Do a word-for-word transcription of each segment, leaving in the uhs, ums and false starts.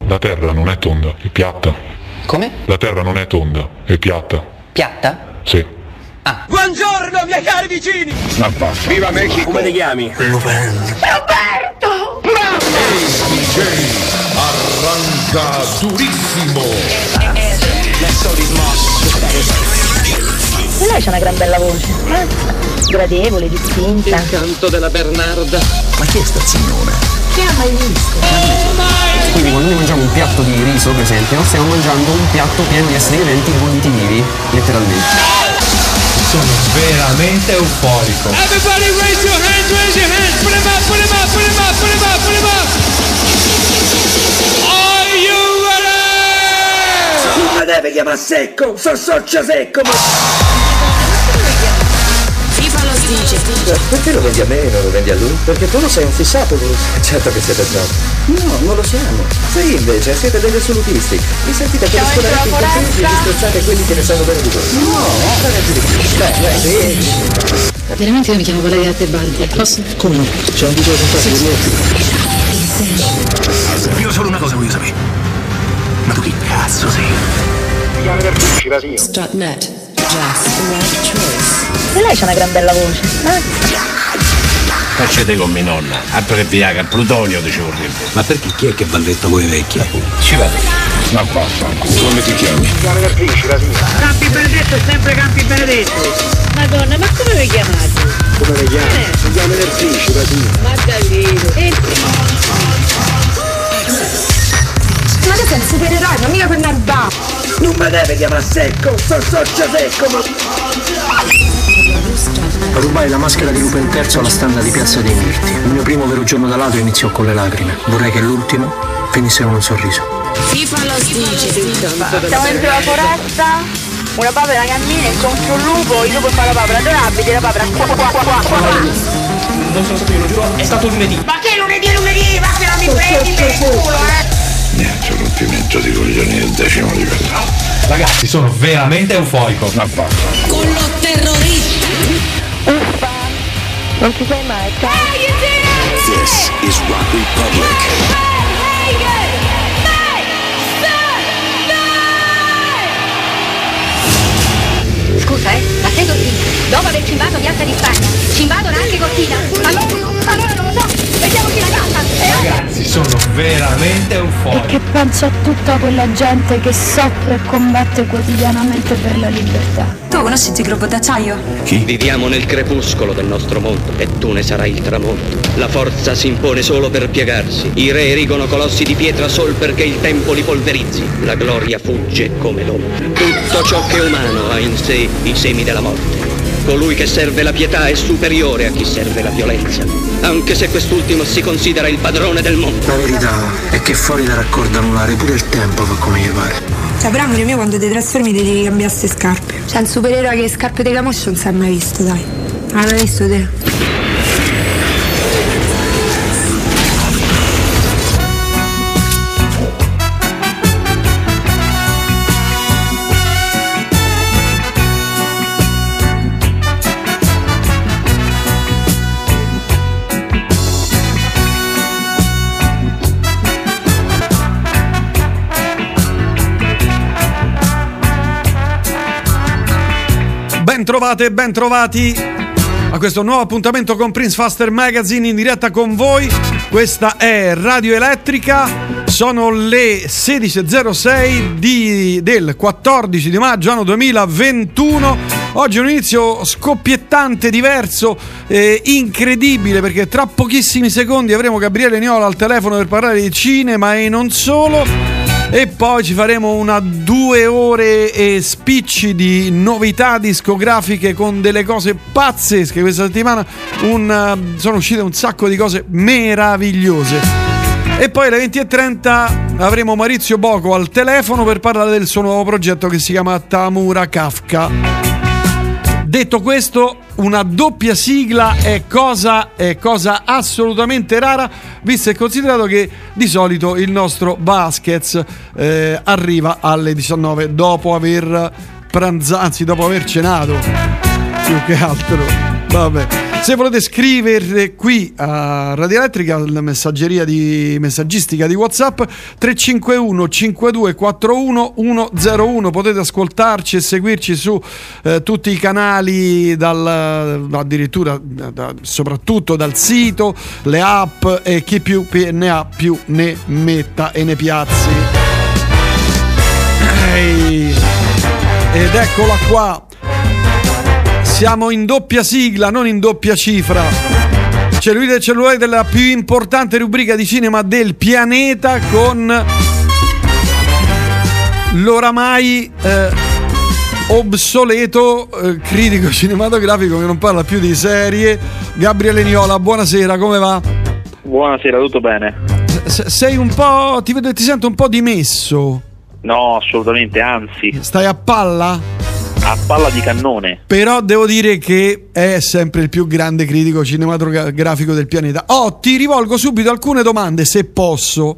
La terra non è tonda, è piatta. Come? La terra non è tonda, è piatta. Piatta? Sì. Ah. Buongiorno miei cari vicini! Ma basta. Viva Mexico! Come ti chiami? Roberto! D J arranca durissimo. E lei c'ha una gran bella voce, eh? Gradevole, distinta. Il canto della Bernarda. Ma chi è sta signora? Chi ha mai visto? Quindi quando noi mangiamo un piatto di riso, per esempio, stiamo mangiando un piatto pieno di esseri viventi bolliti vivi, letteralmente. Sono veramente euforico. Everybody raise your hands, raise your hands, put them up, put them up, put them up, put them up, put them up. Are you ready? Non mi deve chiamare secco, so socia secco, ma... FIFA lo dice. Perché lo vendi a me e non lo vendi a lui? Perché tu lo sei un fissato, lui. Certo che siete snobbi. No, non lo siamo. Voi invece siete degli assolutisti. Vi sentite per scolare i contenti e disprezzate quelli che ne sanno bene di voi. No, ragazzi di più. Beh, beh, sì. Veramente io mi chiamo Valeria Tebaldi, posso? Come no? C'è un video con Sì. Io solo una cosa voglio sapere. Ma tu chi cazzo sei? Strutnet. Just the right choice. E lei c'ha una gran bella voce, eh? Facete con mia nonna, abbreviaga, plutonio dicevo prima. Ma perché chi è che balletta voi vecchia? Ci vado. Ma basta. Come ti chiami? Campi Benedetto è sempre Campi Benedetto. Madonna, ma come vi chiamate? Come le chiami? Si chiama Nerfici, la signora. Ma Davide. E... Ma tu sei un supereroe, ma mica per Narba. Non mi deve chiamare secco, so socia secco, ma... Rubai la maschera di Lupin terzo alla standa di Piazza dei Mirti. Il mio primo vero giorno da ladro iniziò con le lacrime. Vorrei che l'ultimo finisse con un sorriso. FIFA lo dice. Siamo dentro la foresta, una papera cammina, incontro un lupo, il lupo fa la papera adorabile, la papera qua qua qua qua qua. Non sono stato io, lo giuro, è stato lunedì. Ma che lunedì è lunedì? Ma che non mi prendi per il culo, eh? Niente, rompimento di coglioni del decimo livello. Ragazzi, sono veramente euforico. Ma basta. Con lo terrorista. Uffa, non ci sei mai, ciao. This is Rock Republic. Scusa, eh, ma sei Cortina? Dopo aver cimbato Piazza di Spagna, cimbadono anche Cortina? Allora, allora non lo so, vediamoci la casa, eh? Ragazzi, sono veramente euforico. Che penso a tutta quella gente che soffre e combatte quotidianamente per la libertà. Tu conosci il gruppo d'acciaio? Chi? Viviamo nel crepuscolo del nostro mondo e tu ne sarai il tramonto. La forza si impone solo per piegarsi. I re erigono colossi di pietra sol perché il tempo li polverizzi. La gloria fugge come l'ombra. Tutto ciò che è umano ha in sé i semi della morte. Colui che serve la pietà è superiore a chi serve la violenza, anche se quest'ultimo si considera il padrone del mondo. La verità è che fuori da raccordo anulare pure il tempo fa come gli pare. Cioè, però amore mio, quando ti trasformi ti devi cambiare ste scarpe. Cioè, un supereroe che scarpe di camoscio non si è mai visto, dai. Ah, l'hai visto te? Ben trovate, ben trovati a questo nuovo appuntamento con Prince Faster Magazine in diretta con voi. Questa è Radio Elettrica, sono le sedici e zero sei di, del quattordici di maggio anno duemilaventuno. Oggi è un inizio scoppiettante, diverso, eh, incredibile, perché tra pochissimi secondi avremo Gabriele Niola al telefono per parlare di cinema e non solo. E poi ci faremo una due ore e spicci di novità discografiche con delle cose pazzesche. Questa settimana un, sono uscite un sacco di cose meravigliose. E poi alle venti e trenta avremo Maurizio Boco al telefono per parlare del suo nuovo progetto che si chiama Tamura Kafka. Detto questo, una doppia sigla è cosa, è cosa assolutamente rara, visto e considerato che di solito il nostro Baskets eh, arriva alle diciannove dopo aver pranzato, anzi dopo aver cenato, più che altro. Vabbè. Se volete scrivere qui a Radio Elettrica, la messaggeria di messaggistica di WhatsApp, tre cinque uno cinque due quattro uno uno zero uno, potete ascoltarci e seguirci su eh, tutti i canali, dal, addirittura da, da, soprattutto dal sito, le app, e chi più ne ha più ne metta e ne piazzi. Ehi. Ed eccola qua. Siamo in doppia sigla, non in doppia cifra. Cellulite e cellulari della più importante rubrica di cinema del pianeta, con l'oramai eh, obsoleto eh, critico cinematografico che non parla più di serie, Gabriele Niola. Buonasera, come va? Buonasera, tutto bene? S- sei un po'... ti vedo, ti sento un po' dimesso. No, assolutamente, anzi. Stai a palla? A palla di cannone. Però devo dire che è sempre il più grande critico cinematografico del pianeta. Oh, ti rivolgo subito alcune domande, se posso.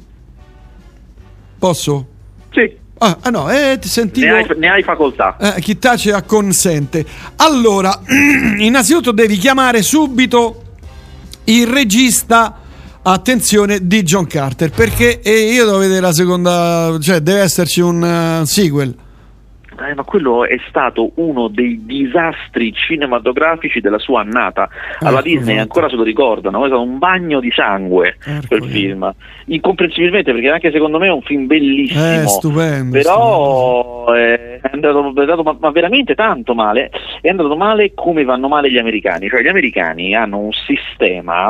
Posso? Sì. Ah, ah no, eh, ti sentivo... Ne hai, ne hai facoltà. Eh, chi tace acconsente. Allora, innanzitutto devi chiamare subito il regista, attenzione, di John Carter, perché eh, io devo vedere la seconda, cioè deve esserci un uh, sequel. Eh, ma quello è stato uno dei disastri cinematografici della sua annata. Alla ecco, Disney ancora se lo ricordano, è stato un bagno di sangue ecco quel film, incomprensibilmente, perché anche secondo me è un film bellissimo, eh, stupendo, però stupendo. È, andato, è andato ma, ma veramente tanto male, è andato male come vanno male gli americani. Cioè gli americani hanno un sistema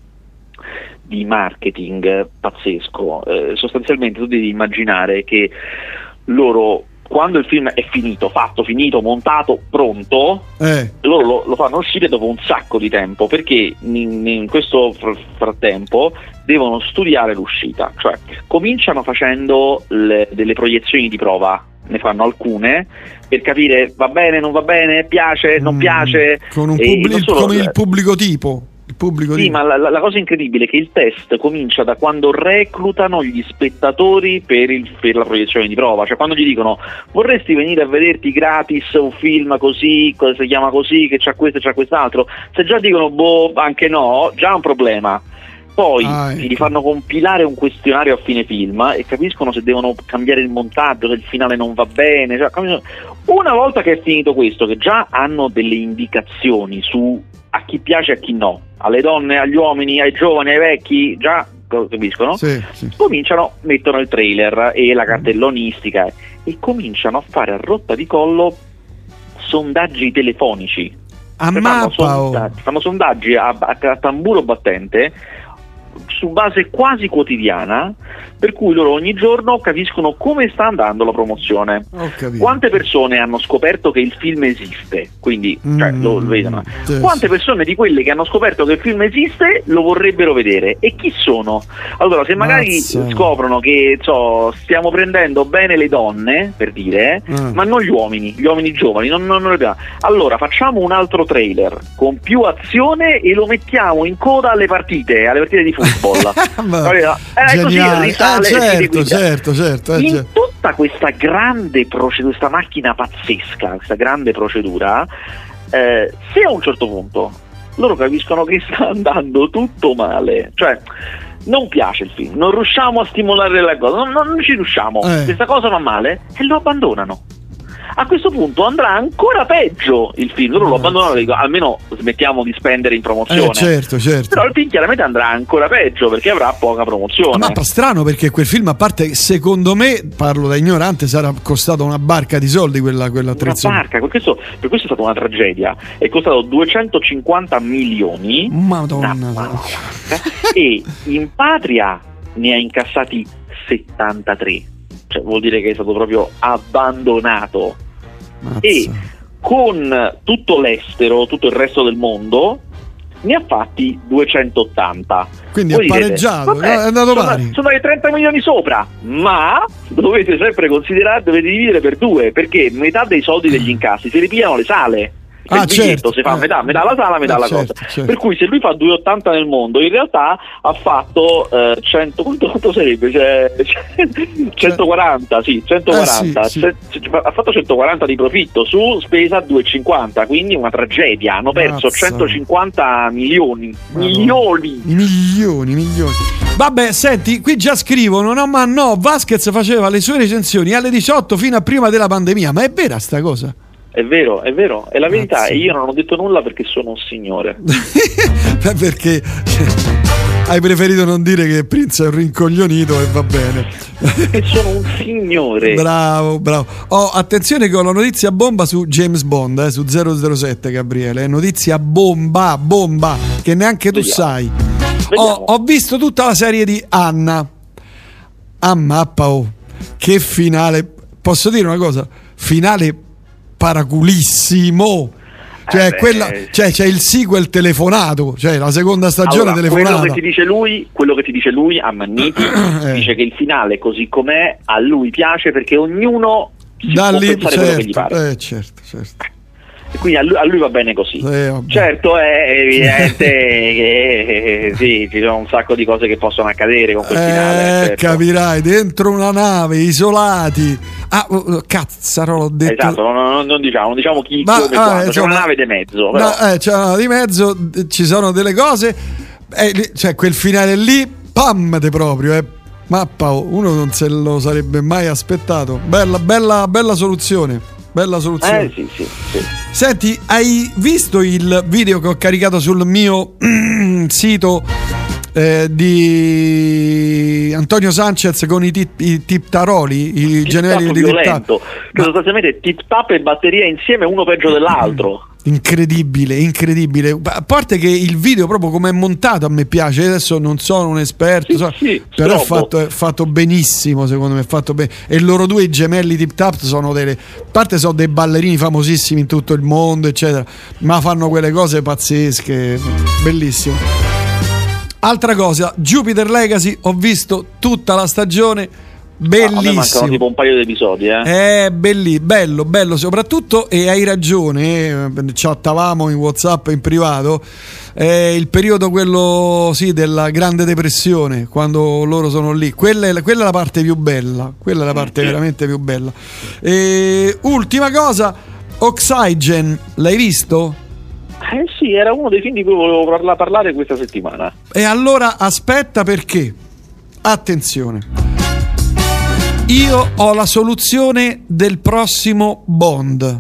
di marketing pazzesco, eh, sostanzialmente tu devi immaginare che loro, quando il film è finito, fatto, finito, montato, pronto, eh. loro lo, lo fanno uscire dopo un sacco di tempo, perché in, in questo fr- frattempo devono studiare l'uscita. Cioè cominciano facendo le, delle proiezioni di prova, ne fanno alcune per capire va bene, non va bene, piace, non mm, piace, con un pubblico, solo, come il pubblico tipo. Pubblico sì, di... ma la, la cosa incredibile è che il test comincia da quando reclutano gli spettatori per, il, per la proiezione di prova. Cioè quando gli dicono vorresti venire a vederti gratis un film così, cosa si chiama così, che c'ha questo e c'ha quest'altro, se già dicono boh, anche no, già è un problema. Poi ah, ecco. gli fanno compilare un questionario a fine film e capiscono se devono cambiare il montaggio, se il finale non va bene. Cioè, una volta che è finito questo, che già hanno delle indicazioni su a chi piace e a chi no, alle donne, agli uomini, ai giovani, ai vecchi, già capiscono, sì, sì. cominciano, mettono il trailer e la cartellonistica e cominciano a fare a rotta di collo sondaggi telefonici. A cioè, mappa, fanno sondaggi, fanno sondaggi a, a, a tamburo battente su base quasi quotidiana, per cui loro ogni giorno capiscono come sta andando la promozione, quante persone hanno scoperto che il film esiste, quindi mm, cioè, lo, lo vedono, sì, quante persone di quelle che hanno scoperto che il film esiste lo vorrebbero vedere e chi sono. Allora se magari Mazza. scoprono che so, stiamo prendendo bene le donne, per dire, mm. ma non gli uomini, gli uomini giovani non, non, non le... allora facciamo un altro trailer con più azione e lo mettiamo in coda alle partite, alle partite di football. eh, così risale, ah, certo, certo, certo, eh, in certo. tutta questa grande procedura, questa macchina pazzesca, questa grande procedura, eh, se a un certo punto loro capiscono che sta andando tutto male, cioè non piace il film, non riusciamo a stimolare la cosa, non, non ci riusciamo, eh. questa cosa va male e lo abbandonano. A questo punto andrà ancora peggio il film, loro lo abbandonano, dico, almeno smettiamo di spendere in promozione. Eh, certo, certo. Però il film chiaramente andrà ancora peggio perché avrà poca promozione. Ma è strano perché quel film, a parte, secondo me, parlo da ignorante, sarà costato una barca di soldi quella, quella Una barca, per questo, per questo è stata una tragedia. È costato duecentocinquanta milioni. Madonna. E in patria ne ha incassati settantatré. Cioè, vuol dire che è stato proprio abbandonato. Mazza. E con tutto l'estero, tutto il resto del mondo, ne ha fatti duecentottanta. Quindi è pareggiato, vabbè, è andato sono, pari. sono dai trenta milioni sopra, ma dovete sempre considerare, dovete dividere per due, perché metà dei soldi degli incassi si ripigliano le sale. ah, il biglietto certo. si fa eh. metà, metà la sala, metà eh, la certo, cosa. certo. Per cui se lui fa due virgola ottanta nel mondo, in realtà ha fatto eh, cento, quanto, quanto sarebbe? Cioè, centoquaranta, sì, centoquaranta. Eh, sì, sì. C- ha fatto centoquaranta di profitto su spesa due virgola cinquanta, quindi una tragedia. Hanno perso Mazza. centocinquanta milioni. Madonna. Milioni. Milioni, milioni. Vabbè, senti, qui già scrivono, no, ma no, Vasquez faceva le sue recensioni alle diciotto fino a prima della pandemia, ma è vera sta cosa? È vero, è vero, è la verità. Mazza. E io non ho detto nulla perché sono un signore. Perché hai preferito non dire che Prince è un rincoglionito e va bene. E sono un signore. Bravo, bravo. Oh, attenzione che ho la notizia bomba su James Bond, eh, su zero zero sette, Gabriele. Notizia bomba, bomba, che neanche tu Vediamo. sai. Ho, ho visto tutta la serie di Anna. A mappa, oh. Che finale. Posso dire una cosa? Finale paraculissimo. Cioè, Eh quella, beh. cioè c'è il sequel telefonato, cioè la seconda stagione Allora, telefonata. quello che ti dice lui, quello che ti dice lui a Manniti, Eh. dice che il finale così com'è a lui piace perché ognuno si Da può lì, pensare quello che gli pare. certo, eh, certo, certo. E quindi a lui, a lui va bene così. Eh, vabbè. Certo è evidente che eh, sì, ci sono un sacco di cose che possono accadere con quel finale. Eh, certo. capirai, dentro una nave, isolati. Ah, oh, cazzaro, l'ho detto. Esatto, non, non- non diciamo, non diciamo chi, Ma, come, ah, quando. C'è insomma, una nave di mezzo. Però. No, eh, c'è una nave di mezzo, eh, ci sono delle cose. Eh, lì- cioè, quel finale lì, pam, te proprio, eh. Mappa, oh, uno non se lo sarebbe mai aspettato. Bella, bella, bella soluzione. Bella soluzione. Eh sì, sì, sì. Senti, hai visto il video che ho caricato sul mio sito eh, di Antonio Sanchez con i, tip, i tiptaroli, i generali di tip violento, che sostanzialmente tip tap e batteria insieme uno peggio dell'altro. Incredibile, incredibile. A parte che il video proprio come è montato a me piace. Adesso non sono un esperto, Sì, so- sì, però è strobo. fatto, è fatto benissimo, secondo me è fatto bene. E loro due, i gemelli Tip Tap, sono delle, a parte sono dei ballerini famosissimi in tutto il mondo, eccetera, ma fanno quelle cose pazzesche, bellissimo. Altra cosa, Jupiter Legacy, ho visto tutta la stagione. Bellissimo. A me mancano tipo un paio di episodi, eh. È belli, bello, bello soprattutto, e hai ragione, eh, chattavamo in WhatsApp in privato, è il periodo quello sì della Grande Depressione, quando loro sono lì, quella è, quella è la parte più bella, quella è la parte Mm, sì. veramente più bella. E, ultima cosa, Oxygen, l'hai visto? Eh sì, era uno dei film di cui volevo parla- parlare questa settimana. E allora aspetta, perché attenzione, io ho la soluzione del prossimo Bond.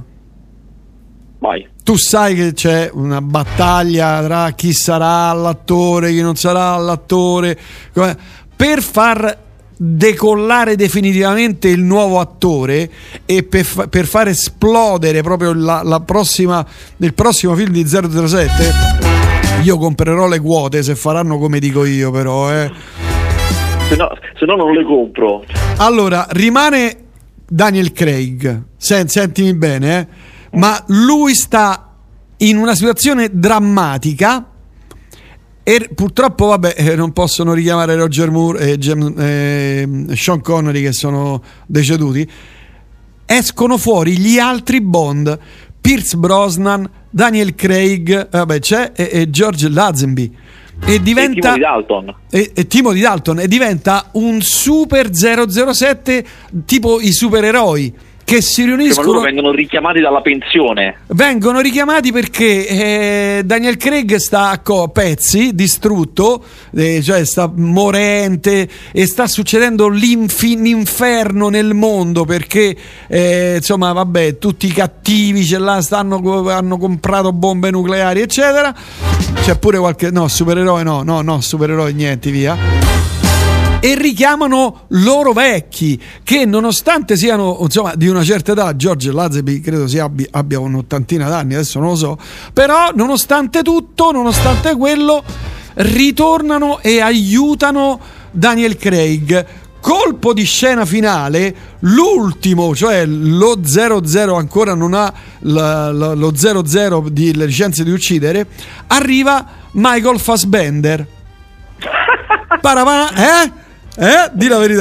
Vai. Tu sai che c'è una battaglia tra chi sarà l'attore, chi non sarà l'attore, come- per far decollare definitivamente il nuovo attore e per, fa- per far esplodere proprio la, la prossima, il prossimo film di zero zero sette. Io comprerò le quote se faranno come dico io, però eh. Se no, se no non le compro. Allora, rimane Daniel Craig. Sen- sentimi bene, eh. Ma lui sta in una situazione drammatica e purtroppo, vabbè, eh, non possono richiamare Roger Moore e Gem- eh, Sean Connery, che sono deceduti. Escono fuori gli altri Bond: Pierce Brosnan, Daniel Craig, eh, vabbè, c'è e, e George Lazenby. E diventa E Timothy Dalton. e, e Timothy Dalton, e diventa un super zero zero sette, tipo i supereroi che si Cioè, ma riuniscono. loro vengono richiamati dalla pensione. Vengono richiamati perché eh, Daniel Craig sta a co- pezzi, distrutto, eh, cioè sta morente, e sta succedendo l'infi- l'inferno nel mondo perché eh, insomma, vabbè, tutti i cattivi ce l'ha, stanno, hanno comprato bombe nucleari, eccetera. C'è pure qualche no, supereroe, no, no, no, supereroi niente, via. E richiamano loro vecchi che, nonostante siano insomma di una certa età, George Lazenby credo si abbia, abbia un'ottantina d'anni, adesso non lo so, però nonostante tutto, nonostante quello, ritornano e aiutano Daniel Craig. Colpo di scena finale, l'ultimo, cioè lo zero zero ancora non ha la, la, lo zero zero di le licenze di uccidere, arriva Michael Fassbender. Parapana, eh? Eh? Di la verità.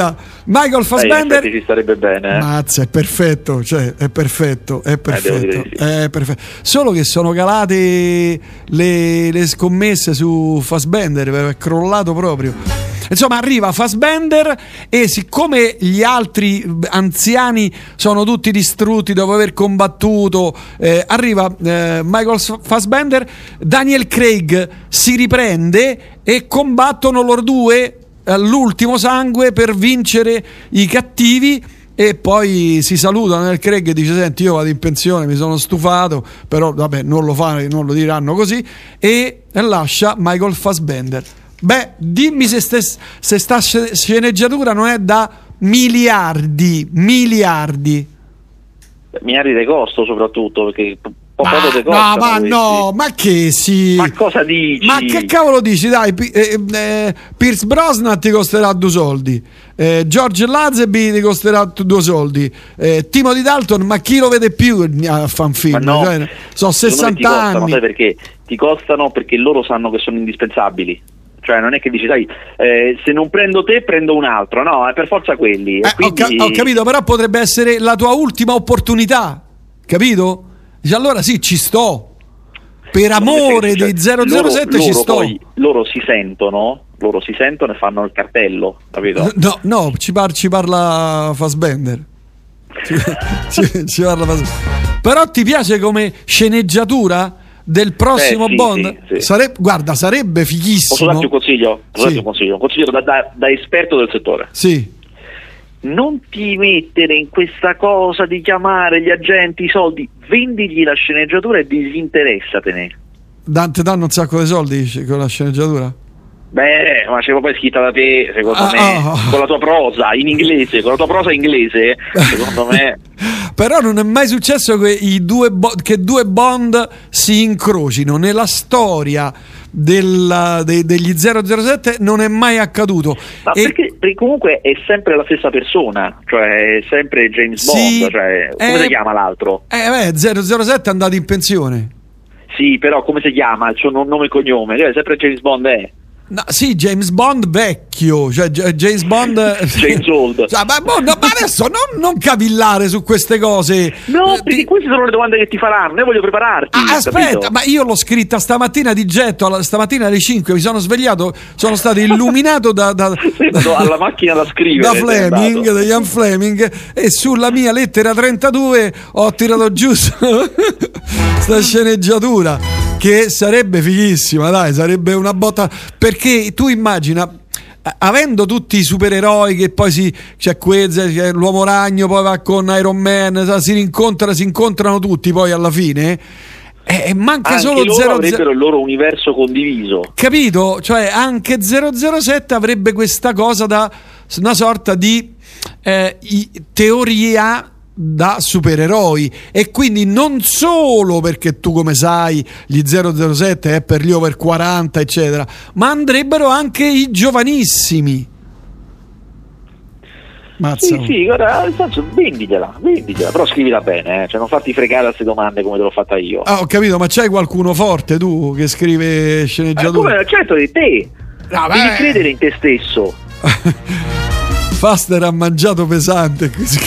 Michael Fassbender eh, ci starebbe bene. Eh. Mazza, è perfetto, cioè è perfetto, è perfetto, Eh, sì. è perfetto. Solo che sono calate le, le scommesse su Fassbender, è crollato proprio. Insomma, arriva Fassbender e siccome gli altri anziani sono tutti distrutti dopo aver combattuto, eh, arriva eh, Michael Fassbender, Daniel Craig si riprende e combattono loro due all'ultimo sangue per vincere i cattivi, e poi si salutano. Nel Craig dice: senti, io vado in pensione, mi sono stufato, però vabbè, non lo fanno, non lo diranno così, e lascia Michael Fassbender. Beh, dimmi se, stes- se sta sceneggiatura non è da miliardi miliardi miliardi di costo, soprattutto perché po- ma, poco di costo. no, ma no, ma che sì, ma cosa dici? Ma che cavolo dici? Dai, P- eh, eh, Pierce Brosnan ti costerà due soldi, eh, George Lazenby ti costerà t- due soldi, eh, Timothy Dalton, ma chi lo vede più a fan film? No, cioè, sono sessanta costano, anni. sai perché? Ti costano perché loro sanno che sono indispensabili. Cioè non è che dici, sai, eh, se non prendo te prendo un altro, no, è per forza quelli. Eh, quindi... ho, ca- ho capito, però potrebbe essere la tua ultima opportunità, capito? Dici, allora sì, ci sto, per amore cioè, di zero zero sette loro, ci loro sto. Poi, loro si sentono, loro si sentono e fanno il cartello, capito? No, no, ci, par- ci parla Fassbender. Ci, ci, ci parla Fassbender. Però ti piace come sceneggiatura del prossimo eh, sì, Bond? Sì, sì. Sare- guarda, sarebbe fighissimo. Posso darti un consiglio? Posso Sì. darti un consiglio? Un consiglio da, da, da esperto del settore. Sì. Non ti mettere in questa cosa di chiamare gli agenti i soldi, vendigli la sceneggiatura e disinteressatene. Dante danno un sacco di soldi, dici, con la sceneggiatura? Beh, ma c'è proprio scritta da te, secondo Ah, me, oh. con la tua prosa in inglese, con la tua prosa inglese, secondo me. Però non è mai successo che, i due bo- che due Bond si incrocino nella storia della, de- degli zero zero sette, non è mai accaduto. Ma E- perché, perché comunque è sempre la stessa persona, cioè è sempre James Sì, Bond, cioè, come eh, si chiama l'altro? Eh beh, zero zero sette è andato in pensione. Sì, però come si chiama? Il suo no- nome e cognome, cioè sempre James Bond è. No, sì, James Bond vecchio, cioè J- James Bond James Old. Cioè, ma, boh, no, ma adesso non, non cavillare su queste cose. No, Eh, perché ti- queste sono le domande che ti faranno, io voglio prepararti. Ah, aspetta, capito? ma io l'ho scritta stamattina di getto, alla- stamattina alle cinque mi sono svegliato, sono stato illuminato da, da, No, alla macchina da scrivere. da sei Fleming, andato. da Ian Fleming, e sulla mia lettera trentadue ho tirato giù sta sceneggiatura che sarebbe fighissima, dai, sarebbe una botta, perché tu immagina, eh, avendo tutti i supereroi che poi si c'è Quez, c'è l'Uomo Ragno, poi va con Iron Man, sa, si rincontra, si incontrano tutti poi alla fine, e e manca Anche solo loro zero avrebbero il loro universo condiviso. capito? Cioè anche zero zero sette avrebbe questa cosa da una sorta di eh, i- teoria da supereroi, e quindi non solo perché tu, come sai, gli zero zero sette è per gli over quaranta eccetera, ma andrebbero anche i giovanissimi. Mazza. Sì, sì, guarda, nel senso, vendigliela, vendigliela, però scrivila bene, eh, cioè non farti fregare a queste domande come te l'ho fatta io. Ah, ho capito, ma c'hai qualcuno forte tu che scrive Eh, sceneggiature? come, certo di te, No, devi beh. credere in te stesso. Faster ha mangiato pesante.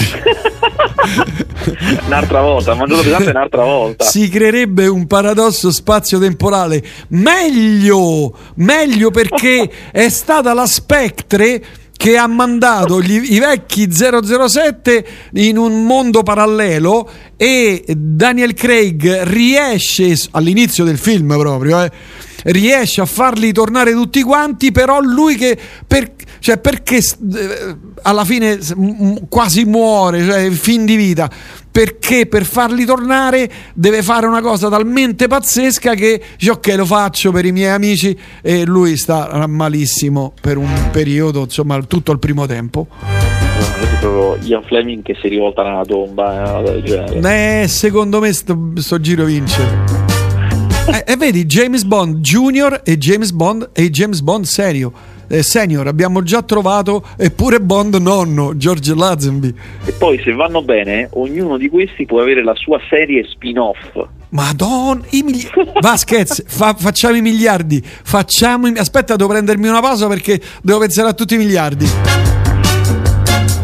Un'altra volta, ha mangiato pesante un'altra volta. Si creerebbe un paradosso spazio-temporale. Meglio, meglio perché è stata la Spectre che ha mandato gli, i vecchi zero zero sette in un mondo parallelo, e Daniel Craig riesce, all'inizio del film proprio, eh, riesce a farli tornare tutti quanti, però lui che per, cioè perché eh, alla fine m- quasi muore, cioè fin di vita, perché per farli tornare deve fare una cosa talmente pazzesca che dice ok, lo faccio per i miei amici, e lui sta malissimo per un periodo, insomma tutto il primo tempo. È proprio Ian Fleming che si rivolta nella tomba, eh, del genere. Eh, secondo me sto, sto giro vince. E eh, vedi, James Bond Junior e James Bond e James Bond serio, eh, senior abbiamo già trovato, eppure Bond nonno, George Lazenby. E poi se vanno bene, ognuno di questi può avere la sua serie spin-off. Madonna, i mili- Vasquez, fa- facciamo i miliardi, facciamo i... aspetta, devo prendermi una pausa perché devo pensare a tutti i miliardi.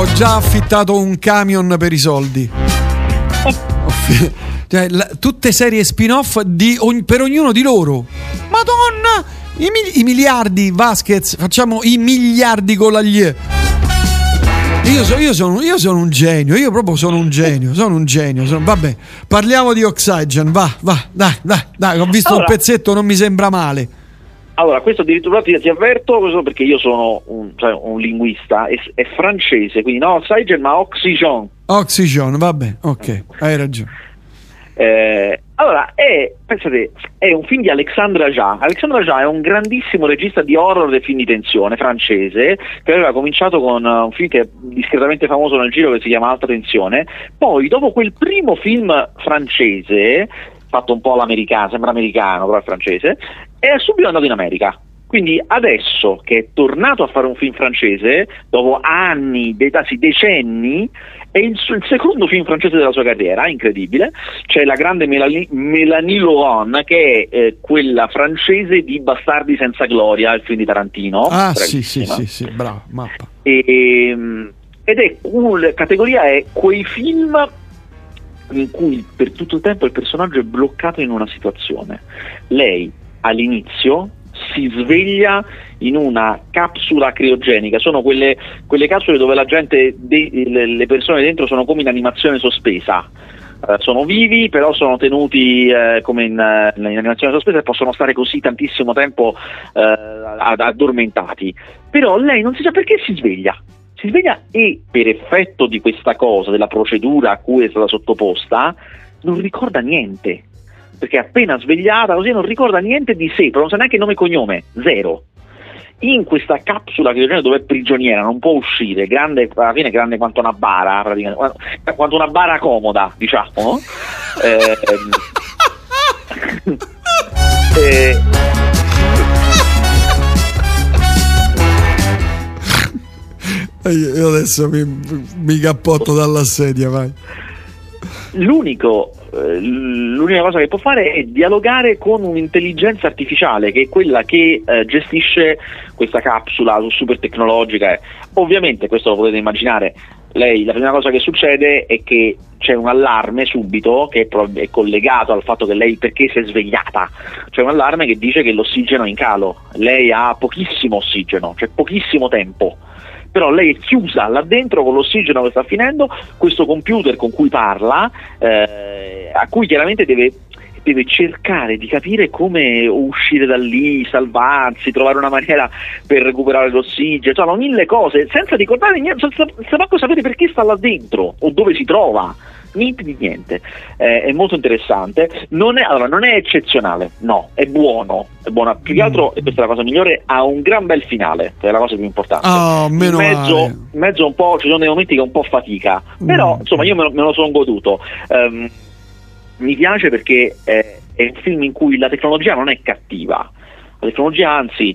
già affittato un camion per i soldi. Cioè, la, tutte serie spin-off di, ogn, per ognuno di loro. Madonna, i, mil, i miliardi, Vasquez, facciamo i miliardi con la gli. Io, so, io, sono, io sono un genio, io proprio sono un genio, sono un genio. Sono, vabbè, parliamo di Oxygen, va, va, dai, dai, dai, ho visto allora, un pezzetto, non mi sembra male. Allora, questo addirittura ti, ti avverto, questo perché io sono un, cioè, un linguista, è, è francese, quindi no Oxygen ma Oxygen. Oxygen, vabbè, ok, hai ragione. Eh, allora, è, pensate, è un film di Alexandre Aja. Alexandre Aja è un grandissimo regista di horror e film di tensione francese, che aveva cominciato con un film che è discretamente famoso nel giro, che si chiama Alta Tensione. Poi, dopo quel primo film francese, fatto un po' all'americano, sembra americano, però è francese, è subito andato in America. Quindi adesso che è tornato a fare un film francese, dopo anni, quasi decenni, è il, il secondo film francese della sua carriera, incredibile. C'è la grande Mélanie, Mélanie Laurent, che è eh, quella francese di Bastardi senza gloria, il film di Tarantino. Ah sì, sì, sì, sì, bravo, mappa. E, ed è, la categoria è quei film in cui per tutto il tempo il personaggio è bloccato in una situazione. Lei all'inizio si sveglia in una capsula criogenica, sono quelle, quelle capsule dove la gente, de, le, le persone dentro sono come in animazione sospesa, uh, sono vivi però sono tenuti uh, come in, uh, in animazione sospesa e possono stare così tantissimo tempo uh, ad, addormentati, però lei non si sa perché si sveglia. Si sveglia e per effetto di questa cosa, della procedura a cui è stata sottoposta, non ricorda niente. Perché è appena svegliata così non ricorda niente di sé, però non sa neanche nome e cognome, zero. In questa capsula che dove è prigioniera, non può uscire, grande, alla fine grande quanto una bara, praticamente, quanto una bara comoda, diciamo. eh, eh, Io adesso mi, mi cappotto dalla sedia, vai. L'unico l'unica cosa che può fare è dialogare con un'intelligenza artificiale che è quella che eh, gestisce questa capsula super tecnologica. Ovviamente questo lo potete immaginare, lei la prima cosa che succede è che c'è un allarme subito che è, pro- è collegato al fatto che lei perché si è svegliata, c'è un allarme che dice che l'ossigeno è in calo, lei ha pochissimo ossigeno, c'è pochissimo tempo, però lei è chiusa là dentro con l'ossigeno che sta finendo, questo computer con cui parla, eh, a cui chiaramente deve, deve cercare di capire come uscire da lì, salvarsi, trovare una maniera per recuperare l'ossigeno, sono mille cose, senza ricordare niente, senza, senza manco sapere perché sta là dentro o dove si trova. Niente di niente, eh, è molto interessante, non è, allora, non è eccezionale, no, è buono, è buono, più che altro, e questa è la cosa migliore, ha un gran bel finale, che è la cosa più importante. Oh, meno in mezzo, male. in mezzo un po', ci sono dei momenti che è un po' fatica, però mm. insomma io me lo, me lo sono goduto. Um, mi piace perché eh, è un film in cui la tecnologia non è cattiva, la tecnologia anzi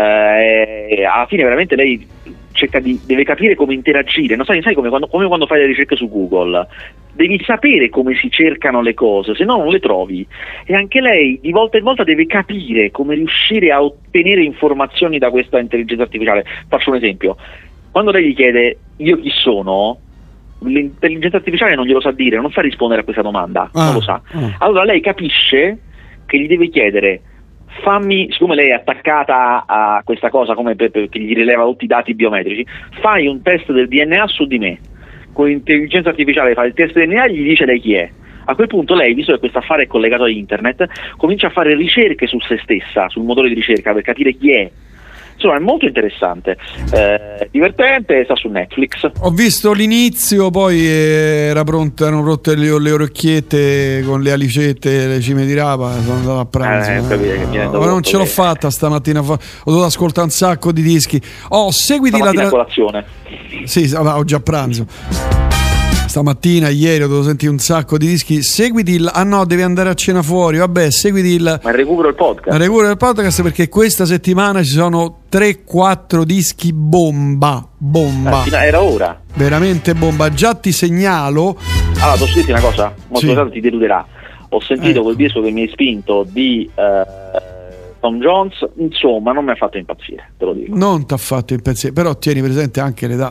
eh, alla fine veramente lei cerca di, deve capire come interagire, non sai, sai come, quando, come quando fai le ricerche su Google, devi sapere come si cercano le cose, se no non le trovi, e anche lei di volta in volta deve capire come riuscire a ottenere informazioni da questa intelligenza artificiale. Faccio un esempio, quando lei gli chiede io chi sono, l'intelligenza artificiale non glielo sa dire, non sa rispondere a questa domanda, ah, non lo sa, ah. Allora lei capisce che gli deve chiedere fammi, siccome lei è attaccata a questa cosa come per, per, che gli rileva tutti i dati biometrici, fai un test del D N A su di me, con l'intelligenza artificiale fa il test del D N A e gli dice lei chi è. A quel punto lei, visto che questo affare è collegato a internet, comincia a fare ricerche su se stessa, sul motore di ricerca, per capire chi è. Insomma, è molto interessante, eh, divertente, sta su Netflix. Ho visto l'inizio, poi era pronto, erano rotte le, le orecchiette con le alicette, le cime di rapa, sono andato a pranzo. Eh, capire, che no, non ce l'ho fatta stamattina, ho dovuto ascoltare un sacco di dischi. Oh, seguiti stamattina la tra- colazione. Sì, ho già pranzo. Stamattina, ieri ho dovuto sentire un sacco di dischi. Seguiti il. Ah no, devi andare a cena fuori. Vabbè, seguiti il. Ma recupero il podcast. Recupero il podcast perché questa settimana ci sono tre quattro dischi bomba. Bomba. Eh, era ora. Veramente bomba. Già ti segnalo. Allora, posso dirti una cosa? Molto sì. Ti deluderà. Ho sentito ecco. quel disco che mi hai spinto di uh, Tom Jones. Insomma, non mi ha fatto impazzire, te lo dico. Non ti ha fatto impazzire, però tieni presente anche l'età.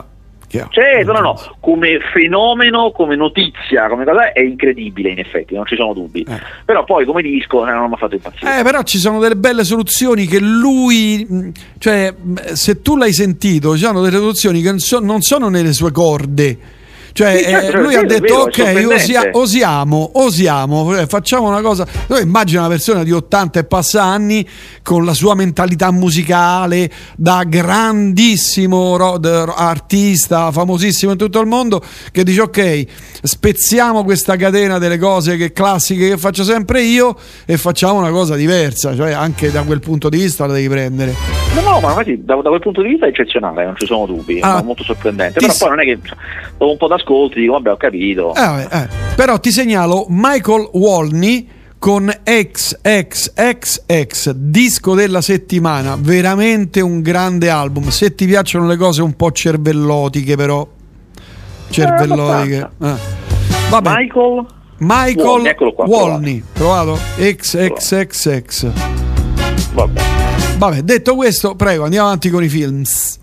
Certo, no, no, come fenomeno, come notizia, come cosa è incredibile in effetti, non ci sono dubbi. Eh. Però poi come disco eh, non mi ha fatto impazzire. Eh, però ci sono delle belle soluzioni che lui, cioè se tu l'hai sentito, ci sono delle soluzioni che non, so, non sono nelle sue corde. Cioè, sì, certo, eh, lui ha detto vero, ok, osia, osiamo, osiamo, facciamo una cosa. Noi immagina una persona di ottanta e passa anni con la sua mentalità musicale da grandissimo road, artista, famosissimo in tutto il mondo, che dice ok, spezziamo questa catena delle cose che classiche che faccio sempre io e facciamo una cosa diversa. Cioè anche da quel punto di vista la devi prendere. No, no, ma infatti da, da quel punto di vista è eccezionale, non ci sono dubbi, ah, è molto sorprendente. Però poi non è che dopo un po' d'ascolto dico vabbè ho capito eh, vabbè, eh. Però ti segnalo Michael Walney con X X X X, disco della settimana, veramente un grande album. Se ti piacciono le cose un po' cervellotiche, però cervellotiche eh, eh. Vabbè. Michael Michael Walney, Walney, trovato X X X X. Vabbè. Vabbè, detto questo, prego, andiamo avanti con i films.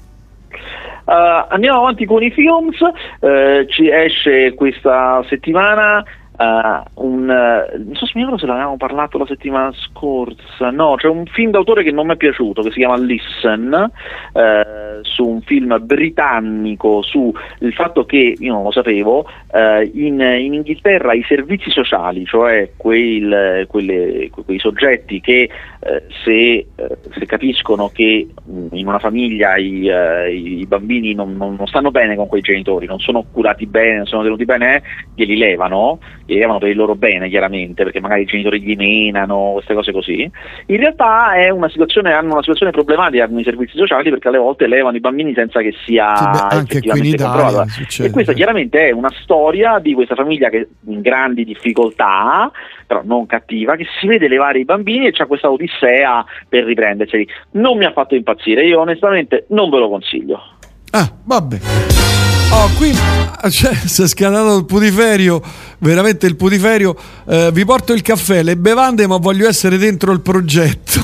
Uh, andiamo avanti con i films. Uh, ci esce questa settimana uh, un uh, non so se mi ricordo se l'avevamo parlato la settimana scorsa. No, c'è un film d'autore che non mi è piaciuto, che si chiama Listen, uh, su un film britannico su il fatto che, io non lo sapevo, uh, in, in Inghilterra i servizi sociali, cioè quei, quelle, quei soggetti che Uh, se, uh, se capiscono che um, in una famiglia i, uh, i bambini non, non, non stanno bene con quei genitori, non sono curati bene, non sono tenuti bene, eh, glieli levano, glieli levano per il loro bene chiaramente, perché magari i genitori gli menano, queste cose così. In realtà è una situazione, hanno una situazione problematica con i servizi sociali, perché alle volte levano i bambini senza che sia sì, beh, anche effettivamente controllata. E questa chiaramente è una storia di questa famiglia che in grandi difficoltà, però non cattiva, che si vede levare i bambini e c'ha questa odissea per riprenderceli. Non mi ha fatto impazzire, io onestamente non ve lo consiglio. Ah, vabbè. Oh, qui cioè, si è scatenato il putiferio, veramente il putiferio. Eh, vi porto il caffè, le bevande, ma voglio essere dentro il progetto.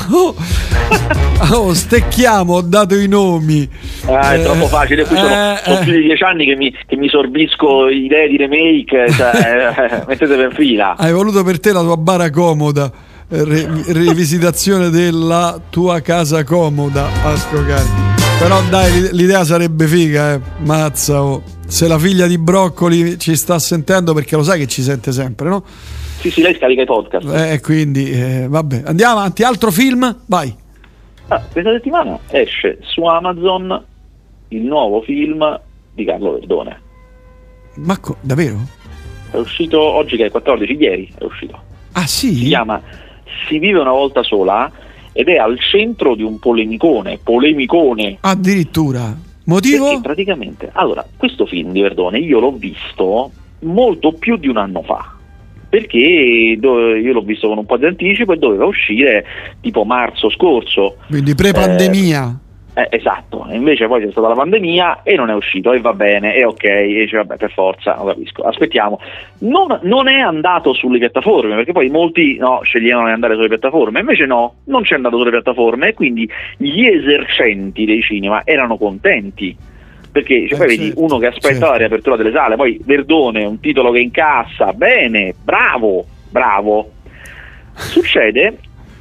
Oh, stecchiamo, ho dato i nomi. Ah, è eh, troppo facile, qui sono, eh, sono più di dieci anni che mi, che mi sorbisco idee di remake, cioè, mettete per fila. Hai voluto per te la tua bara comoda, re, rivisitazione della tua casa comoda, Pasco Cari. Però dai, l'idea sarebbe figa, eh. Mazza, oh. Se la figlia di Broccoli ci sta sentendo, perché lo sai che ci sente sempre, no? Sì, sì, lei scarica i podcast. Eh, quindi, eh, vabbè, andiamo avanti. Altro film? Vai. Ah, questa settimana esce su Amazon il nuovo film di Carlo Verdone. Ma co- davvero? È uscito oggi, che è quattordici, ieri è uscito. Ah sì? Si chiama Si vive una volta sola ed è al centro di un polemicone, polemicone. Addirittura. Motivo? Perché praticamente, allora, questo film di Verdone io l'ho visto molto più di un anno fa. Perché io l'ho visto con un po' di anticipo e doveva uscire tipo marzo scorso. Quindi pre-pandemia. Eh, eh, esatto, invece poi c'è stata la pandemia e non è uscito, e va bene, è ok, e dice vabbè, per forza, lo capisco, aspettiamo. Non, non è andato sulle piattaforme, perché poi molti no, sceglievano di andare sulle piattaforme, invece no, non c'è andato sulle piattaforme, e quindi gli esercenti dei cinema erano contenti. Perché cioè, eh, poi certo, vedi uno che aspetta certo. la riapertura delle sale, poi Verdone, un titolo che incassa, bene, bravo, bravo. Succede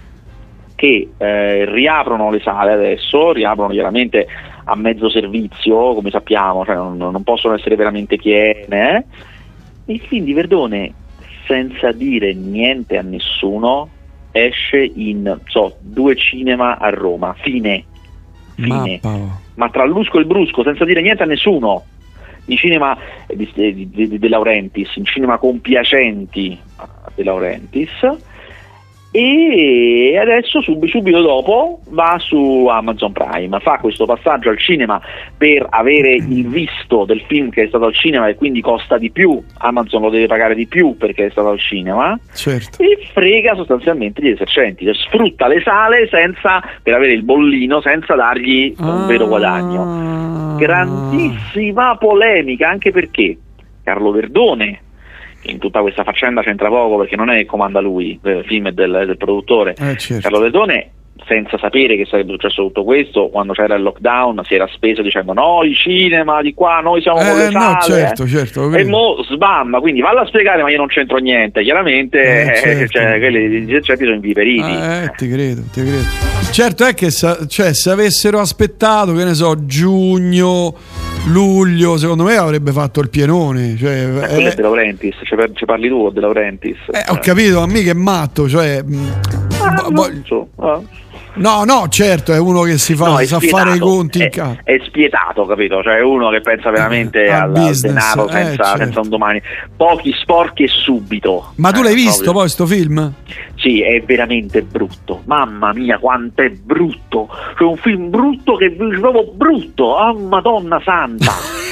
che eh, riaprono le sale adesso, riaprono chiaramente a mezzo servizio, come sappiamo, cioè non, non possono essere veramente piene, eh? Il film di Verdone, senza dire niente a nessuno, esce in so, due cinema a Roma, fine, fine. Mappa. Ma tra l'usco e il brusco, senza dire niente a nessuno, di cinema di, di, di, De Laurentiis, in cinema compiacenti a De Laurentiis, e adesso sub, subito dopo va su Amazon Prime, fa questo passaggio al cinema per avere il visto del film che è stato al cinema e quindi costa di più, Amazon lo deve pagare di più perché è stato al cinema, certo. E frega sostanzialmente gli esercenti, cioè sfrutta le sale senza, per avere il bollino, senza dargli un ah. vero guadagno. Grandissima polemica, anche perché Carlo Verdone, in tutta questa faccenda c'entra poco perché non è che comanda lui, il film è del, del produttore, eh, certo. Carlo Verdone senza sapere che sarebbe successo tutto questo, quando c'era il lockdown si era speso dicendo no, i cinema di qua, noi siamo con le Eh, sale, no, certo, certo, lo e credo. mo sbamma, quindi valla a spiegare, ma io non c'entro niente, chiaramente, Eh, eh, certo. cioè, quelli di certi sono inviperiti. Eh, ti credo, ti credo. Certo è che sa- cioè, se avessero aspettato, che ne so, giugno, luglio, secondo me avrebbe fatto il pienone. Cioè, Ma quello eh, è De Laurentiis, ci, par- ci parli tu o De Laurentiis? eh, ho capito, a me che è matto, cioè mh, Ah, bo- non so, ah. no, no, certo, è uno che si fa, No, è sa spietato, fare i conti in è, casa. è spietato, capito? Cioè uno che pensa veramente Eh, al al, al business, denaro eh, senza, certo. senza un domani. Pochi sporchi e subito. Ma tu Eh, l'hai visto proprio. poi sto film? Sì, è veramente brutto. Mamma mia, quanto è brutto. Cioè un film brutto che è proprio brutto. Oh, Madonna santa.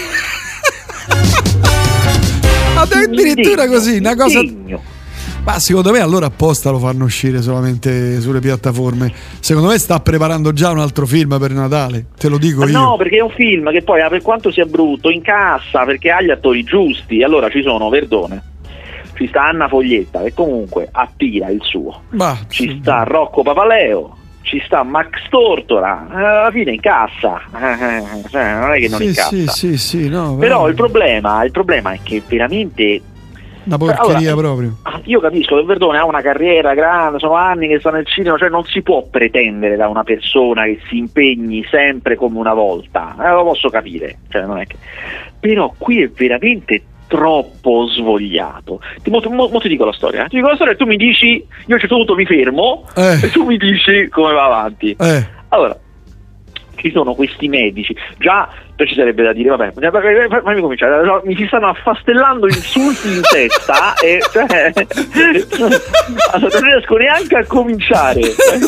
Addirittura così, una cosa. Indegno. Ma secondo me allora apposta lo fanno uscire solamente sulle piattaforme. Secondo me sta preparando già un altro film per Natale, te lo dico Ma io. no, perché è un film che poi, per quanto sia brutto, incassa perché ha gli attori giusti. Allora ci sono Verdone, ci sta Anna Foglietta che comunque attira il suo, Bah, ci sta Rocco Papaleo, ci sta Max Tortora, eh, alla fine incassa, eh, eh, cioè, non è che non sì, incassa. sì, sì, sì, no, Però il problema, il problema è che veramente una porcheria allora, proprio. io capisco che Verdone ha una carriera grande, sono anni che sta nel cinema, cioè non si può pretendere da una persona che si impegni sempre come una volta, eh, lo posso capire, cioè non è che... però qui è veramente troppo svogliato. Ti, mo, mo, mo ti dico la storia, eh. ti dico la storia e tu mi dici, io a un certo punto mi fermo Eh. e tu mi dici come va avanti. Eh. Allora, ci sono questi medici, già poi ci sarebbe da dire, vabbè, fammi cominciare, allora, mi si stanno affastellando insulti in testa e cioè, allora, non riesco neanche a cominciare.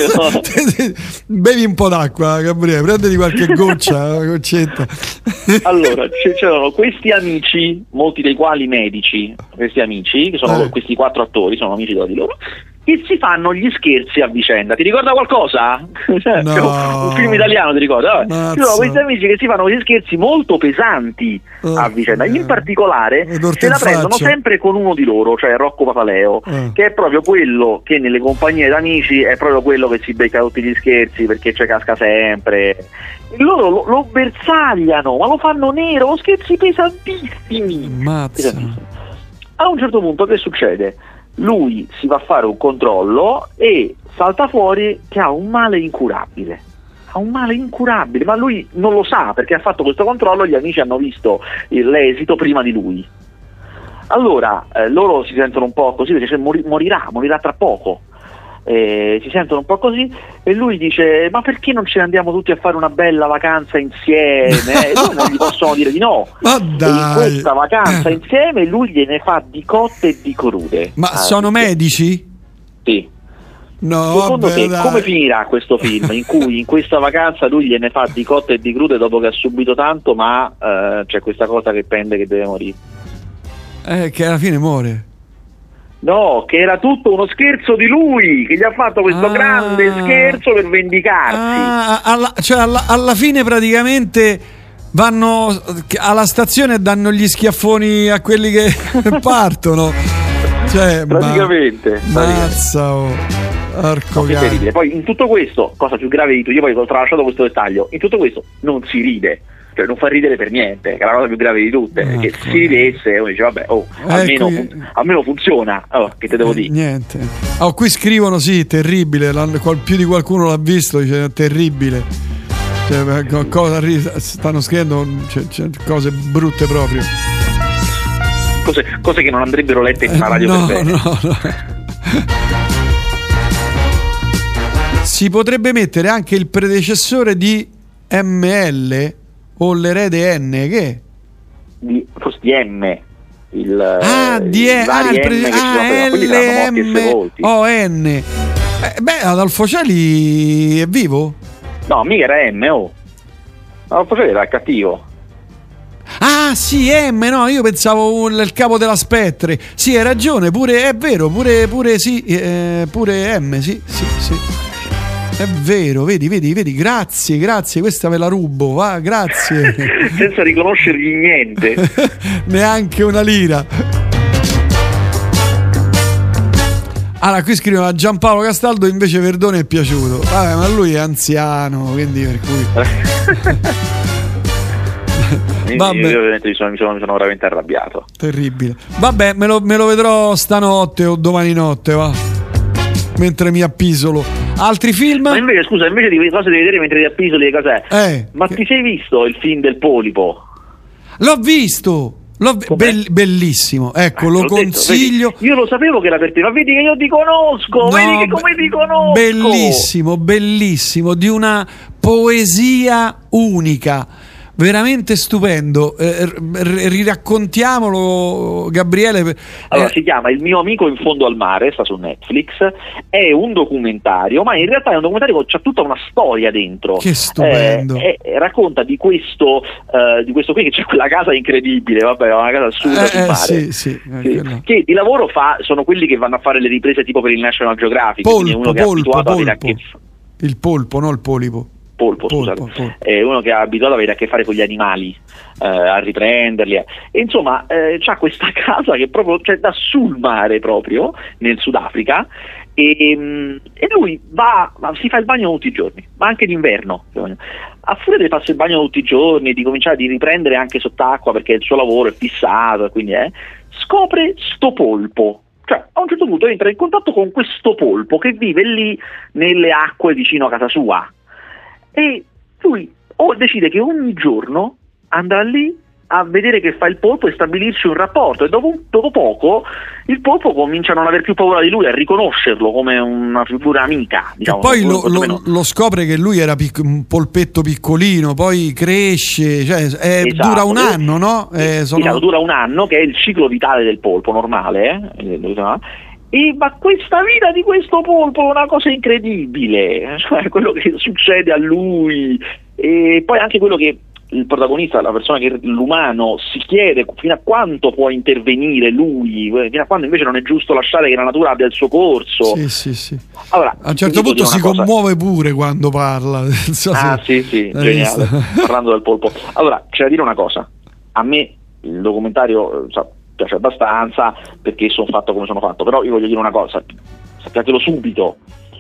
Bevi un po' d'acqua, Gabriele, prenditi qualche goccia, una goccetta. Allora, c- c'erano questi amici, molti dei quali medici, questi amici, che sono Eh. questi quattro attori, sono amici tra di loro, che si fanno gli scherzi a vicenda. Ti ricorda qualcosa? No. Un film italiano, ti ricorda? Vabbè. Mazza. Ci sono questi amici che si fanno questi scherzi molto pesanti Oh, a vicenda. In eh. particolare Edorte se in la prendono faccia. sempre con uno di loro, cioè Rocco Papaleo, Eh. che è proprio quello che nelle compagnie d'amici è proprio quello che si becca tutti gli scherzi perché ci casca sempre. E loro lo, lo bersagliano, ma lo fanno nero, scherzi pesantissimi. Mazza. pesantissimi. A un certo punto che succede? Lui si va a fare un controllo e salta fuori che ha un male incurabile. Ha un male incurabile, ma lui non lo sa perché ha fatto questo controllo, gli amici hanno visto il- l'esito prima di lui. Allora, eh, loro si sentono un po' così, perché cioè, mori- morirà, morirà tra poco. Eh, si sentono un po' così e lui dice ma perché non ce ne andiamo tutti a fare una bella vacanza insieme? E loro non gli possono dire di no. Ma E in dai. questa vacanza insieme lui gliene fa di cotte e di crude. Ma Ah, sono perché- medici? Sì. No, Secondo vabbè, te dai. come finirà questo film in cui in questa vacanza lui gliene fa di cotte e di crude dopo che ha subito tanto, ma eh, c'è questa cosa che pende che deve morire? Eh, che alla fine muore. No, che era tutto uno scherzo di lui, che gli ha fatto questo Ah. grande scherzo per vendicarsi. Ah, alla, cioè alla, alla fine praticamente vanno alla stazione e danno gli schiaffoni a quelli che partono. Cioè, ma- Praticamente. Mazza, oh. Arco Che cane. terribile. Poi in tutto questo, cosa più grave di tutto, io poi ho tralasciato questo dettaglio, in tutto questo non si ride. Cioè non fa ridere per niente, che è la cosa più grave di tutte, Ah, perché ecco. si ridesse e uno dice vabbè, oh, almeno, qui- fun- almeno funziona, oh, che te devo Eh, dire. Niente. Oh, qui scrivono sì, terribile. l'hanno- qual- più di qualcuno l'ha visto, dice terribile. Cioè, co- cosa ri- stanno scrivendo cioè, cioè, cose brutte proprio. Cose, cose che non andrebbero lette in una Eh, radio no, per bene. no, no. Si potrebbe mettere anche il predecessore di M L o l'erede N, che? Di, forse di M, il, Ah, i di E, vari ah, il M pre- che ci sono, ah, quelli saranno morti e L sepolti. M O N. Eh, beh, Adolfo Celi è vivo? No, mica era M, oh. No, forse era cattivo. Ah sì, M, no, io pensavo un- il capo della Spettre. Sì, hai ragione, pure è vero, pure, pure sì, eh, pure M, sì, sì, sì. È vero, vedi, vedi, vedi, grazie, grazie, questa ve la rubo, va, grazie. Senza riconoscergli niente. Neanche una lira. Allora, qui scrivono a Giampaolo Castaldo, invece Verdone è piaciuto. Vabbè, ma lui è anziano, quindi per cui... Vabbè. Io ovviamente mi sono, mi, sono, mi sono veramente arrabbiato. Terribile. Vabbè, me lo, me lo vedrò stanotte o domani notte, va. Mentre mi appisolo. Altri film? Ma invece, scusa, invece di cose devi vedere mentre ti appisoli, cos'è? Eh, Ma che... ti sei visto il film del polipo? L'ho visto! L'ho... Be- bellissimo, ecco, eh, lo consiglio. Detto, io lo sapevo che era per te, ma vedi che io ti conosco, no, vedi che come ti conosco. Bellissimo, bellissimo, di una poesia unica. Veramente stupendo, eh, r- riraccontiamolo, Gabriele. Allora, eh. si chiama Il mio amico in fondo al mare, sta su Netflix, è un documentario, ma in realtà è un documentario che c'ha tutta una storia dentro. Che stupendo. Eh, eh, racconta di questo, uh, di questo qui che c'è quella casa incredibile, vabbè, una casa assurda eh, sul mare. Sì, sì, sì, che di lavoro fa, sono quelli che vanno a fare le riprese tipo per il National Geographic, polpo, quindi è uno che polpo, è abituato polpo. a avere a che il polpo, no il polipo. Polpo, polpo, scusate, polpo. È uno che è abituato ad avere a che fare con gli animali, eh, a riprenderli, eh. E insomma eh, c'ha questa casa che proprio, cioè, da sul mare proprio, nel Sudafrica, e, e lui va, si fa il bagno tutti i giorni, ma anche d'inverno. A furia di farsi il bagno tutti i giorni, di cominciare a riprendere anche sott'acqua perché il suo lavoro è fissato, quindi eh, scopre sto polpo. Cioè, a un certo punto entra in contatto con questo polpo che vive lì nelle acque vicino a casa sua. E lui o decide che ogni giorno andrà lì a vedere che fa il polpo e stabilirsi un rapporto, e dopo, dopo poco il polpo comincia a non aver più paura di lui, a riconoscerlo come una figura amica, diciamo. E poi lo, lo, lo scopre che lui era pic- un polpetto piccolino, poi cresce, cioè è, esatto, dura un anno, no? Eh, sono... esatto, dura un anno, che è il ciclo vitale del polpo normale, eh? E ma questa vita di questo polpo è una cosa incredibile, cioè quello che succede a lui, e poi anche quello che il protagonista, la persona che l'umano si chiede fino a quanto può intervenire lui, fino a quando invece non è giusto lasciare che la natura abbia il suo corso. Sì, sì, sì. Allora, a un certo punto si cosa... commuove pure quando parla. So ah, se... sì, sì, geniale. Parlando del polpo. Allora, c'è da dire una cosa. A me il documentario sa, piace abbastanza perché sono fatto come sono fatto, però io voglio dire una cosa, sappiatelo subito,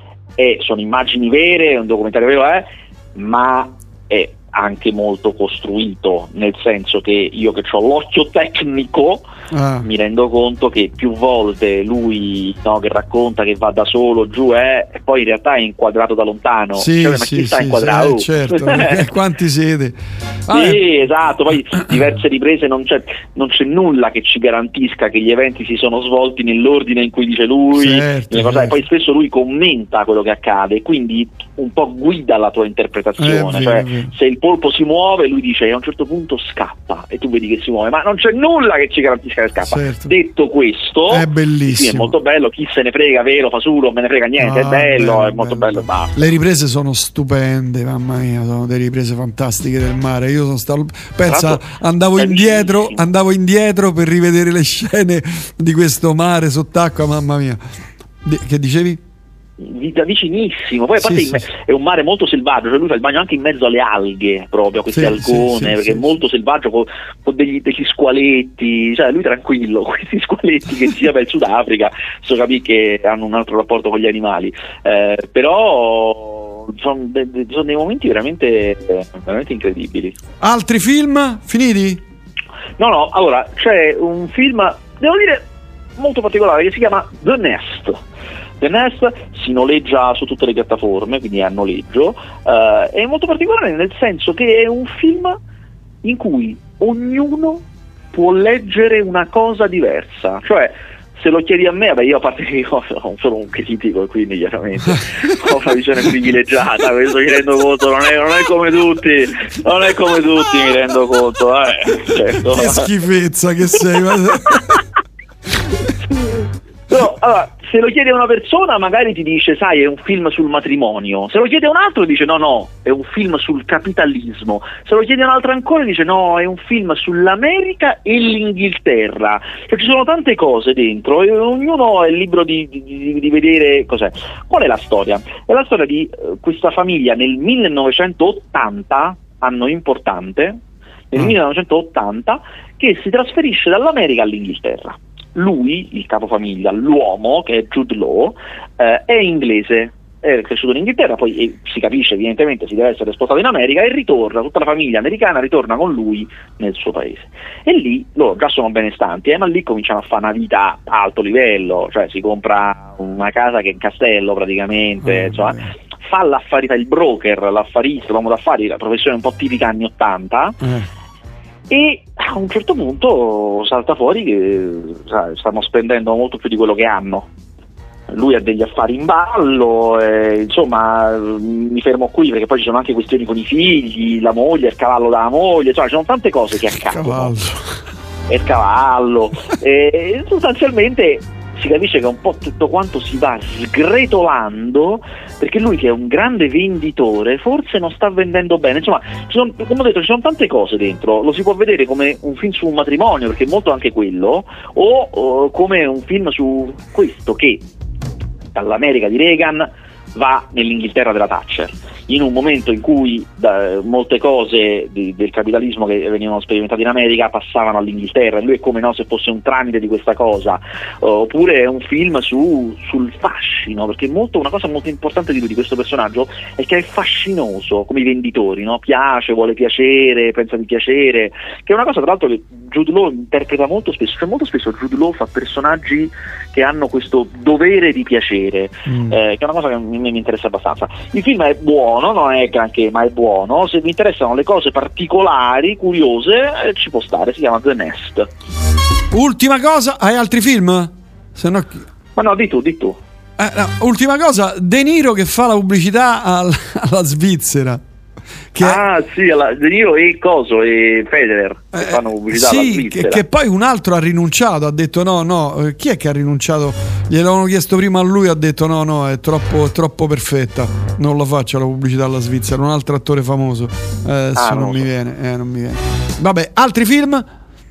e sono immagini vere, è un documentario vero, è, ma è anche molto costruito, nel senso che io che ho l'occhio tecnico ah. mi rendo conto che più volte lui, no, che racconta che va da solo giù è, e poi in realtà è inquadrato da lontano. Sì, cioè, ma sì, chi sta sì, inquadrato? Sì, certo, quanti siete? Vabbè. Sì, esatto, poi diverse riprese non c'è, non c'è nulla che ci garantisca che gli eventi si sono svolti nell'ordine in cui dice lui, certo, cose, certo. Poi spesso lui commenta quello che accade, quindi un po' guida la tua interpretazione, eh, cioè vero. Se il polpo si muove, lui dice a un certo punto scappa e tu vedi che si muove, ma non c'è nulla che ci garantisca che scappa. Certo. Detto questo, è bellissimo, sì, è molto bello, chi se ne frega, vero, fa su, non me ne frega niente, ah, è bello, bello, è molto bello, bello basta. Le riprese sono stupende, mamma mia, sono delle riprese fantastiche del mare. Io sono stato, pensa, andavo indietro, andavo indietro per rivedere le scene di questo mare sott'acqua, mamma mia. Che dicevi? Da vicinissimo, poi a parte sì, sì. È un mare molto selvaggio, cioè lui fa il bagno anche in mezzo alle alghe, proprio a questi sì, algone, sì, sì, perché sì, è molto selvaggio, con, con degli, degli squaletti, cioè lui tranquillo, questi squaletti che sia per il Sudafrica, so capire che hanno un altro rapporto con gli animali, eh, però sono, de, de, sono dei momenti veramente, veramente incredibili. Altri film finiti? No, no, allora c'è un film, devo dire, molto particolare che si chiama The Nest. The Nest si noleggia su tutte le piattaforme, quindi è a noleggio, uh, è molto particolare nel senso che è un film in cui ognuno può leggere una cosa diversa, cioè se lo chiedi a me, beh, io a parte che io sono solo un critico e quindi chiaramente ho una visione privilegiata, questo mi rendo conto, non è, non è come tutti, non è come tutti, mi rendo conto, eh, certo. Che schifezza che sei. No, allora, se lo chiede a una persona magari ti dice, sai, è un film sul matrimonio, se lo chiede a un altro dice no no, è un film sul capitalismo, se lo chiede a un altro ancora dice no, è un film sull'America e l'Inghilterra, cioè ci sono tante cose dentro e ognuno è libero di, di, di vedere cos'è. Qual è la storia? È la storia di uh, questa famiglia nel millenovecentottanta, anno importante, nel mm. millenovecentottanta, che si trasferisce dall'America all'Inghilterra. lui, il capofamiglia, l'uomo, che è Jude Law, eh, è inglese, è cresciuto in Inghilterra, poi eh, si capisce evidentemente si deve essere spostato in America e ritorna, tutta la famiglia americana ritorna con lui nel suo paese. E lì loro già sono benestanti, eh, ma lì cominciano a fare una vita a alto livello, cioè si compra una casa che è in castello praticamente, mm, insomma, fa l'affarita, il broker, l'affarista, l'uomo d'affari, la professione un po' tipica anni ottanta, mm. e a un certo punto salta fuori che sai, stanno spendendo molto più di quello che hanno. Lui ha degli affari in ballo, eh, insomma mi fermo qui perché poi ci sono anche questioni con i figli, la moglie, il cavallo della moglie, insomma ci sono tante cose che accadono. E il cavallo, e sostanzialmente si capisce che un po' tutto quanto si va sgretolando, perché lui, che è un grande venditore, forse non sta vendendo bene. Insomma, ci sono, come ho detto, ci sono tante cose dentro. Lo si può vedere come un film su un matrimonio, perché è molto anche quello, o, o come un film su questo che dall'America di Reagan va nell'Inghilterra della Thatcher, in un momento in cui da, molte cose di, del capitalismo che venivano sperimentate in America passavano all'Inghilterra, e lui è come no se fosse un tramite di questa cosa. Oppure è un film su, sul fascino, perché molto, una cosa molto importante di lui, di questo personaggio, è che è fascinoso, come i venditori, no? Piace, vuole piacere, pensa di piacere, che è una cosa tra l'altro che Jude Law interpreta molto spesso, cioè molto spesso Jude Law fa personaggi che hanno questo dovere di piacere, mm. eh, che è una cosa che a me mi interessa abbastanza. Il film è buono, non è granché, ma è buono. Se vi interessano le cose particolari, curiose, eh, ci può stare, si chiama The Nest. Ultima cosa, hai altri film? Se no... Ma no, di tu, di tu. Eh, no, ultima cosa, De Niro che fa la pubblicità al, alla Svizzera. Che ah sì, alla, De Niro e Coso e Federer che eh, fanno pubblicità alla sì, Svizzera. Che, che poi un altro ha rinunciato, ha detto no, no, chi è che ha rinunciato? Gliel'avevano chiesto prima a lui, ha detto no, no, è troppo, troppo perfetta, non lo faccio la pubblicità alla Svizzera, un altro attore famoso, eh, adesso ah, non, non mi so. viene, eh, non mi viene. Vabbè, altri film?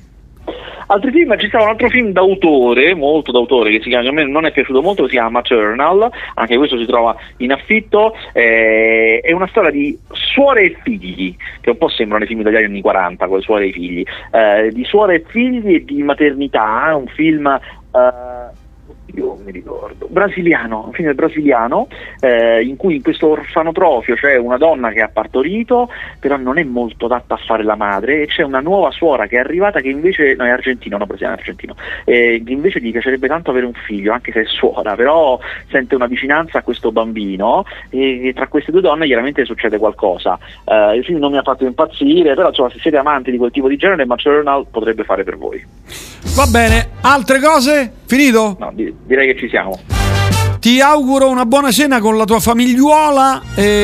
Altri film, ci stava un altro film d'autore, molto d'autore, che si chiama, a me non è piaciuto molto, si chiama Maternal, anche questo si trova in affitto, eh, è una storia di suore e figli, che un po' sembrano i film italiani anni quaranta, con le suore e i figli, eh, di suore e figli e di maternità, un film... Eh, io mi ricordo, brasiliano, un film brasiliano, eh, in cui in questo orfanotrofio c'è una donna che ha partorito, però non è molto adatta a fare la madre, e c'è una nuova suora che è arrivata che invece, no è argentino, no brasiliano, è argentino, eh, che invece gli piacerebbe tanto avere un figlio, anche se è suora, però sente una vicinanza a questo bambino, e, e tra queste due donne chiaramente succede qualcosa. Eh, il film non mi ha fatto impazzire, però insomma se siete amanti di quel tipo di genere, Maternal potrebbe fare per voi. Va bene, altre cose? Finito? No, di- direi che ci siamo. Ti auguro una buona cena con la tua famigliuola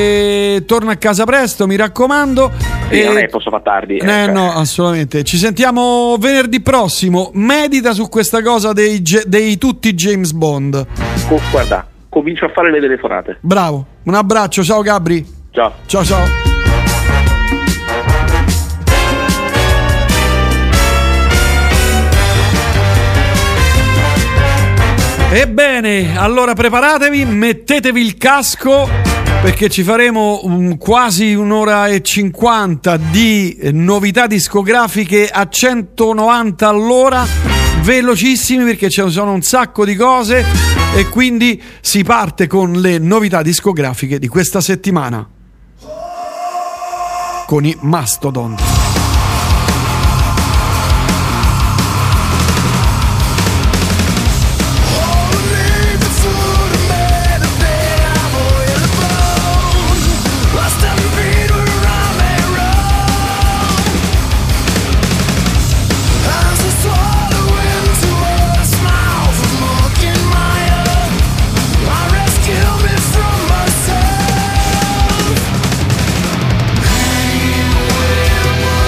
e torna a casa presto, mi raccomando. Sì, e... non è, posso far tardi. Eh, eh, no, assolutamente. Ci sentiamo venerdì prossimo. Medita su questa cosa dei, dei tutti James Bond. Oh, guarda, comincio a fare le telefonate. Bravo, un abbraccio, ciao Gabri. Ciao. Ciao ciao. Ebbene, allora preparatevi, mettetevi il casco perché ci faremo un, quasi un'ora e cinquanta di novità discografiche a centonovanta all'ora, velocissimi perché ci sono un sacco di cose e quindi si parte con le novità discografiche di questa settimana con i Mastodon. Hey,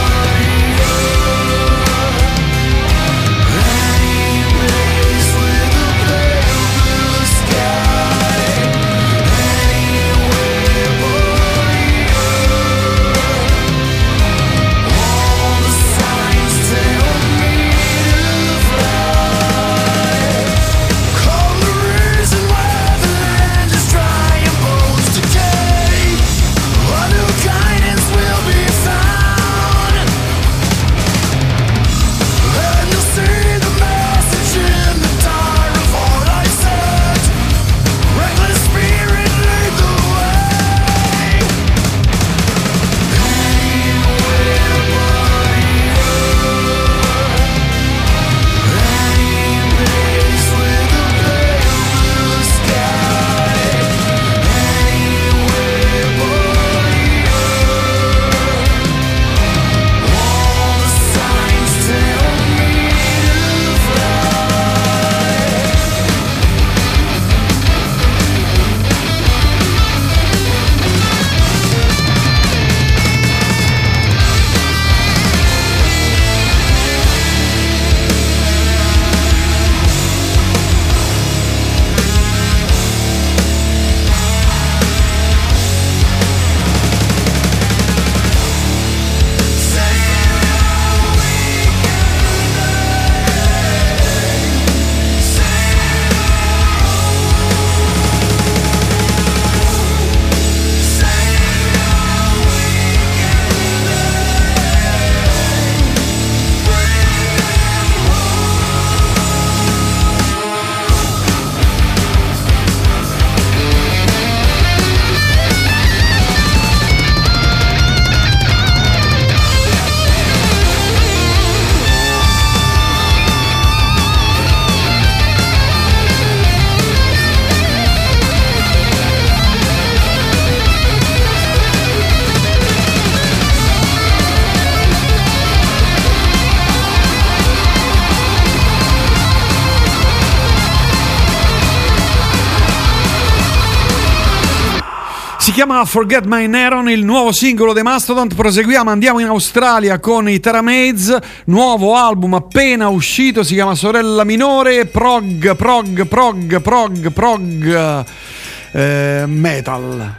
chiama Forget My Neron, il nuovo singolo dei Mastodon. Proseguiamo, andiamo in Australia con i Teramaids, nuovo album appena uscito, si chiama Sorella Minore, prog, prog, prog, prog, prog, eh, metal.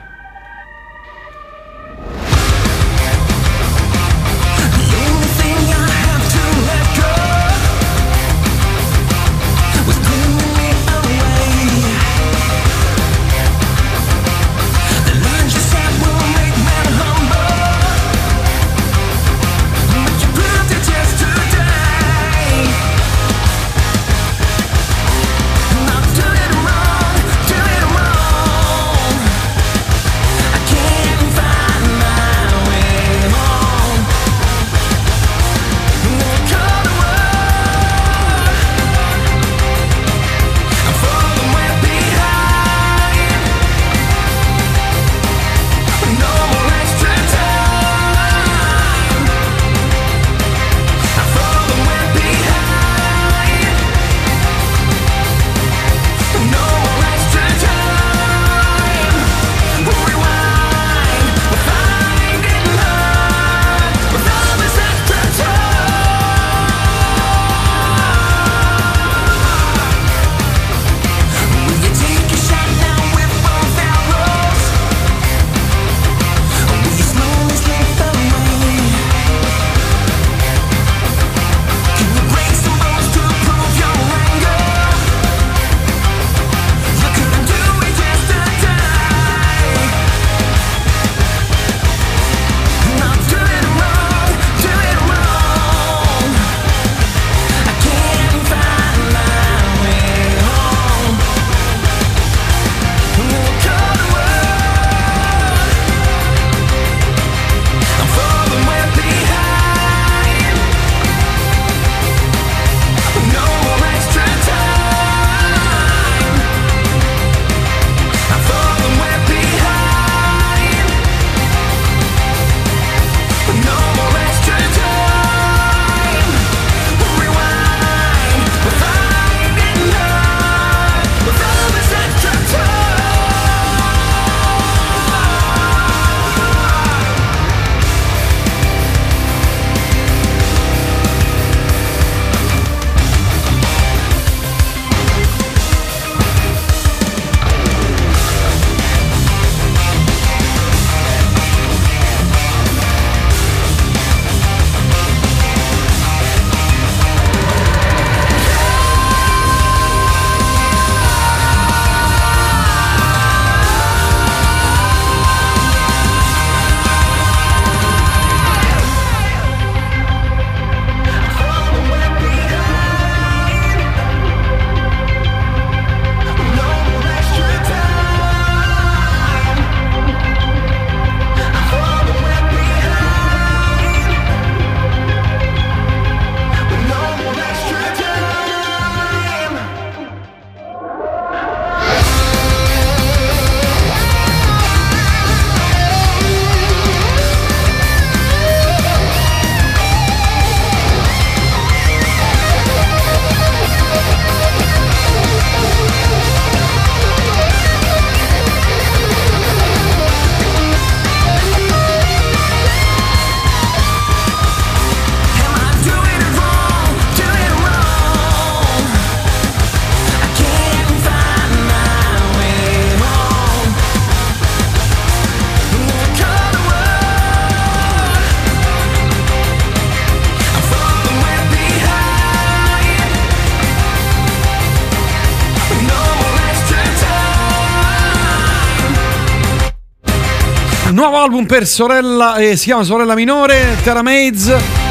Nuovo album per Sorella, eh, si chiama Sorella Minore, Teramaids.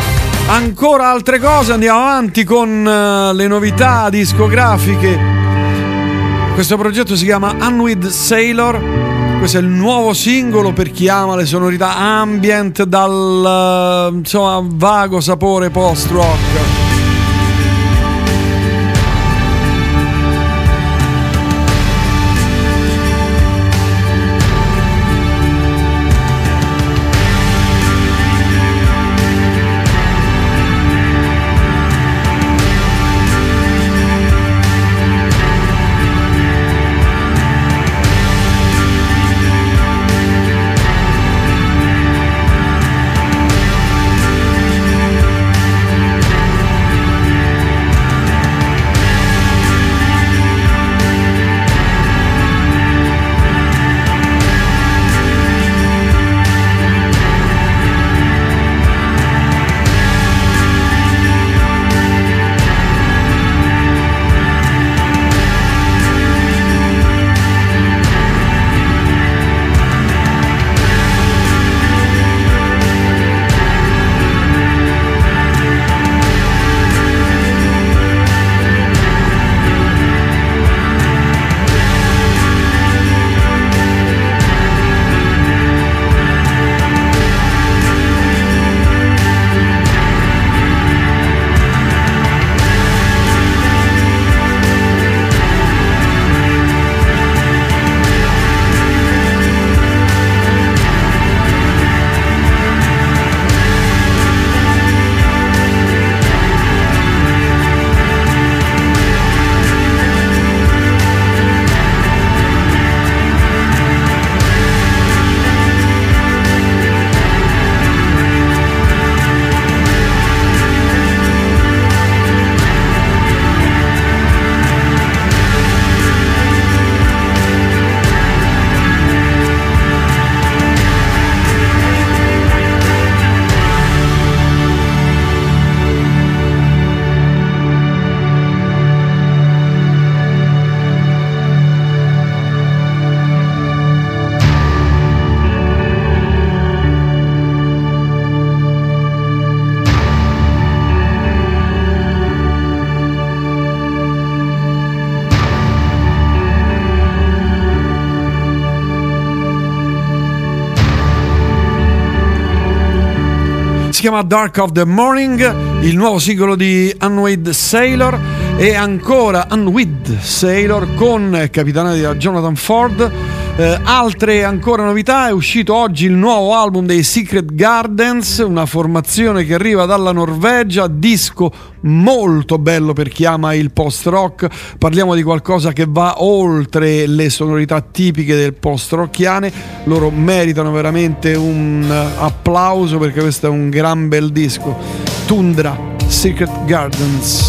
Ancora altre cose, andiamo avanti con uh, le novità discografiche. Questo progetto si chiama Unwed Sailor. Questo è il nuovo singolo per chi ama le sonorità ambient dal uh, insomma vago sapore post-rock. chiama Dark of the Morning, il nuovo singolo di Unwed Sailor, e ancora Unwed Sailor con capitanati da Jonathan Ford. Eh, altre ancora novità: è uscito oggi il nuovo album dei Secret Gardens, una formazione che arriva dalla Norvegia, disco molto bello per chi ama il post rock. Parliamo di qualcosa che va oltre le sonorità tipiche del post rockiane. Loro meritano veramente un applauso perché questo è un gran bel disco. Tundra, Secret Gardens.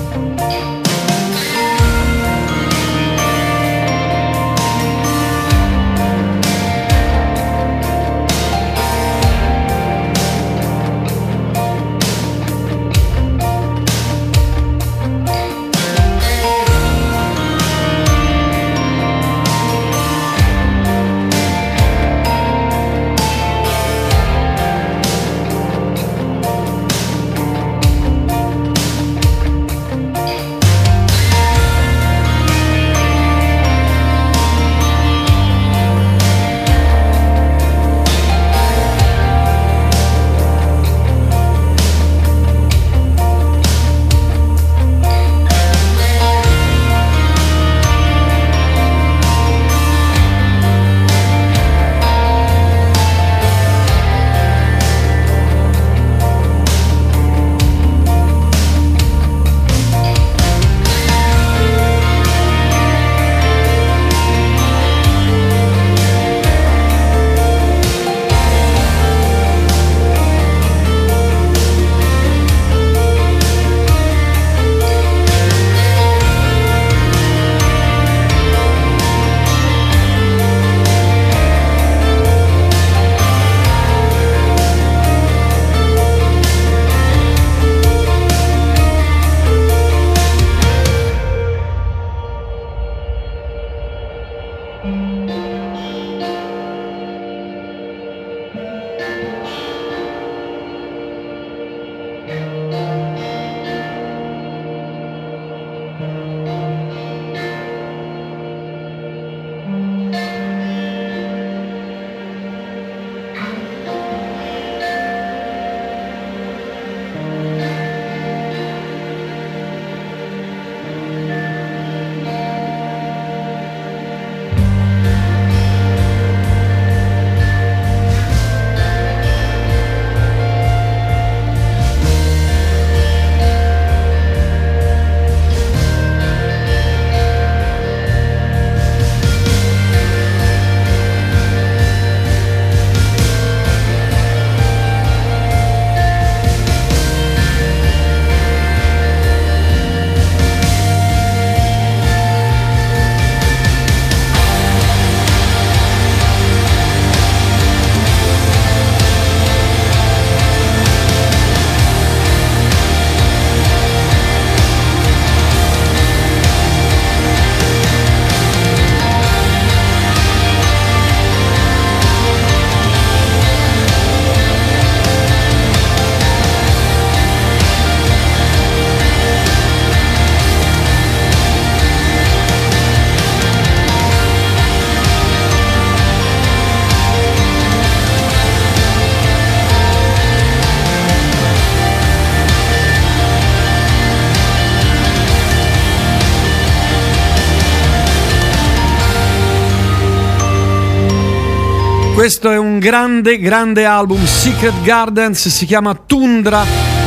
Questo è un grande, grande album. Secret Gardens, si chiama Tundra.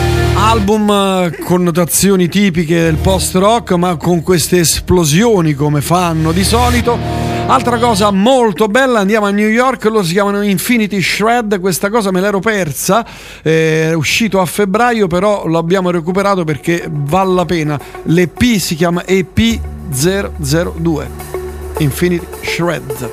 Album con notazioni tipiche del post-rock, ma con queste esplosioni come fanno di solito. Altra cosa molto bella, andiamo a New York, loro si chiamano Infinity Shred. Questa cosa me l'ero persa, è uscito a febbraio, però l'abbiamo recuperato perché vale la pena. L'E P si chiama E P zero zero due, Infinity Shred.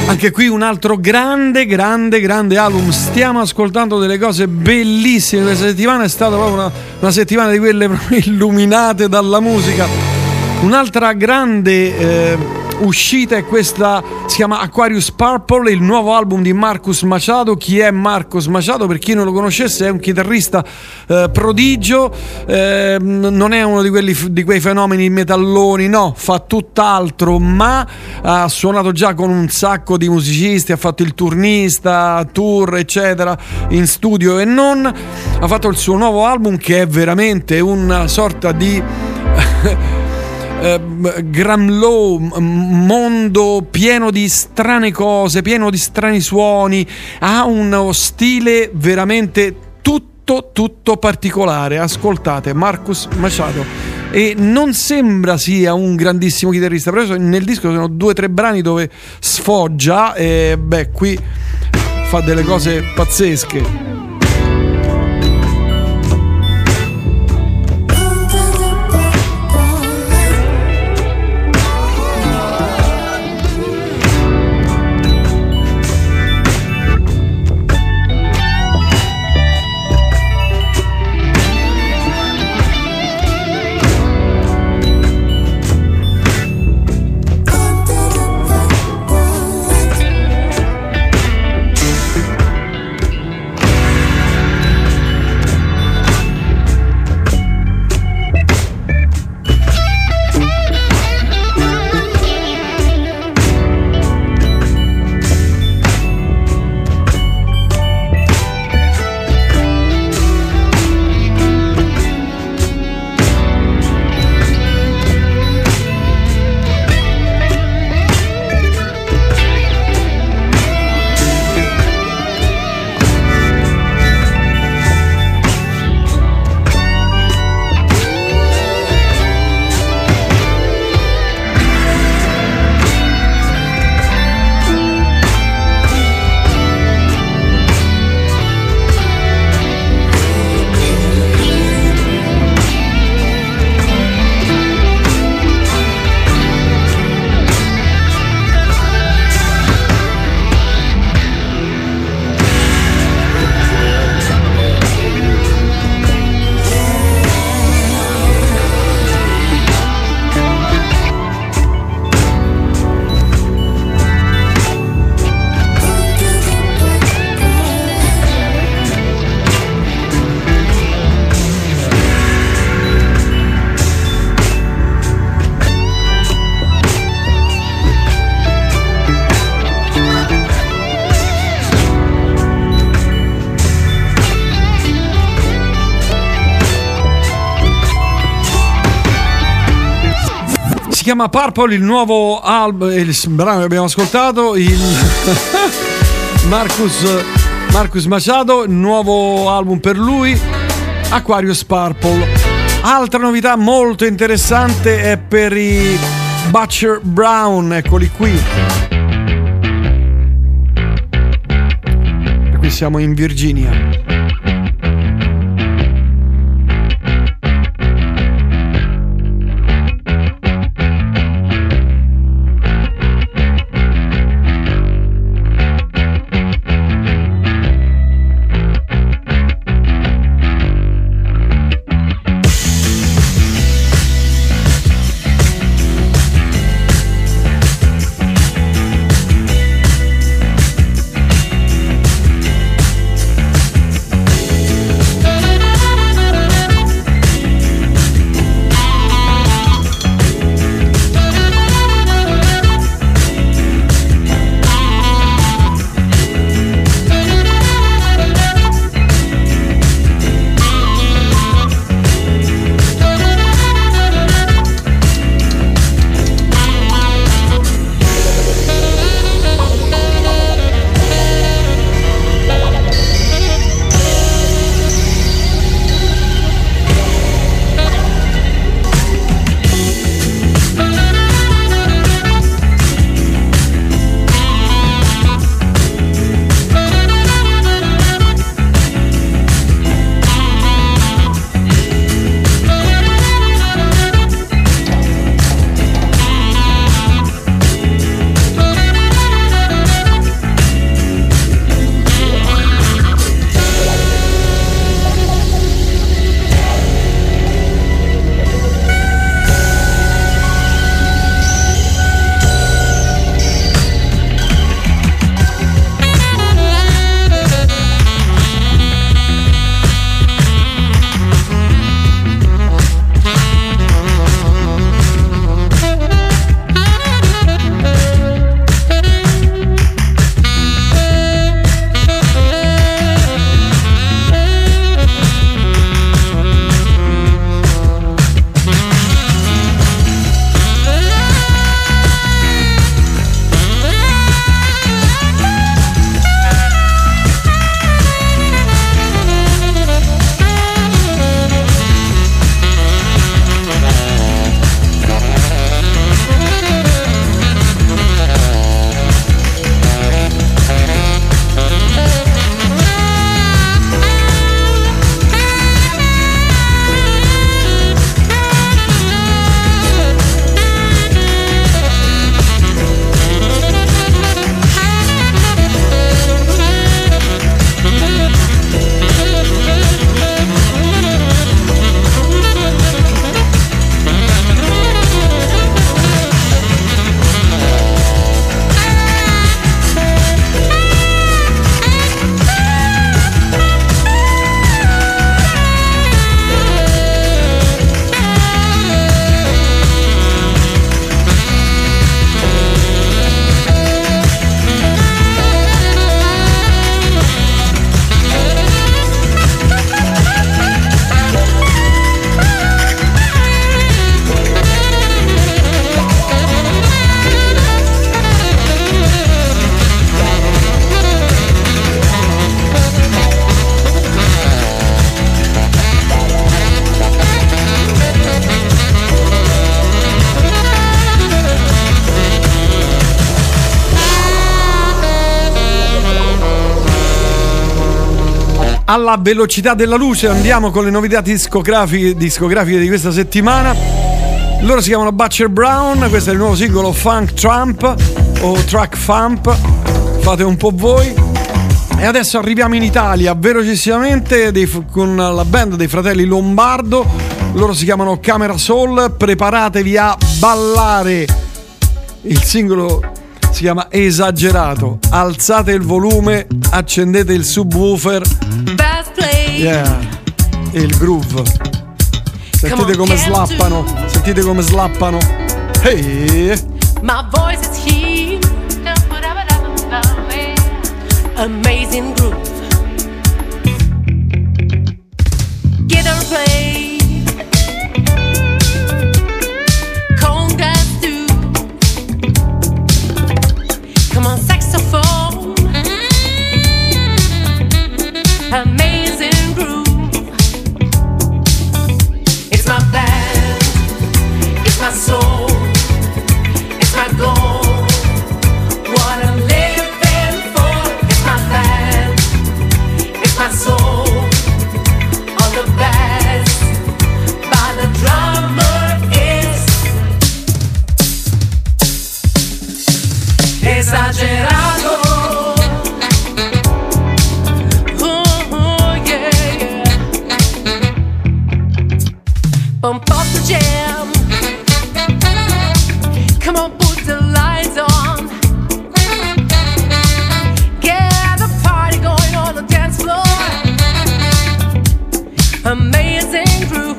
Anche qui un altro grande, grande, grande album. Stiamo ascoltando delle cose bellissime. Questa settimana è stata proprio una, una settimana di quelle proprio illuminate dalla musica. Un'altra grande eh, uscita è questa, si chiama Aquarius Purple, il nuovo album di Marcus Machado. Chi è Marcus Machado? Per chi non lo conoscesse, è un chitarrista eh, prodigio, eh, non è uno di quelli di quei fenomeni metalloni, no, fa tutt'altro, ma ha suonato già con un sacco di musicisti, ha fatto il turnista, tour eccetera, in studio e non. Ha fatto il suo nuovo album che è veramente una sorta di Uh, Gramlow, mondo pieno di strane cose, pieno di strani suoni, ha uno stile veramente tutto tutto particolare. Ascoltate Marcus Machado, e non sembra sia un grandissimo chitarrista, però nel disco sono due o tre brani dove sfoggia e beh, qui fa delle cose pazzesche. Si chiama Purple, il nuovo album, il brano che abbiamo ascoltato, il Marcus, Marcus Machado, il nuovo album per lui, Aquarius Purple. Altra novità molto interessante è per i Butcher Brown, eccoli qui. E qui siamo in Virginia. alla velocità della luce. Andiamo con le novità discografiche, discografiche di questa settimana. Loro si chiamano Butcher Brown, questo è il nuovo singolo Funk Trump o Track Fump, fate un po' voi. E adesso arriviamo in Italia velocissimamente dei, con la band dei fratelli Lombardo. Loro si chiamano Camera Soul, preparatevi a ballare. Il singolo si chiama Esagerato. Alzate il volume, accendete il subwoofer. Yeah, e il groove. Sentite come slappano, sentite come slappano. Hey. My voice is here. Amazing groove. Guitar play. Congas too. Come on, saxophone. Amazing groove. It's my band. It's my soul. It's my goal. What I'm living for. It's my band. It's my soul. All the best. By the drummer is esagerato. Oh, yeah, yeah. Bump up the jam. Come on, put the lights on. Get the party going on the dance floor. Amazing groove.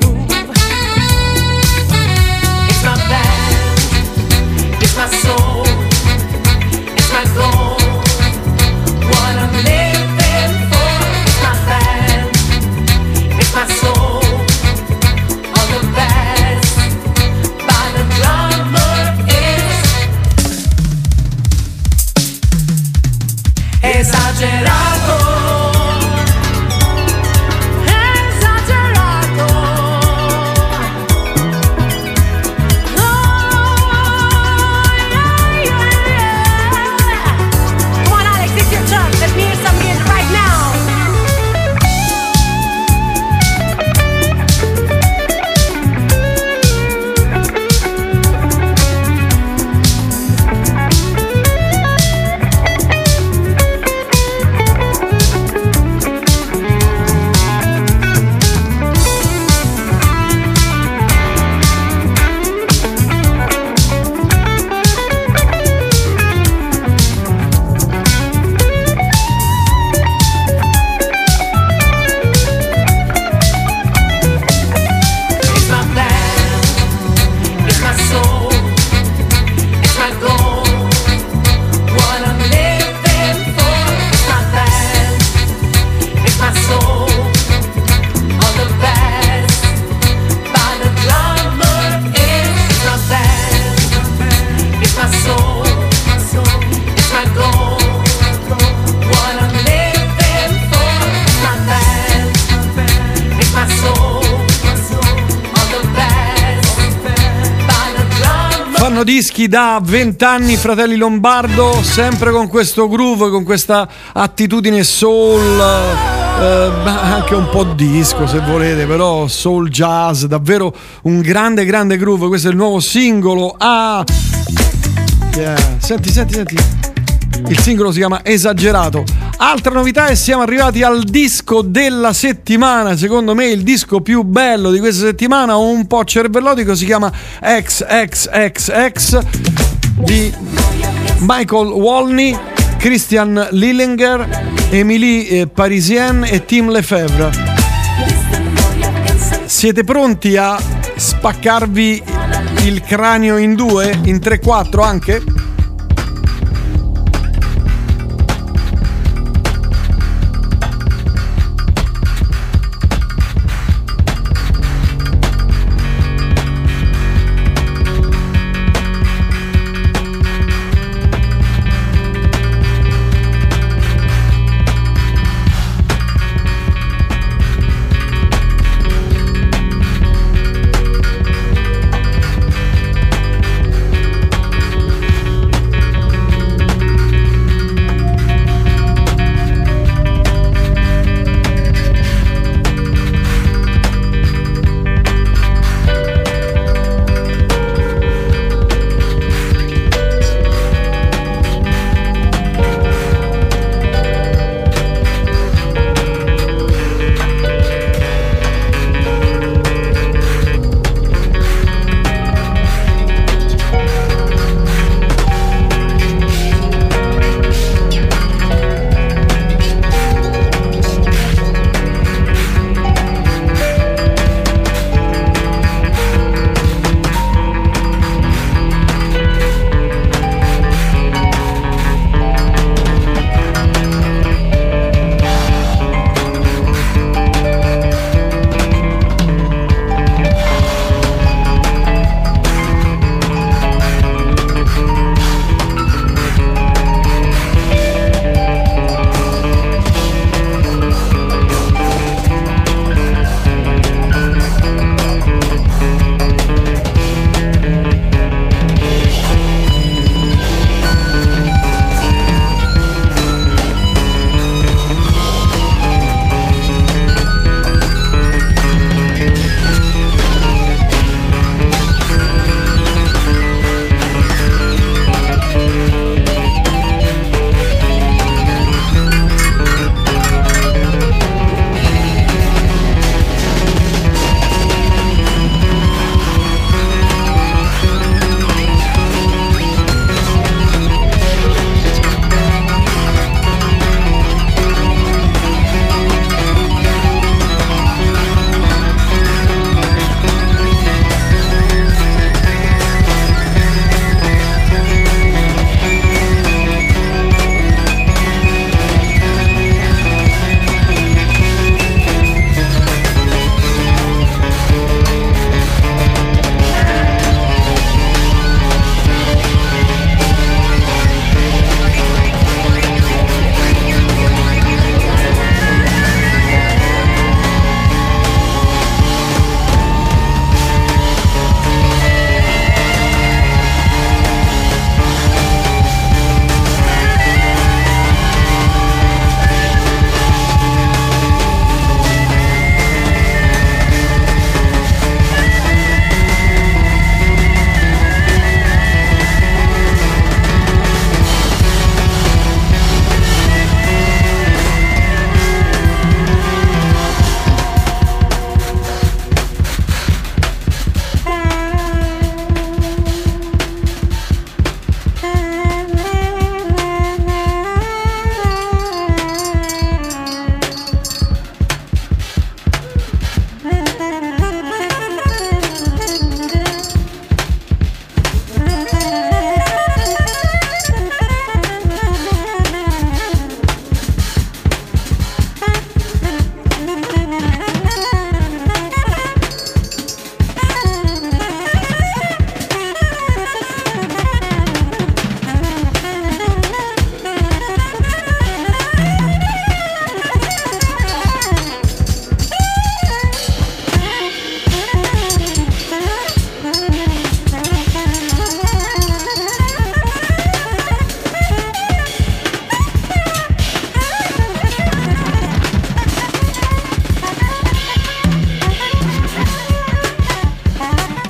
It's my band. It's my soul. It's my goal. What I'm living for. It's my band. It's my soul. All the best. By the drummer is esagerato. Esagerato. Oh, yeah, yeah, yeah. Come on, Alex, it's your turn. Let me hear some music right now. It's my band. It's my soul. It's my goal. What I'm living for. It's my band. It's my soul. All the best. By the drummer is my band. It's my soul. It's my goal. What I'm living for. It's my band. It's my soul. All the best. By the drummer. Fanno dischi da vent'anni, fratelli Lombardo, sempre con questo groove, con questa attitudine soul, eh, ma anche un po' disco se volete, però soul jazz, davvero un grande grande groove. Questo è il nuovo singolo. Ah, yeah. Senti, senti, senti. Il singolo si chiama Esagerato. Altra novità, e siamo arrivati al disco della settimana. Secondo me il disco più bello di questa settimana, un po' cervellotico, si chiama X X X X di Michael Wolny, Christian Lillinger, Émilie Parisien e Tim Lefebvre. Siete pronti a spaccarvi il cranio in due, in tre quattro anche?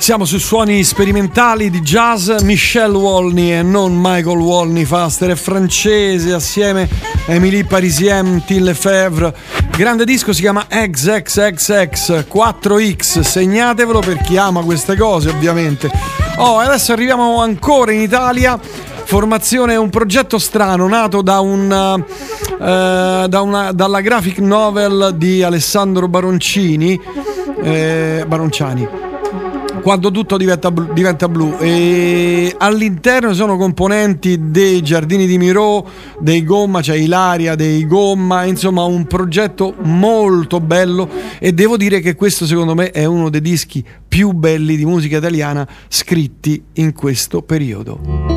Siamo su suoni sperimentali di jazz. Michel Wolny e non Michael Wolny Faster è francese, assieme a Émilie Parisien, Tim Lefebvre. Grande disco, si chiama X X X X quattro X, segnatevelo per chi ama queste cose ovviamente. Oh, adesso arriviamo ancora in Italia. Formazione, un progetto strano nato da un, uh, da una, dalla graphic novel di Alessandro Baroncini, eh, Baronciani, Quando tutto diventa blu, diventa blu, e all'interno sono componenti dei Giardini di Miro, dei Gomma, c'è cioè Ilaria dei Gomma, insomma un progetto molto bello, e devo dire che questo secondo me è uno dei dischi più belli di musica italiana scritti in questo periodo.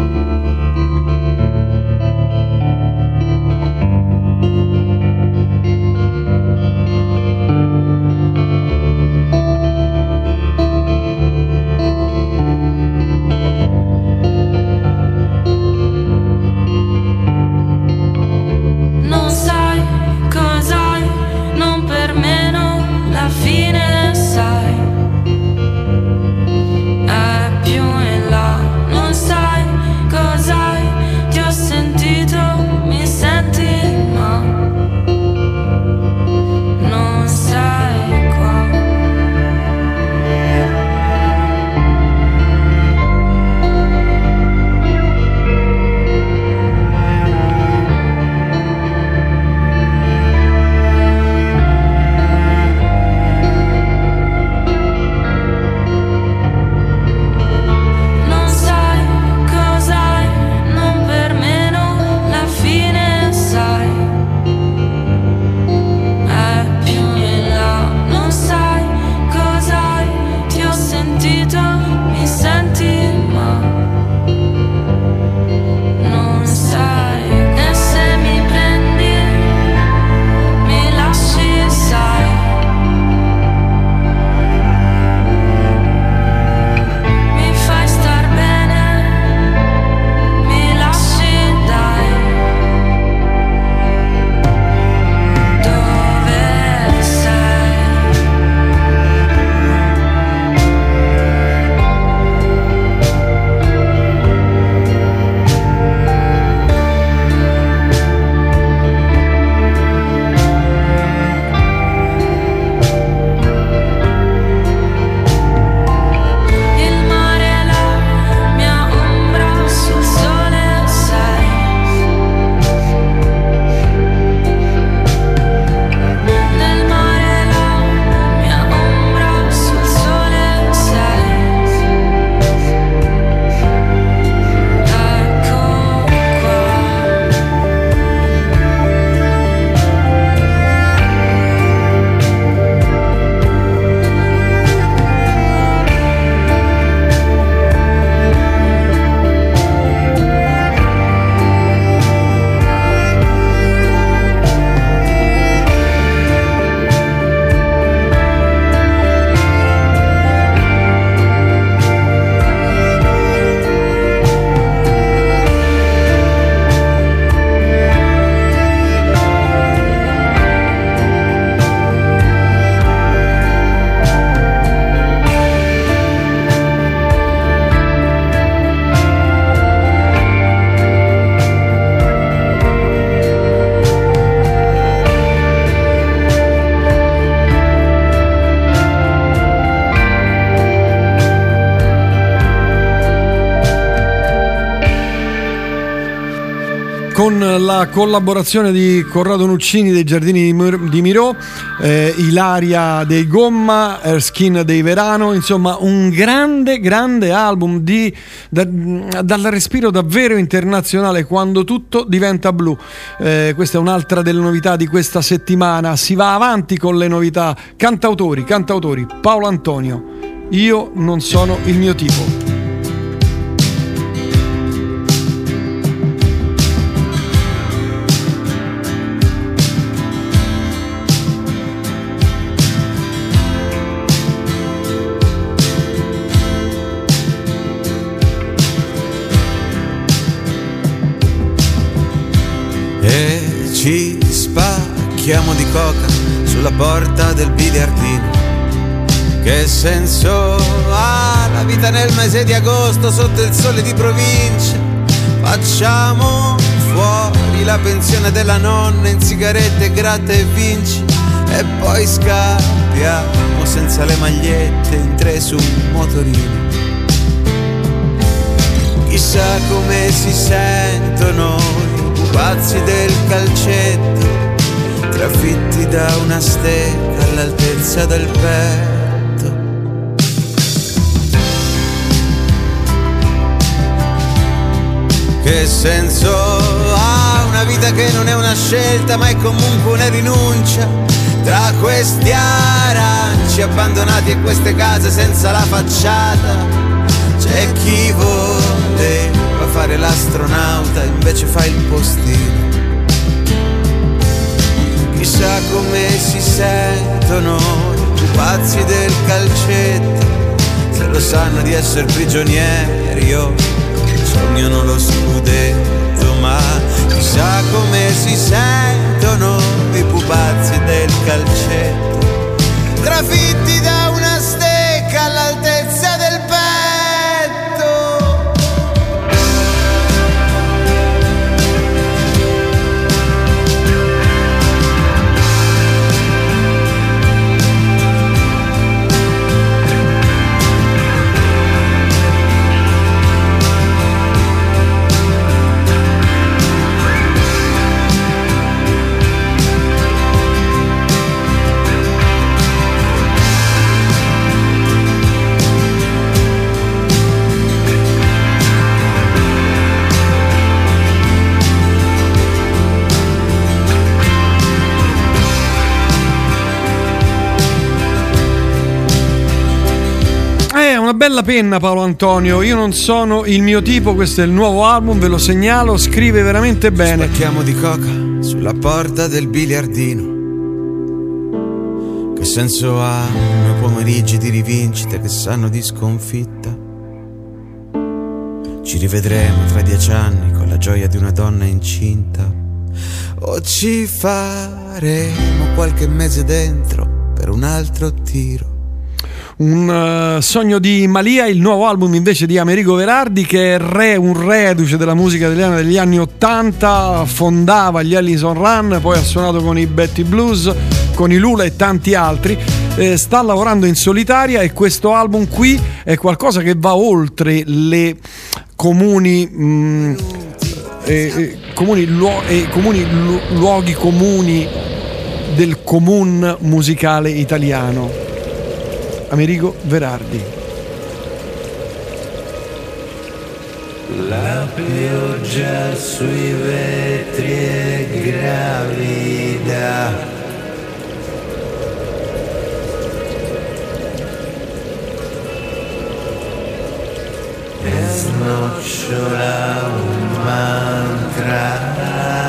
Con la collaborazione di Corrado Nuccini dei Giardini di Miro, eh, Ilaria dei Gomma, Erskine dei Verano, insomma un grande grande album di, da, dal respiro davvero internazionale, Quando tutto diventa blu. Eh, questa è un'altra delle novità di questa settimana. Si va avanti con le novità. Cantautori, cantautori, Paolo Antonio, Io non sono il mio tipo. Ci spacchiamo di coca sulla porta del biliardino, Che senso ha la vita nel mese di agosto sotto il sole di provincia? Facciamo fuori la pensione della nonna in sigarette, gratta e vinci, e poi scappiamo senza le magliette in tre su un motorino. Chissà come si sentono i pupazzi del calcetto, trafitti da una stecca all'altezza del petto. Che senso ha una vita che non è una scelta ma è comunque una rinuncia? Tra questi aranci abbandonati e queste case senza la facciata, c'è chi voleva fare l'astronauta invece fa il postino. Chissà come si sentono i pupazzi del calcetto, se lo sanno di essere prigionieri o sognano lo scudetto, ma chissà come si sentono i pupazzi del calcetto, trafitti da una stecca all'altezza del petto. Una bella penna, Paolo Antonio. Io non sono il mio tipo, questo è il nuovo album, ve lo segnalo, scrive veramente bene. Spacchiamo di coca sulla porta del biliardino. Che senso ha i pomeriggi di rivincita che sanno di sconfitta? Ci rivedremo tra dieci anni con la gioia di una donna incinta, o ci faremo qualche mese dentro per un altro tiro. Un uh, sogno di Malia, il nuovo album invece di Amerigo Verardi, che è re, un reduce della musica italiana degli anni ottanta, fondava gli Ellison Run, poi ha suonato con i Betty Blues, con i Lula e tanti altri. Eh, sta lavorando in solitaria e questo album qui è qualcosa che va oltre le comuni mh, eh, eh, comuni, luo- eh, comuni lu- luoghi comuni del comun musicale italiano. Amerigo Verardi. La pioggia sui vetri è gravida, e snocciola un mantra.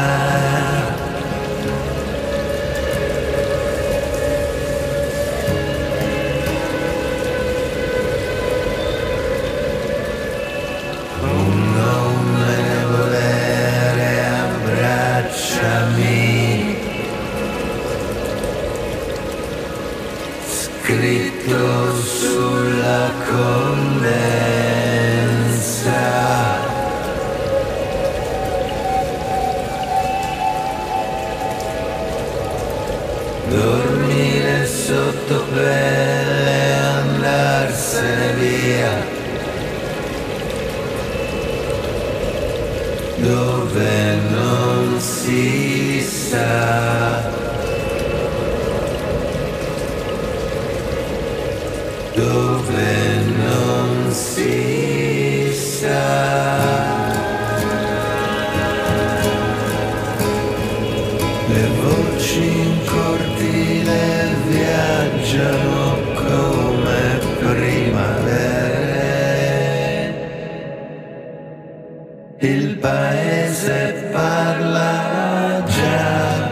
Scritto sulla condensa, dormire sotto pelle e andarsene via, dove non si sa. Dove non si sa. Le voci in cortile viaggiano come primavere. Il paese parla già.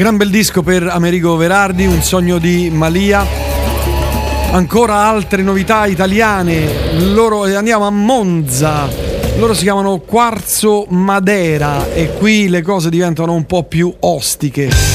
gran bel disco per Amerigo Verardi, Un sogno di Malia. Ancora altre novità italiane. Loro andiamo a Monza. Loro si chiamano Quarzo Madera e qui le cose diventano un po' più ostiche.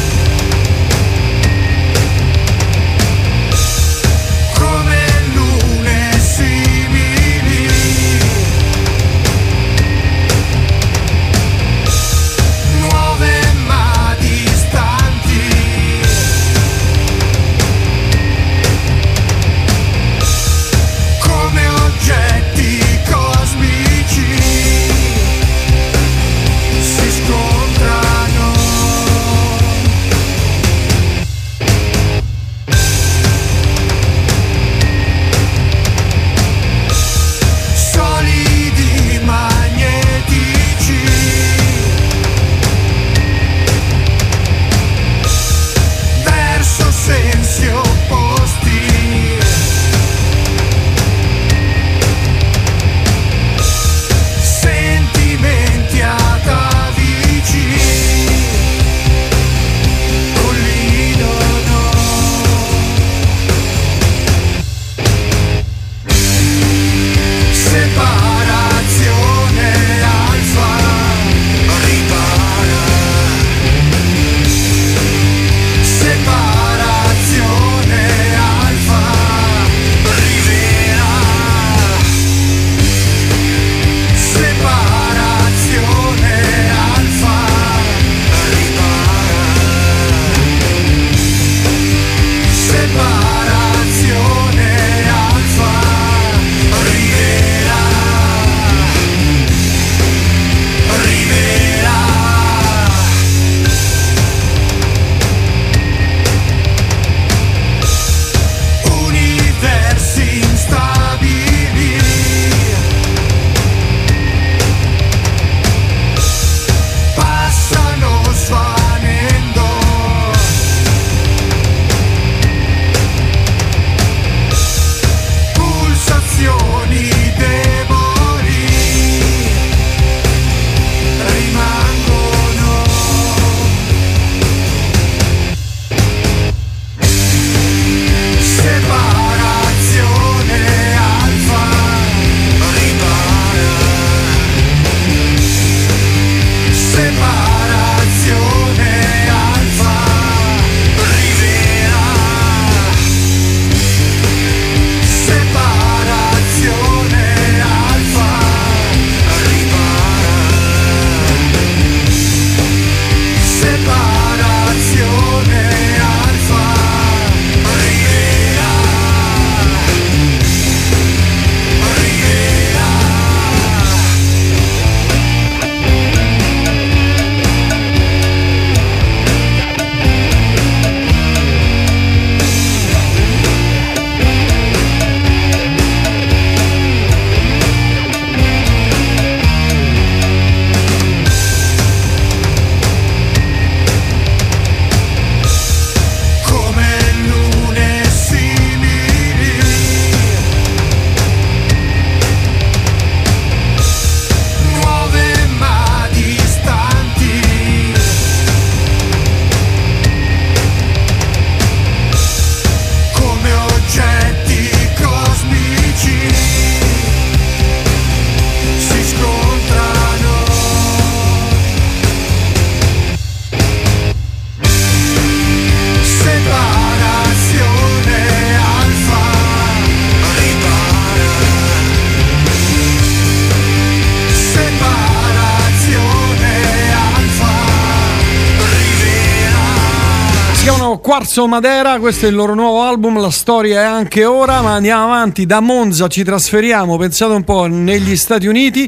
Quarzo Madera, questo è il loro nuovo album, la storia è anche ora, ma andiamo avanti. Da Monza ci trasferiamo, pensate un po', negli Stati Uniti.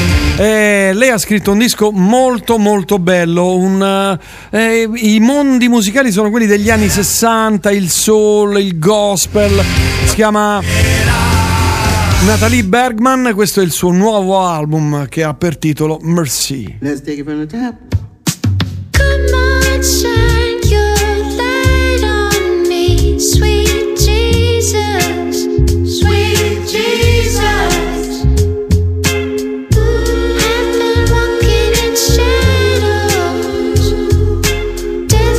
Eh, lei ha scritto un disco molto molto bello, un, eh, i mondi musicali sono quelli degli anni sessanta, il soul, il gospel, si chiama Natalie Bergman, questo è il suo nuovo album che ha per titolo Mercy. Let's take it from the top. Come on, shine your light on me, sweet Jesus, sweet Jesus. I've been walking in shadows, death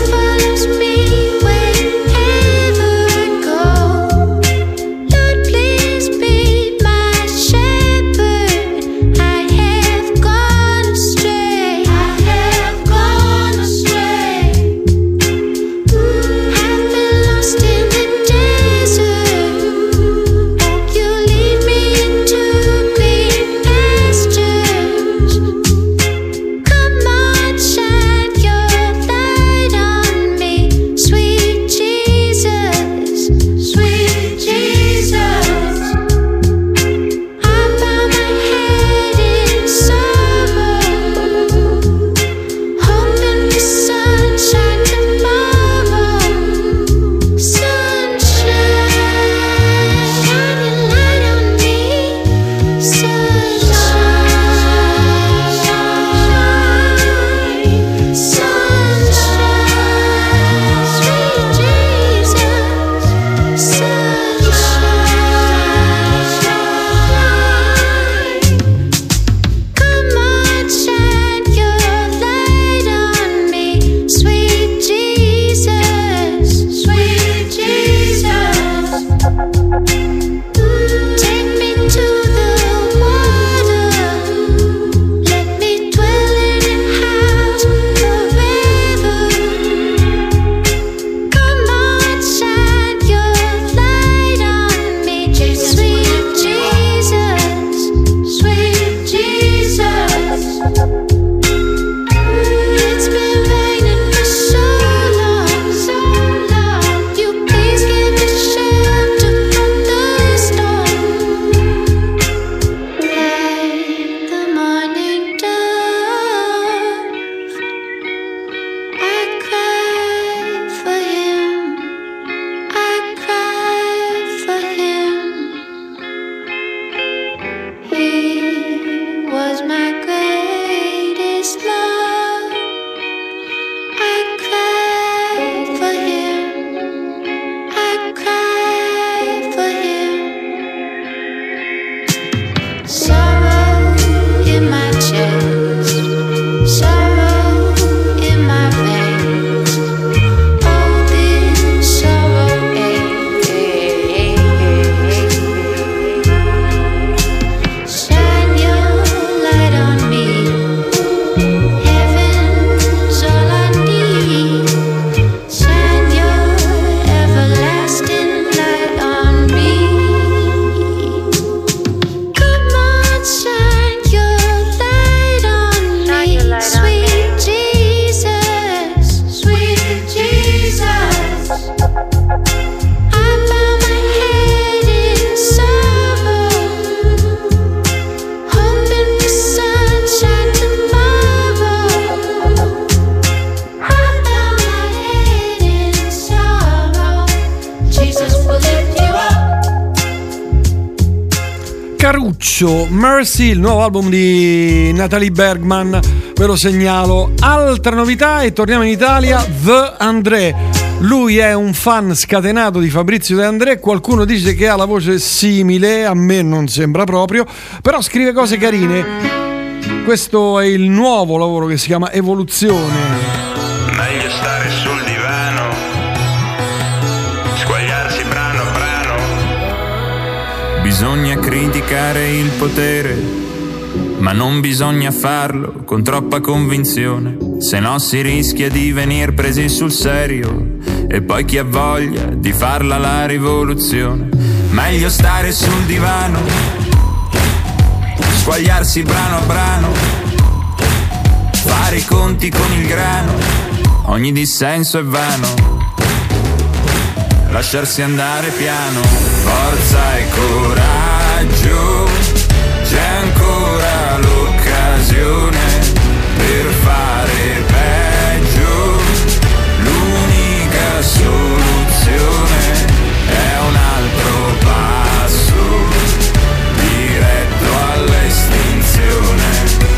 Show, Mercy, il nuovo album di Natalie Bergman, ve lo segnalo. Altra novità e torniamo in Italia, The André. Lui è un fan scatenato di Fabrizio De André, qualcuno dice che ha la voce simile, a me non sembra proprio, però scrive cose carine. Questo è il nuovo lavoro che si chiama Evoluzione. Meglio stare sul divano, squagliarsi brano brano. Bisogna criticare il potere, ma non bisogna farlo con troppa convinzione, se no si rischia di venir presi sul serio e poi chi ha voglia di farla la rivoluzione. Meglio stare sul divano, squagliarsi brano a brano, fare i conti con il grano, ogni dissenso è vano, lasciarsi andare piano, forza e coraggio, c'è ancora l'occasione per fare peggio, l'unica soluzione è un altro passo diretto all'estinzione.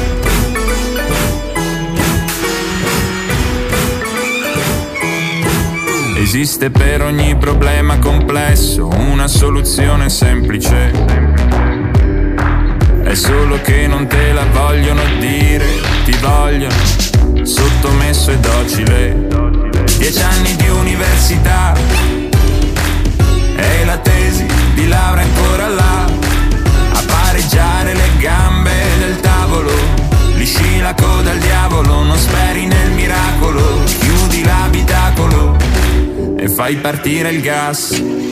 Esiste per ogni problema complesso una soluzione semplice, è solo che non te la vogliono dire, ti vogliono sottomesso e docile. Dieci anni di università e la tesi di laurea ancora là, a pareggiare le gambe del tavolo, lisci la coda al diavolo, non speri nel miracolo, chiudi l'abitacolo e fai partire il gas.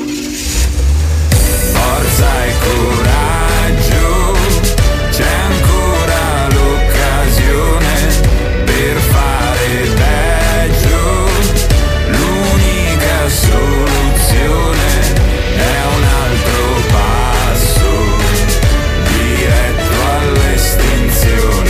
Forza e coraggio, c'è ancora l'occasione per fare peggio, l'unica soluzione è un altro passo diretto all'estinzione.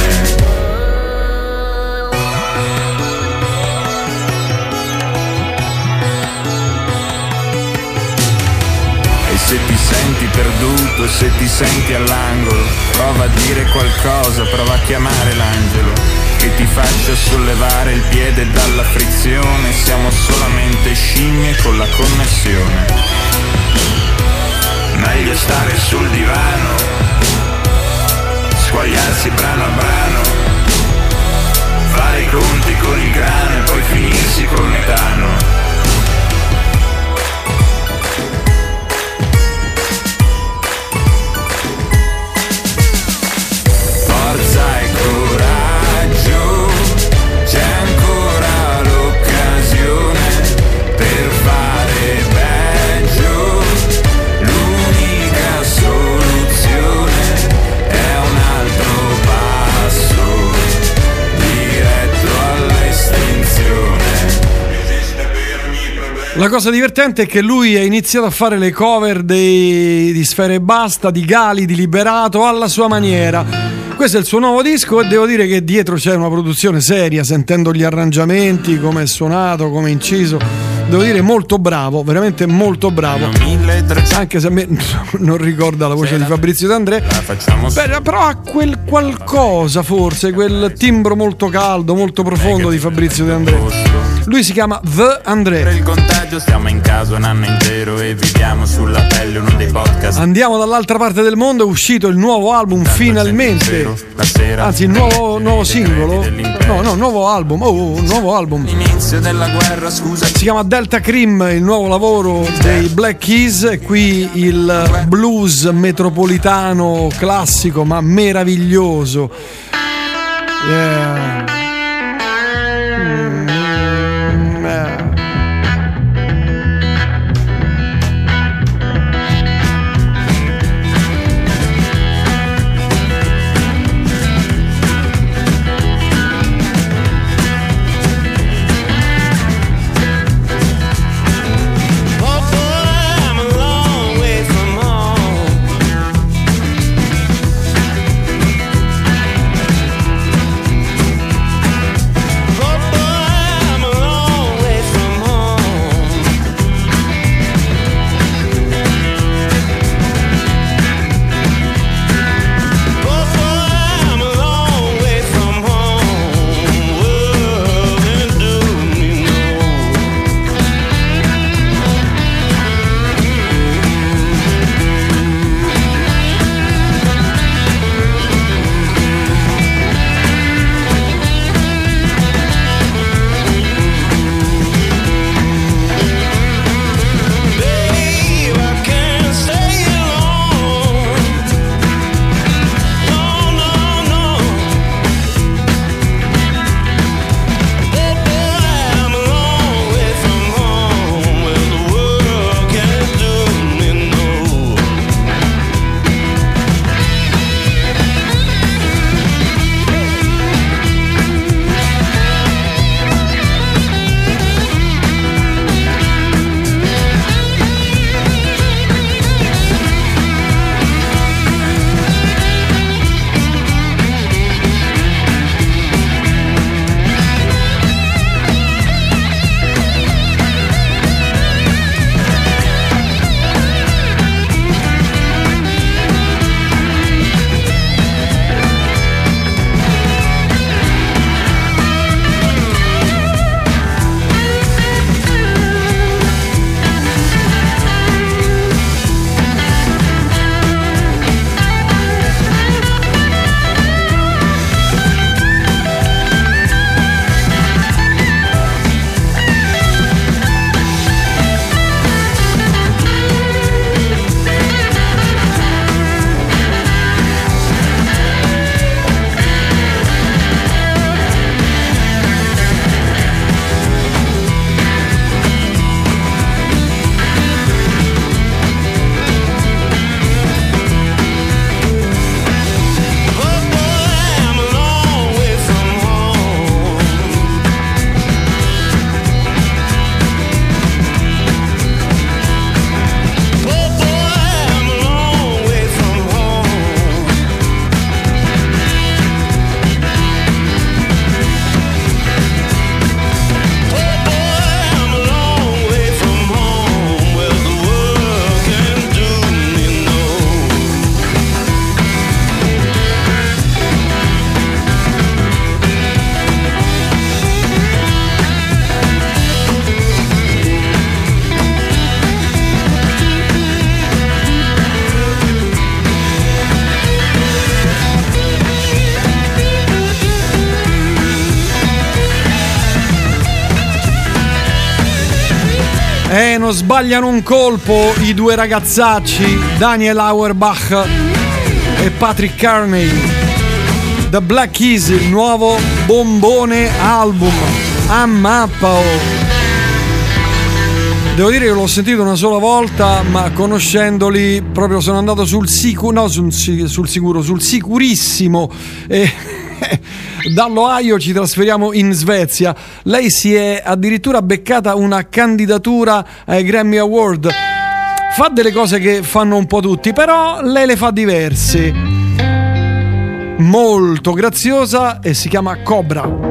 Se ti senti perduto e se ti senti all'angolo, prova a dire qualcosa, prova a chiamare l'angelo che ti faccia sollevare il piede dalla frizione. Siamo solamente scimmie con la connessione. Meglio stare sul divano, squagliarsi brano a brano, fare i conti con il grano e poi finirsi col metano. Forza e coraggio, c'è ancora l'occasione per fare peggio, l'unica soluzione è un altro passo diretto all'estinzione. La cosa divertente è che lui ha iniziato a fare le cover dei, di Sfera Ebbasta, di Gali, di Liberato alla sua maniera. Questo è il suo nuovo disco e devo dire che dietro c'è una produzione seria, sentendo gli arrangiamenti, come è suonato, come è inciso. Devo dire molto bravo, veramente molto bravo. Anche se a me non ricorda la voce di Fabrizio De André, Beh, però ha quel qualcosa, forse, quel timbro molto caldo, molto profondo di Fabrizio De André. Lui si chiama The André. Per il contagio stiamo in casa un anno intero e viviamo sulla pelle uno dei podcast. Andiamo dall'altra parte del mondo, è uscito il nuovo album finalmente. Anzi, il nuovo, nuovo singolo. No, no, nuovo album. Oh, un nuovo album. Inizio della guerra, scusa. Si chiama Delta Cream, il nuovo lavoro dei Black Keys. E qui il blues metropolitano classico ma meraviglioso. Yeah. Eh, non sbagliano un colpo i due ragazzacci, Daniel Auerbach e Patrick Carney. The Black Keys, il nuovo bombone album. Ammappa, oh. Devo dire che l'ho sentito una sola volta, ma conoscendoli proprio sono andato sul sicuro, no, sul, sul sicuro, sul sicurissimo. E dall'Ohio ci trasferiamo in Svezia. Lei si è addirittura beccata una candidatura ai Grammy Award. Fa delle cose che fanno un po' tutti, però lei le fa diverse. Molto graziosa e si chiama Cobra.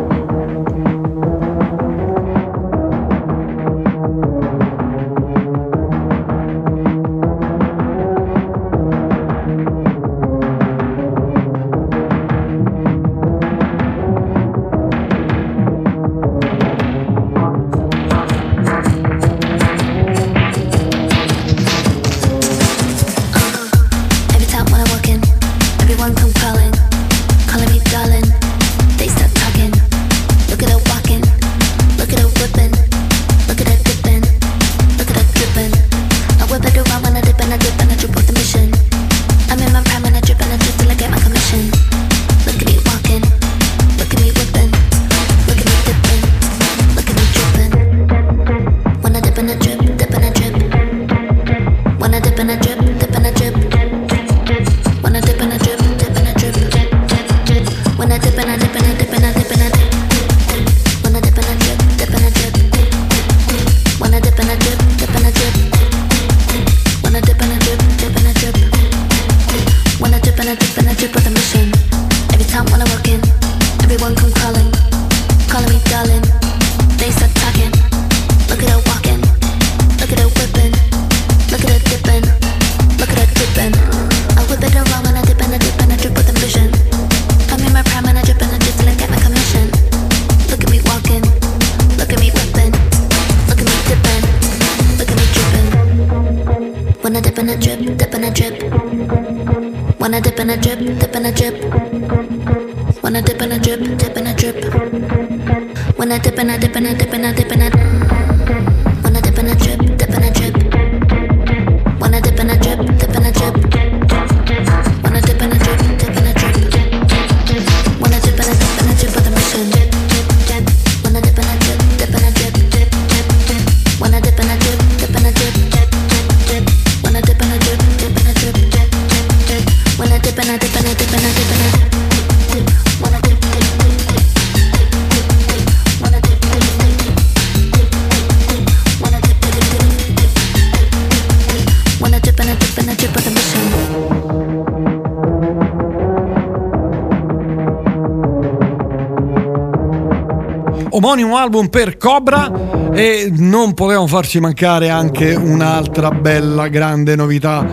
Omonimo album per Cobra, e non potevamo farci mancare anche un'altra bella grande novità,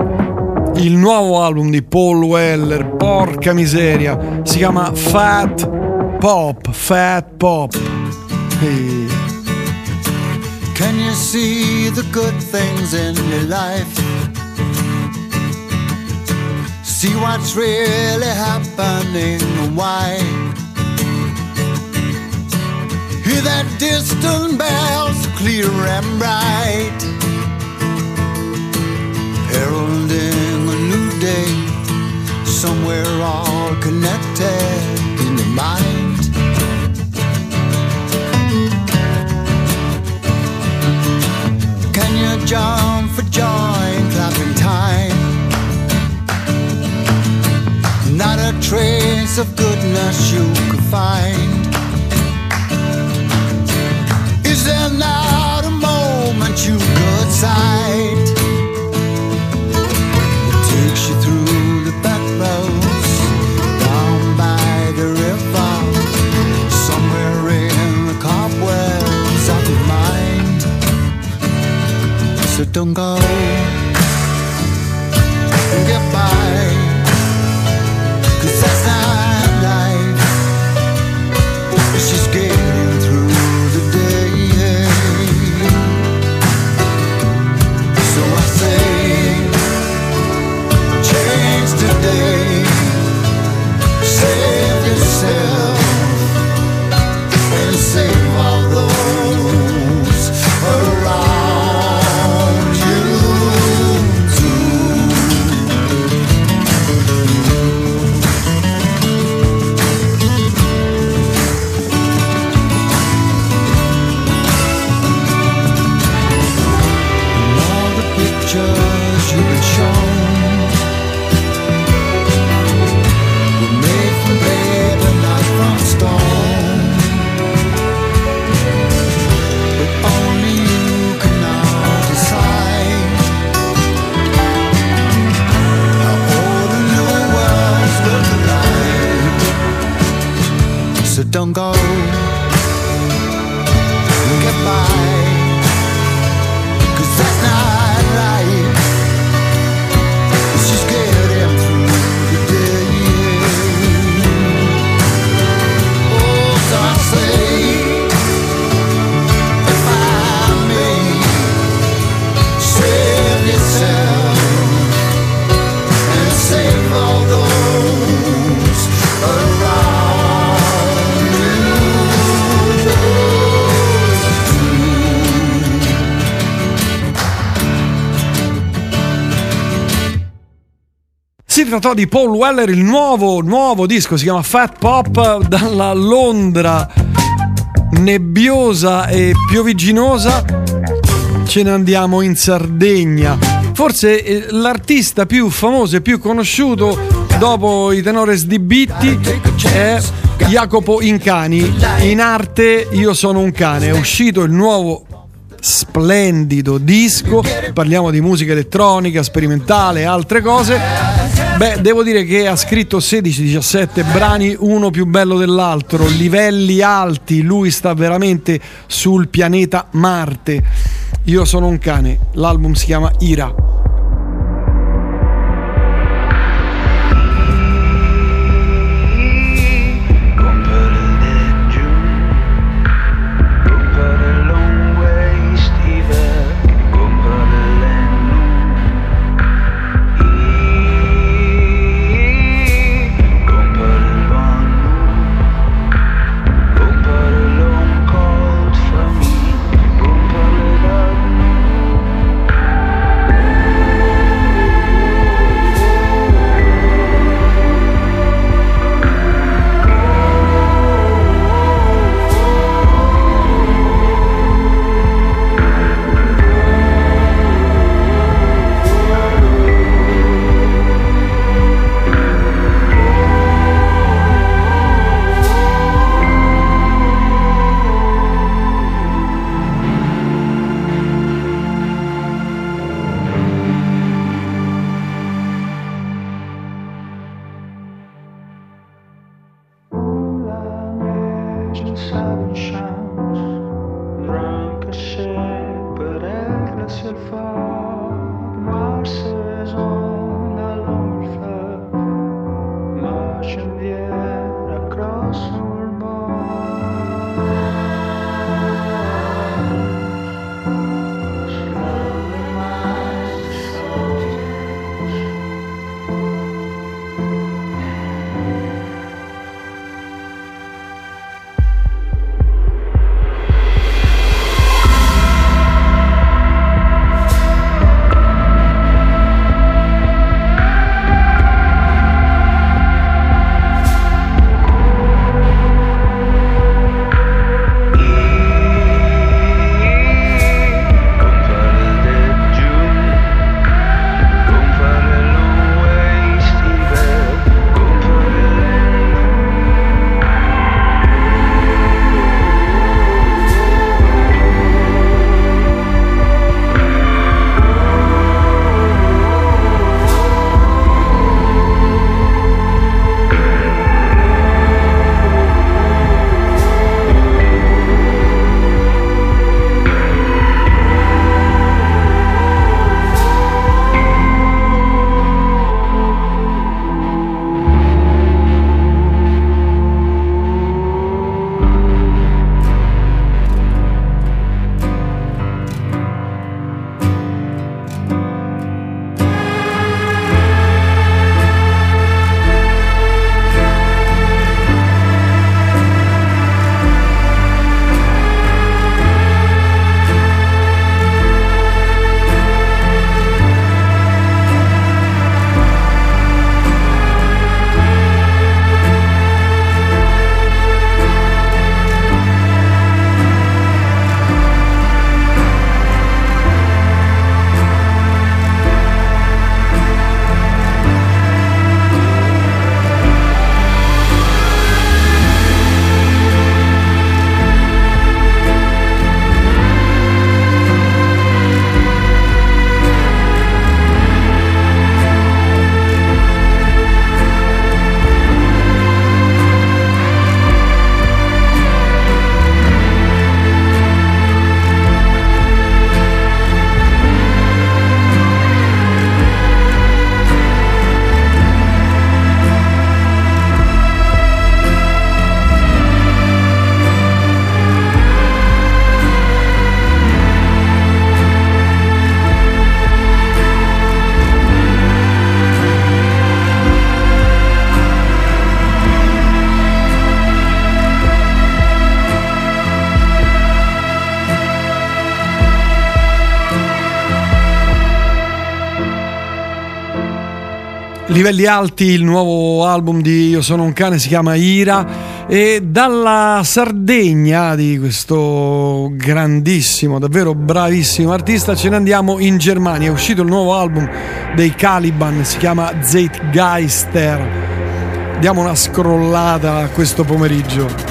il nuovo album di Paul Weller. Porca miseria, si chiama Fat Pop. Fat Pop. Hey. Can you see the good things in your life? See what's really happening and why? Hear that distant bells clear and bright, heralding a new day, somewhere all connected in your mind. Can you jump for joy and clap in time? Not a trace of goodness you could find. Is there not a moment you could sight? It takes you through the back roads, down by the river, somewhere in the cobwebs of your mind. So don't go, get by, 'cause that's not life. It's just getting through the day. So I say, change today, save yourself, and save all those around. Si trattò di Paul Weller, il nuovo, nuovo disco, si chiama Fat Pop, dalla Londra nebbiosa e piovigginosa ce ne andiamo in Sardegna. Forse eh, l'artista più famoso e più conosciuto dopo i Tenores di Bitti è Jacopo Incani. In arte Io sono un cane. È uscito il nuovo splendido disco, parliamo di musica elettronica, sperimentale e altre cose. Beh, devo dire che ha scritto sedici diciassette brani, uno più bello dell'altro, livelli alti, lui sta veramente sul pianeta Marte. Io sono un cane, l'album si chiama Ira. Livelli alti, il nuovo album di Io sono un cane si chiama Ira, e dalla Sardegna di questo grandissimo, davvero bravissimo artista ce ne andiamo in Germania. È uscito il nuovo album dei Caliban, si chiama Zeitgeister. Diamo una scrollata questo pomeriggio.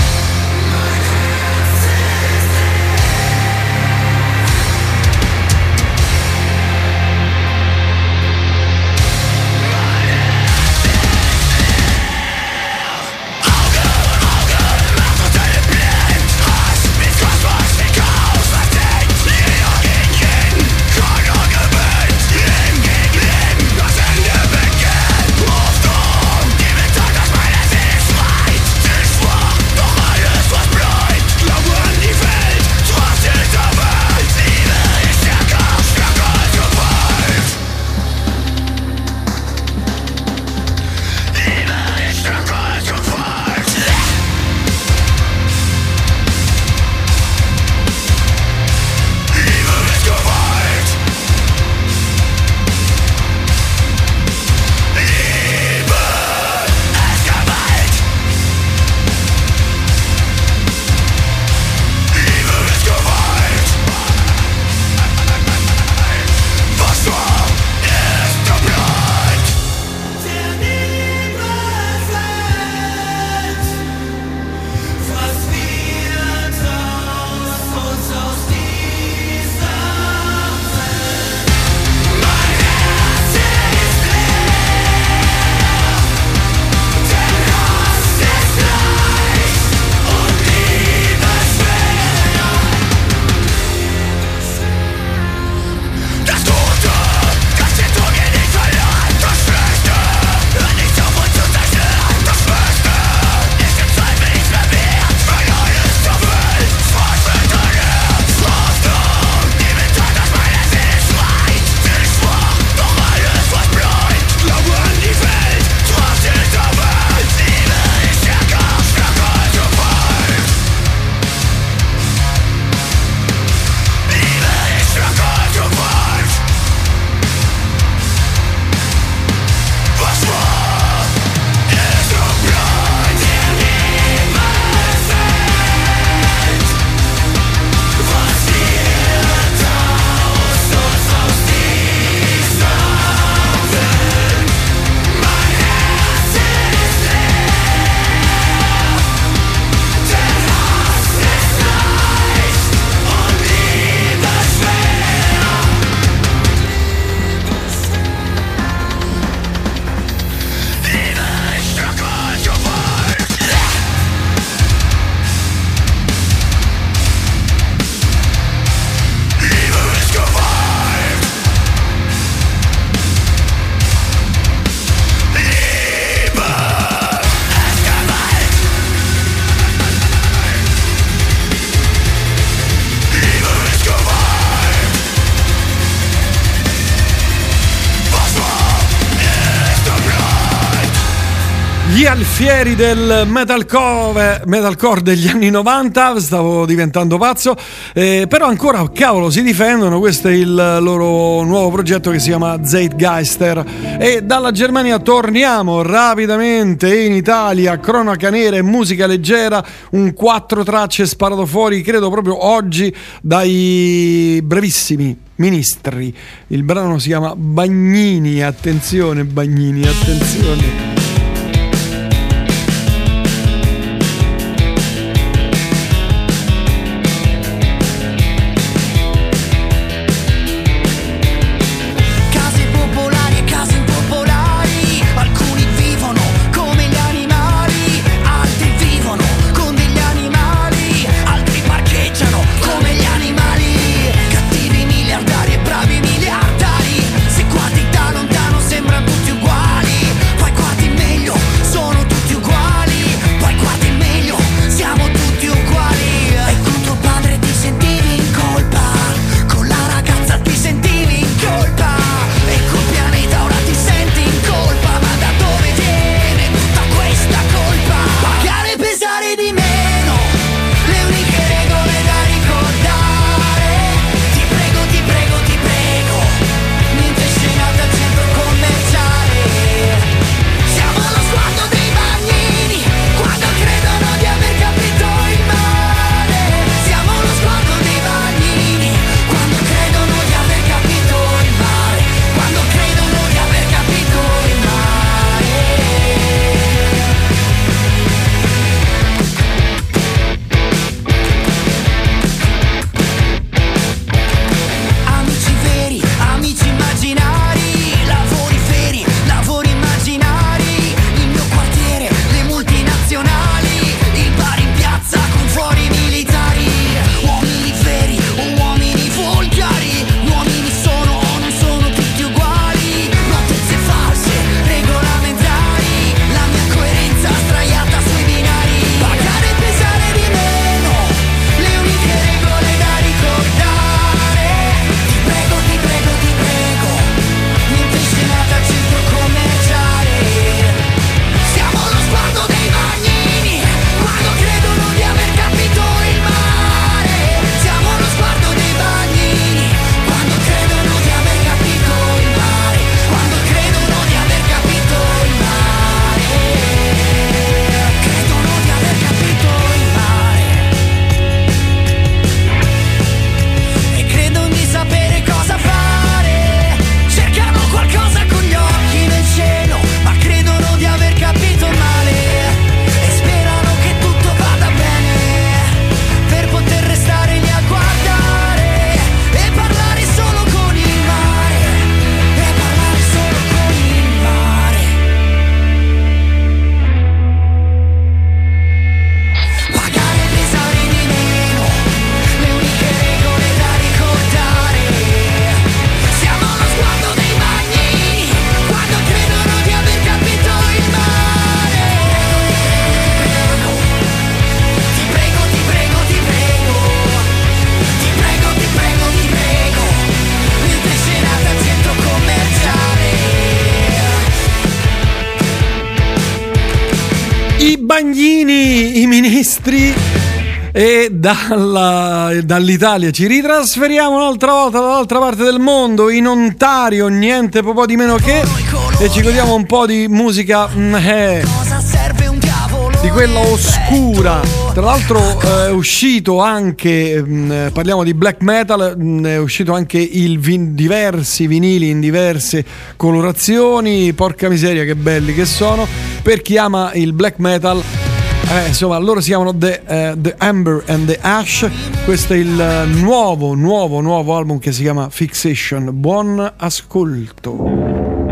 Gli alfieri del metalcore, metalcore degli anni novanta, stavo diventando pazzo, eh, però ancora, cavolo, si difendono. Questo è il loro nuovo progetto che si chiama Zeitgeister. E dalla Germania torniamo rapidamente in Italia, cronaca nera e musica leggera, un quattro tracce sparato fuori, credo proprio oggi, dai brevissimi Ministri. Il brano si chiama Bagnini, attenzione Bagnini, attenzione. Qua ti Bagnini, i ministri. E dalla, dall'Italia ci ritrasferiamo un'altra volta dall'altra parte del mondo, in Ontario, niente po' di meno che, e ci godiamo un po' di musica eh, di quella oscura. Tra l'altro eh, è uscito anche, mh, parliamo di black metal, mh, è uscito anche il vin- diversi vinili in diverse colorazioni, porca miseria che belli che sono. Per chi ama il black metal, Eh, insomma, loro si chiamano The, uh, The Amber and the Ash. Questo è il nuovo, nuovo, nuovo album che si chiama Fixation. Buon ascolto.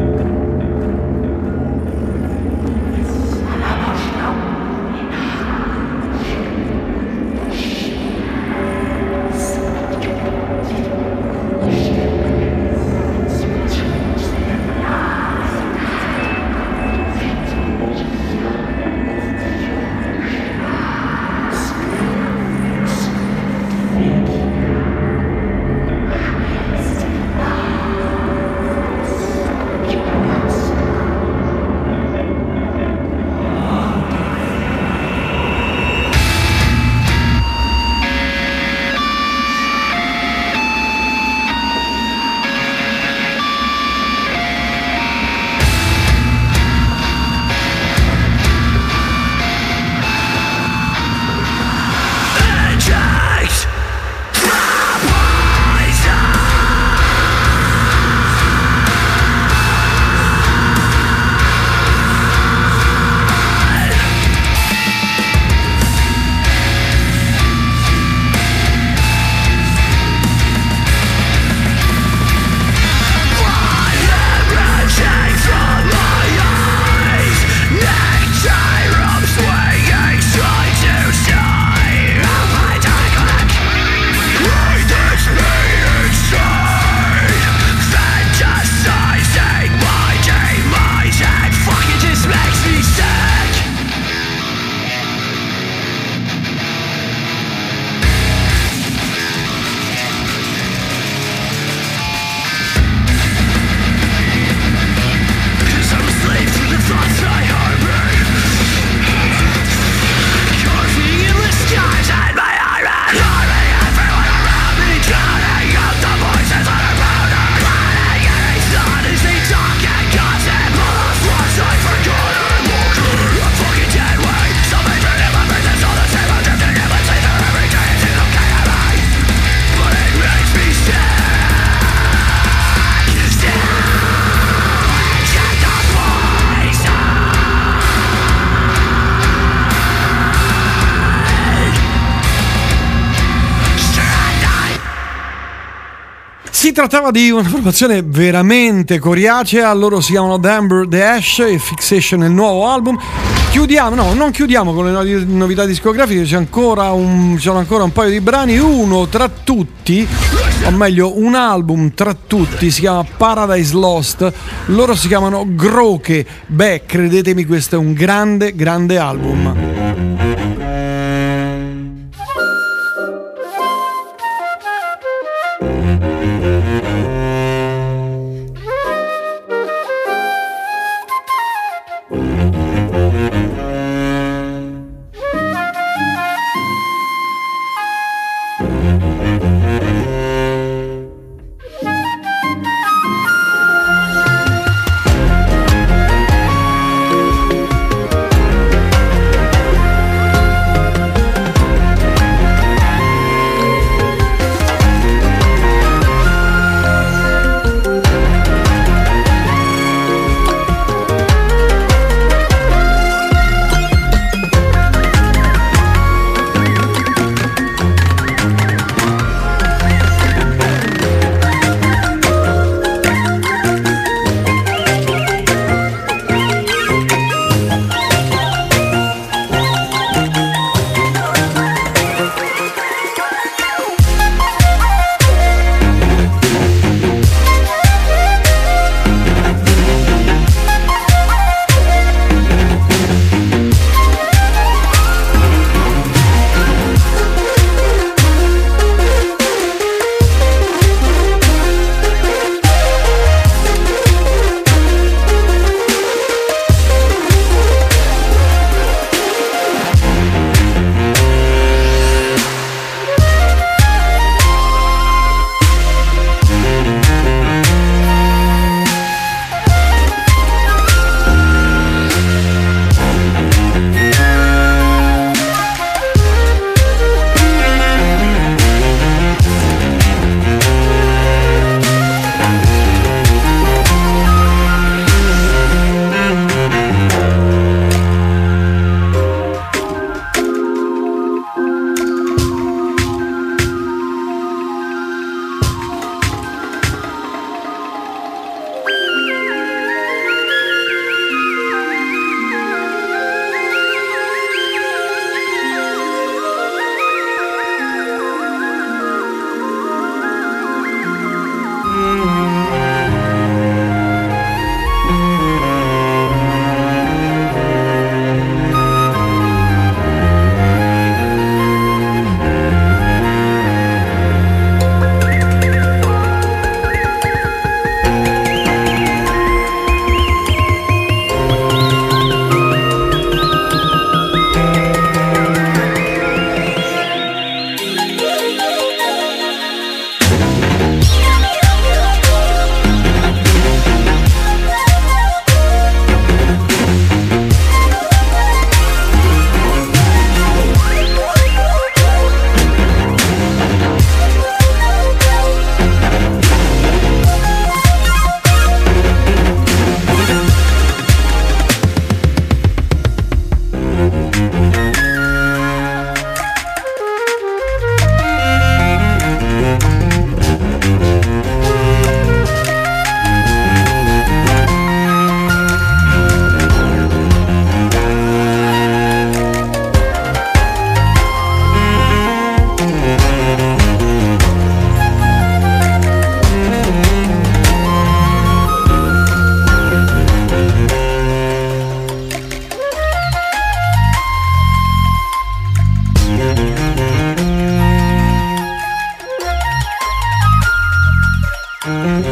Si trattava di una formazione veramente coriacea, loro si chiamano The Amber the Ash e Fixation è il nuovo album. Chiudiamo, no, non chiudiamo con le novità discografiche, c'è ancora un, ci sono ancora un paio di brani, uno tra tutti, o meglio un album tra tutti, si chiama Paradise Lost, loro si chiamano Groke. Beh, credetemi, questo è un grande, grande album.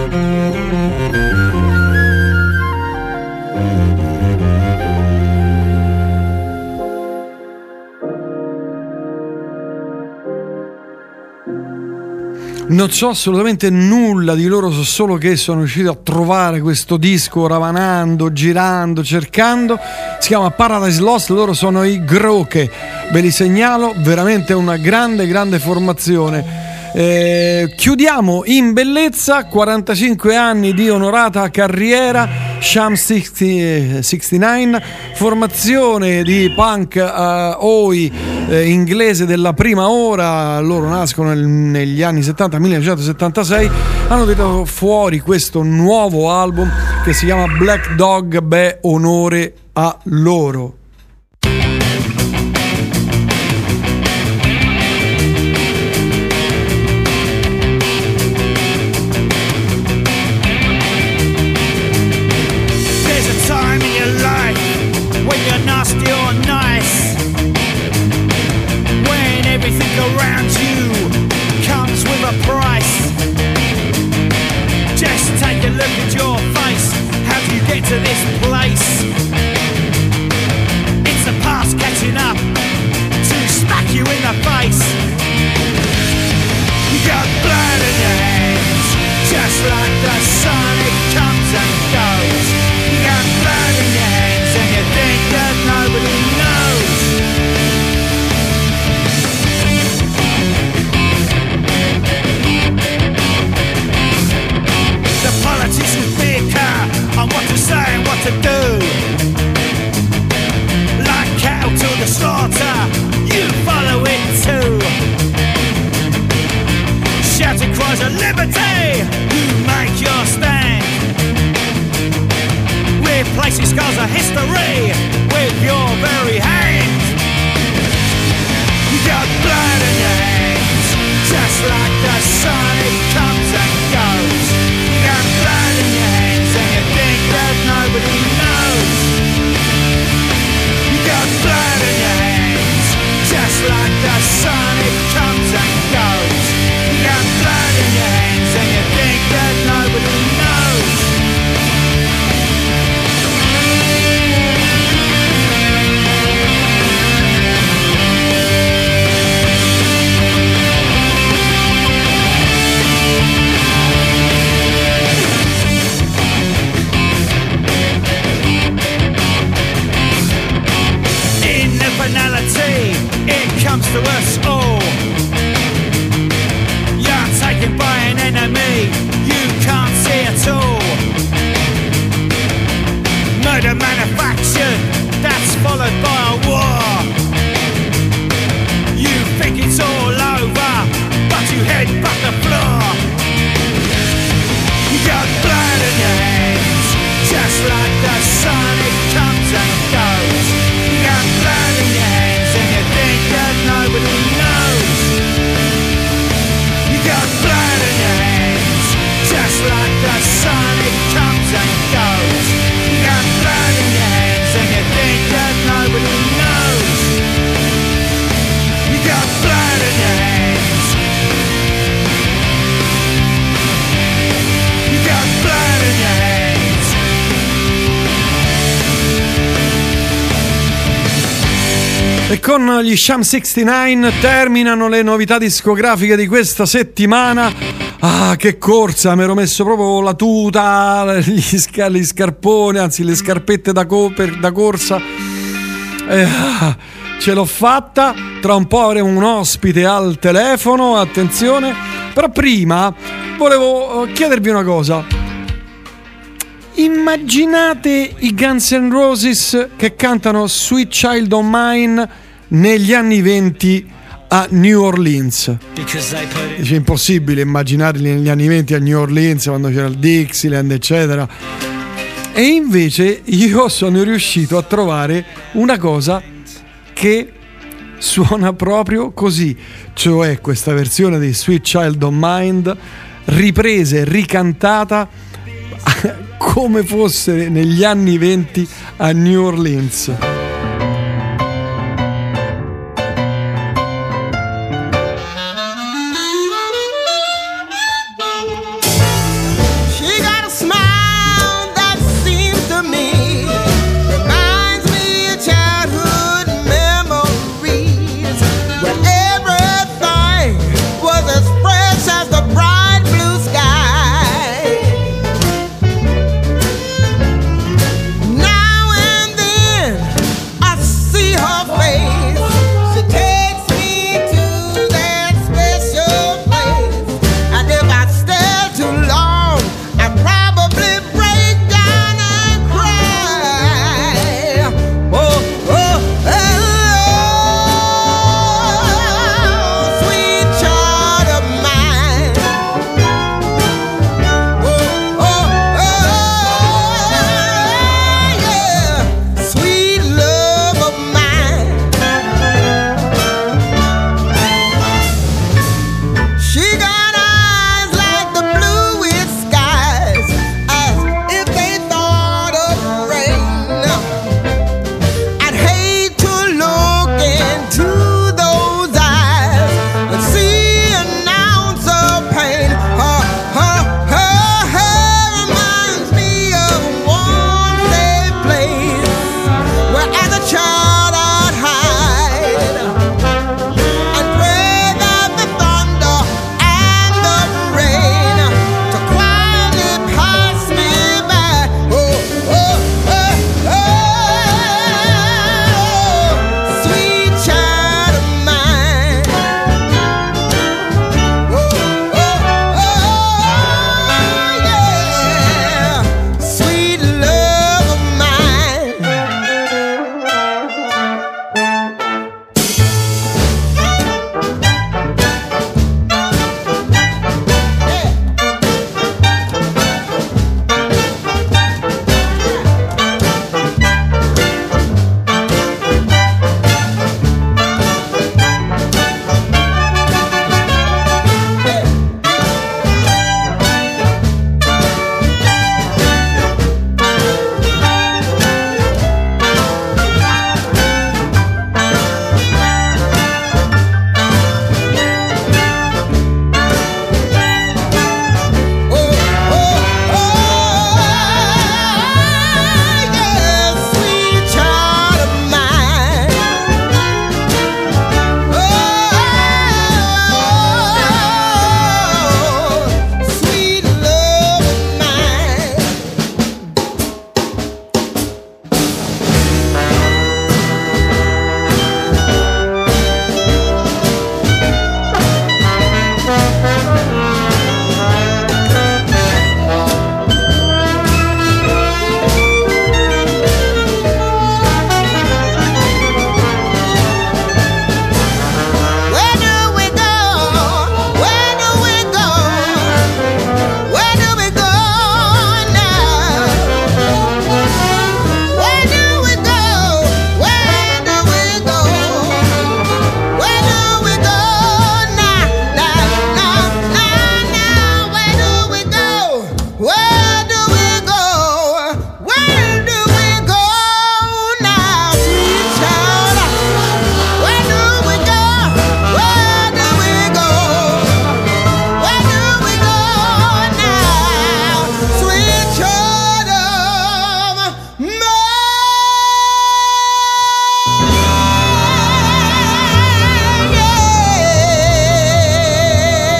Non so assolutamente nulla di loro, so solo che sono riuscito a trovare questo disco ravanando, girando, cercando. Si chiama Paradise Lost, loro sono i Groke, ve li segnalo, veramente una grande grande formazione. Eh, chiudiamo in bellezza, quarantacinque anni di onorata carriera, Sham sessantanove, formazione di punk uh, oi eh, inglese della prima ora. Loro nascono nel, negli anni settanta, millenovecentosettantasei, hanno tirato fuori questo nuovo album che si chiama Black Dog. Beh, onore a loro. Nasty or nice, when everything around you comes with a price. Just take a look at your face. How do you get to this place? It's the past catching up to smack you in the face. You got blood in your hands, just like the sun, it comes and goes. You got blood in your hands and you think that nobody knows. The politicians bicker on what to say and what to do. Like cattle to the slaughter, you follow it too. Shouting cries of liberty, you make your stand. Replacing scars of history with your very hand. You got blood in your hands, just like the sun, it comes and goes. You got blood in your hands and you think that nobody knows. You got blood in your hands, just like the sun, it comes and goes. You got blood in your hands and you think that nobody knows. It comes to us all. You're taken by an enemy you can't see at all. Murder manufactured, that's followed by a war. You think it's all over, but you head back the floor. You got blood in your hands, just like the sun, it comes and goes. You got blood in your hands and you think that nobody knows. You got blood in your hands, just like the sun, it comes and goes. You got blood in your hands and you think that nobody knows. You got blood in your hands. You got blood in your hands. E con gli Sham sessantanove terminano le novità discografiche di questa settimana. Ah, che corsa! Mi ero messo proprio la tuta, gli, sca- gli scarponi, anzi le scarpette da, co- per, da corsa. Eh, ce l'ho fatta. Tra un po' avremo un ospite al telefono, attenzione. Però prima volevo chiedervi una cosa. Immaginate i Guns N' Roses che cantano Sweet Child O' Mine negli anni venti a New Orleans. Dice, impossibile immaginarli negli anni venti a New Orleans quando c'era il Dixieland eccetera. E invece io sono riuscito a trovare una cosa che suona proprio così, cioè questa versione di Sweet Child O' Mine ripresa e ricantata come fosse negli anni venti a New Orleans. She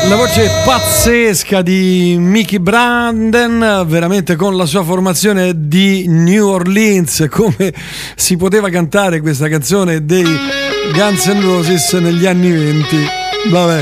La voce pazzesca di Mickey Brandon, veramente con la sua formazione di New Orleans. Come si poteva cantare questa canzone dei Guns N' Roses negli anni venti? Vabbè.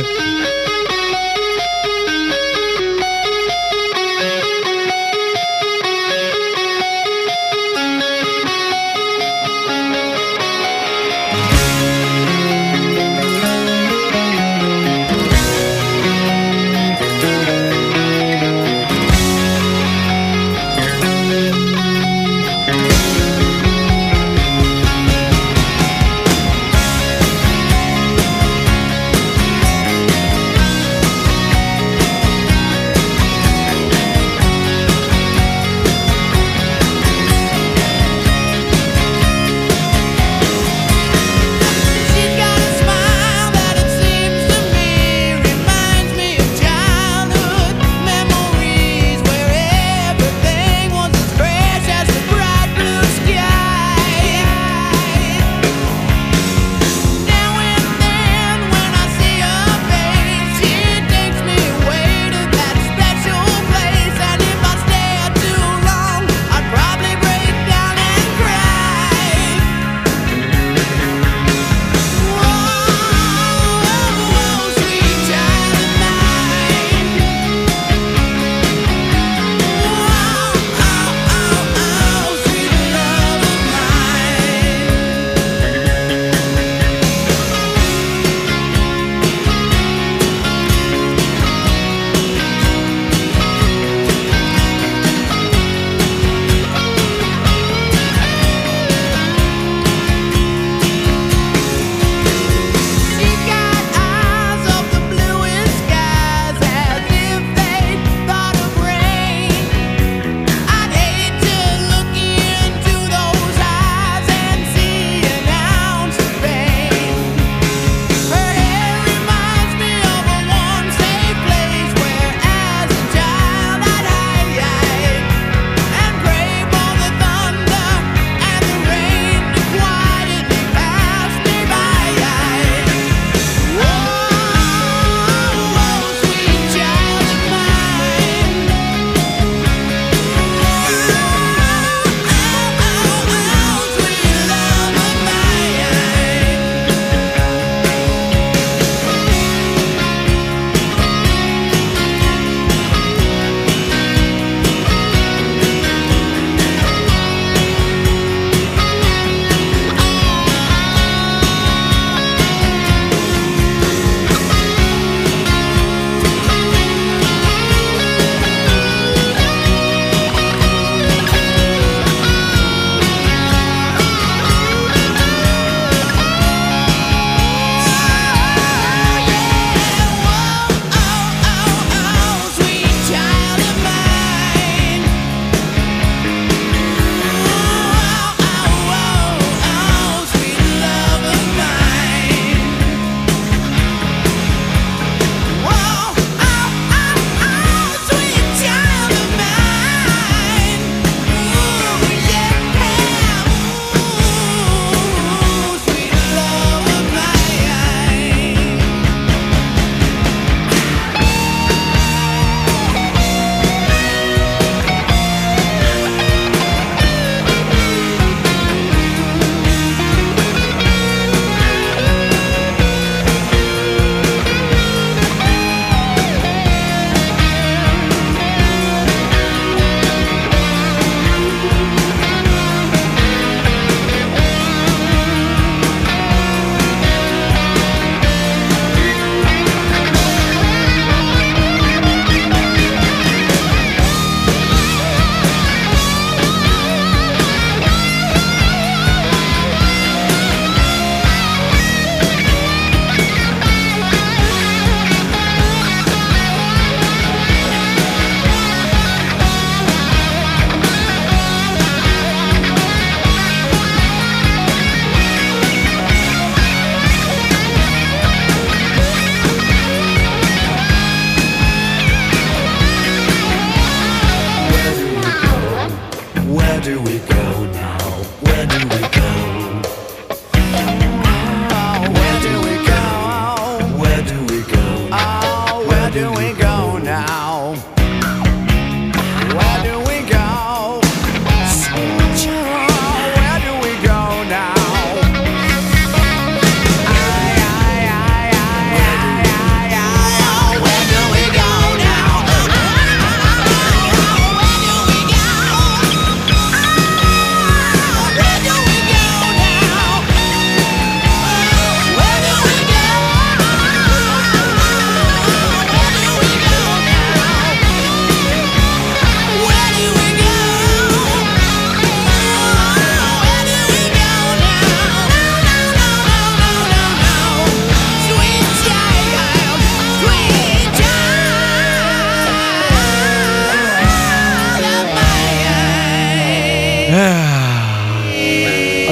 do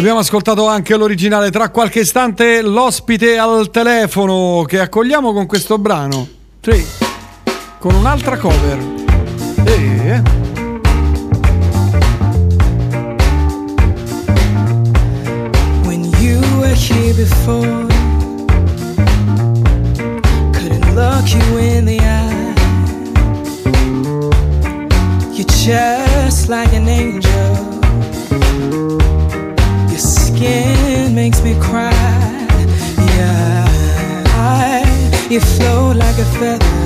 Abbiamo ascoltato anche l'originale. Tra qualche istante l'ospite al telefono che accogliamo con questo brano. Sì, con un'altra cover. E... When you were here before, couldn't look you in the eye. You're just like an angel. Your skin makes me cry. Yeah, I, you float like a feather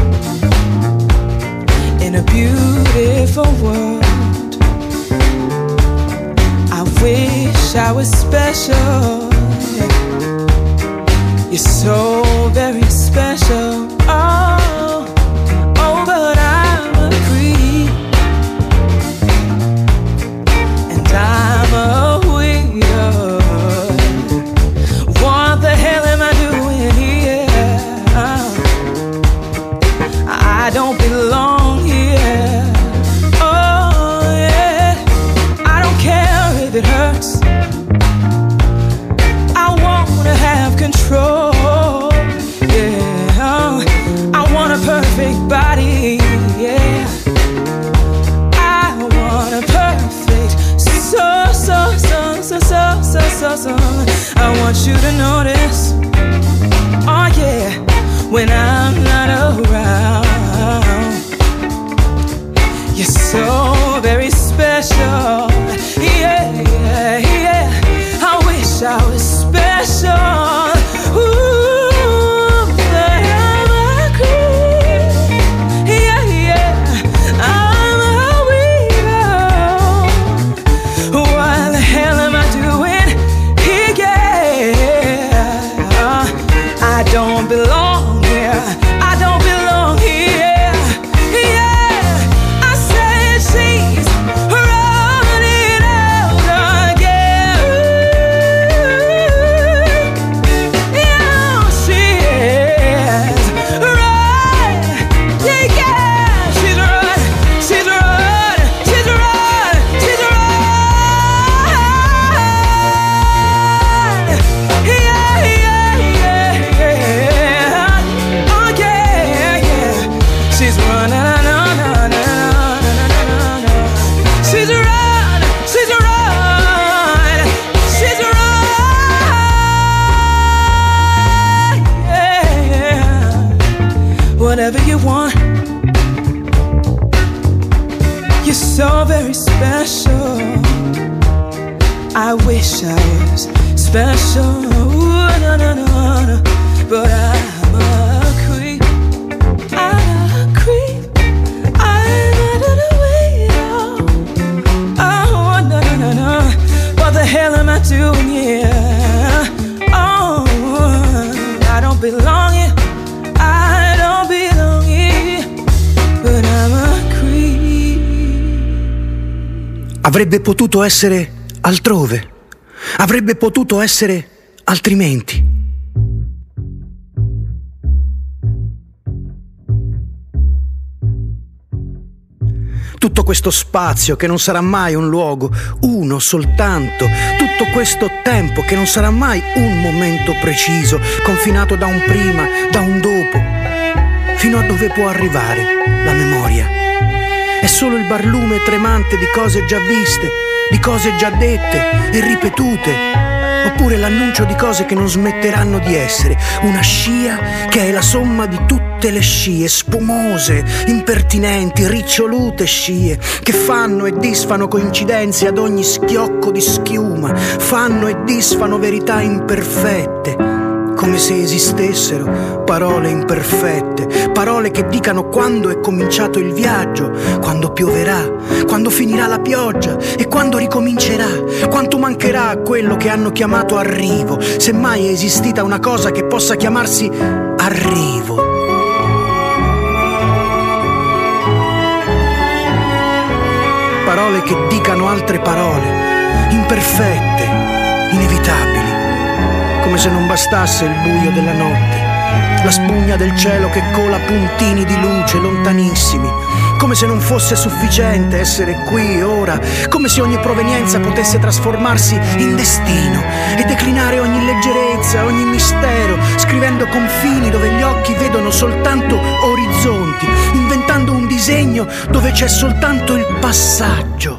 in a beautiful world. I wish I was special. You're so very special. Oh, oh, but I'm a creep, and I'm a weirdo. What the hell am I doing here? I don't belong here. Oh yeah, I don't care if it hurts. I wanna have control. Yeah, I want a perfect body. Yeah, I want a perfect so so so so so so so so. I want you to notice. Oh yeah, when I'm not around. You're so very special. Yeah, yeah, yeah. I wish I was special. Ooh, but I'm a creep. Yeah, yeah. I'm a weirdo. What the hell am I doing here? Yeah, I don't belong here. I don't belong here. Whatever you want, you're so very special. I wish I was special. Ooh, no, no, no, no. But I'm a creep. I'm a creep. I'm a weirdo. Oh, no, no, no, no. What the hell am I doing here? Oh, I don't belong here. Avrebbe potuto essere altrove, avrebbe potuto essere altrimenti. Tutto questo spazio che non sarà mai un luogo, uno soltanto, tutto questo tempo che non sarà mai un momento preciso, confinato da un prima, da un dopo, fino a dove può arrivare la memoria. È solo il barlume tremante di cose già viste, di cose già dette e ripetute, oppure l'annuncio di cose che non smetteranno di essere, una scia che è la somma di tutte le scie, spumose, impertinenti, ricciolute scie, che fanno e disfano coincidenze ad ogni schiocco di schiuma, fanno e disfano verità imperfette, come se esistessero parole imperfette, parole che dicano quando è cominciato il viaggio, quando pioverà, quando finirà la pioggia e quando ricomincerà, quanto mancherà a quello che hanno chiamato arrivo, se mai è esistita una cosa che possa chiamarsi arrivo. Parole che dicano altre parole, imperfette, inevitabili. Come se non bastasse il buio della notte, la spugna del cielo che cola puntini di luce lontanissimi, come se non fosse sufficiente essere qui ora, come se ogni provenienza potesse trasformarsi in destino e declinare ogni leggerezza, ogni mistero, scrivendo confini dove gli occhi vedono soltanto orizzonti, inventando un disegno dove c'è soltanto il passaggio.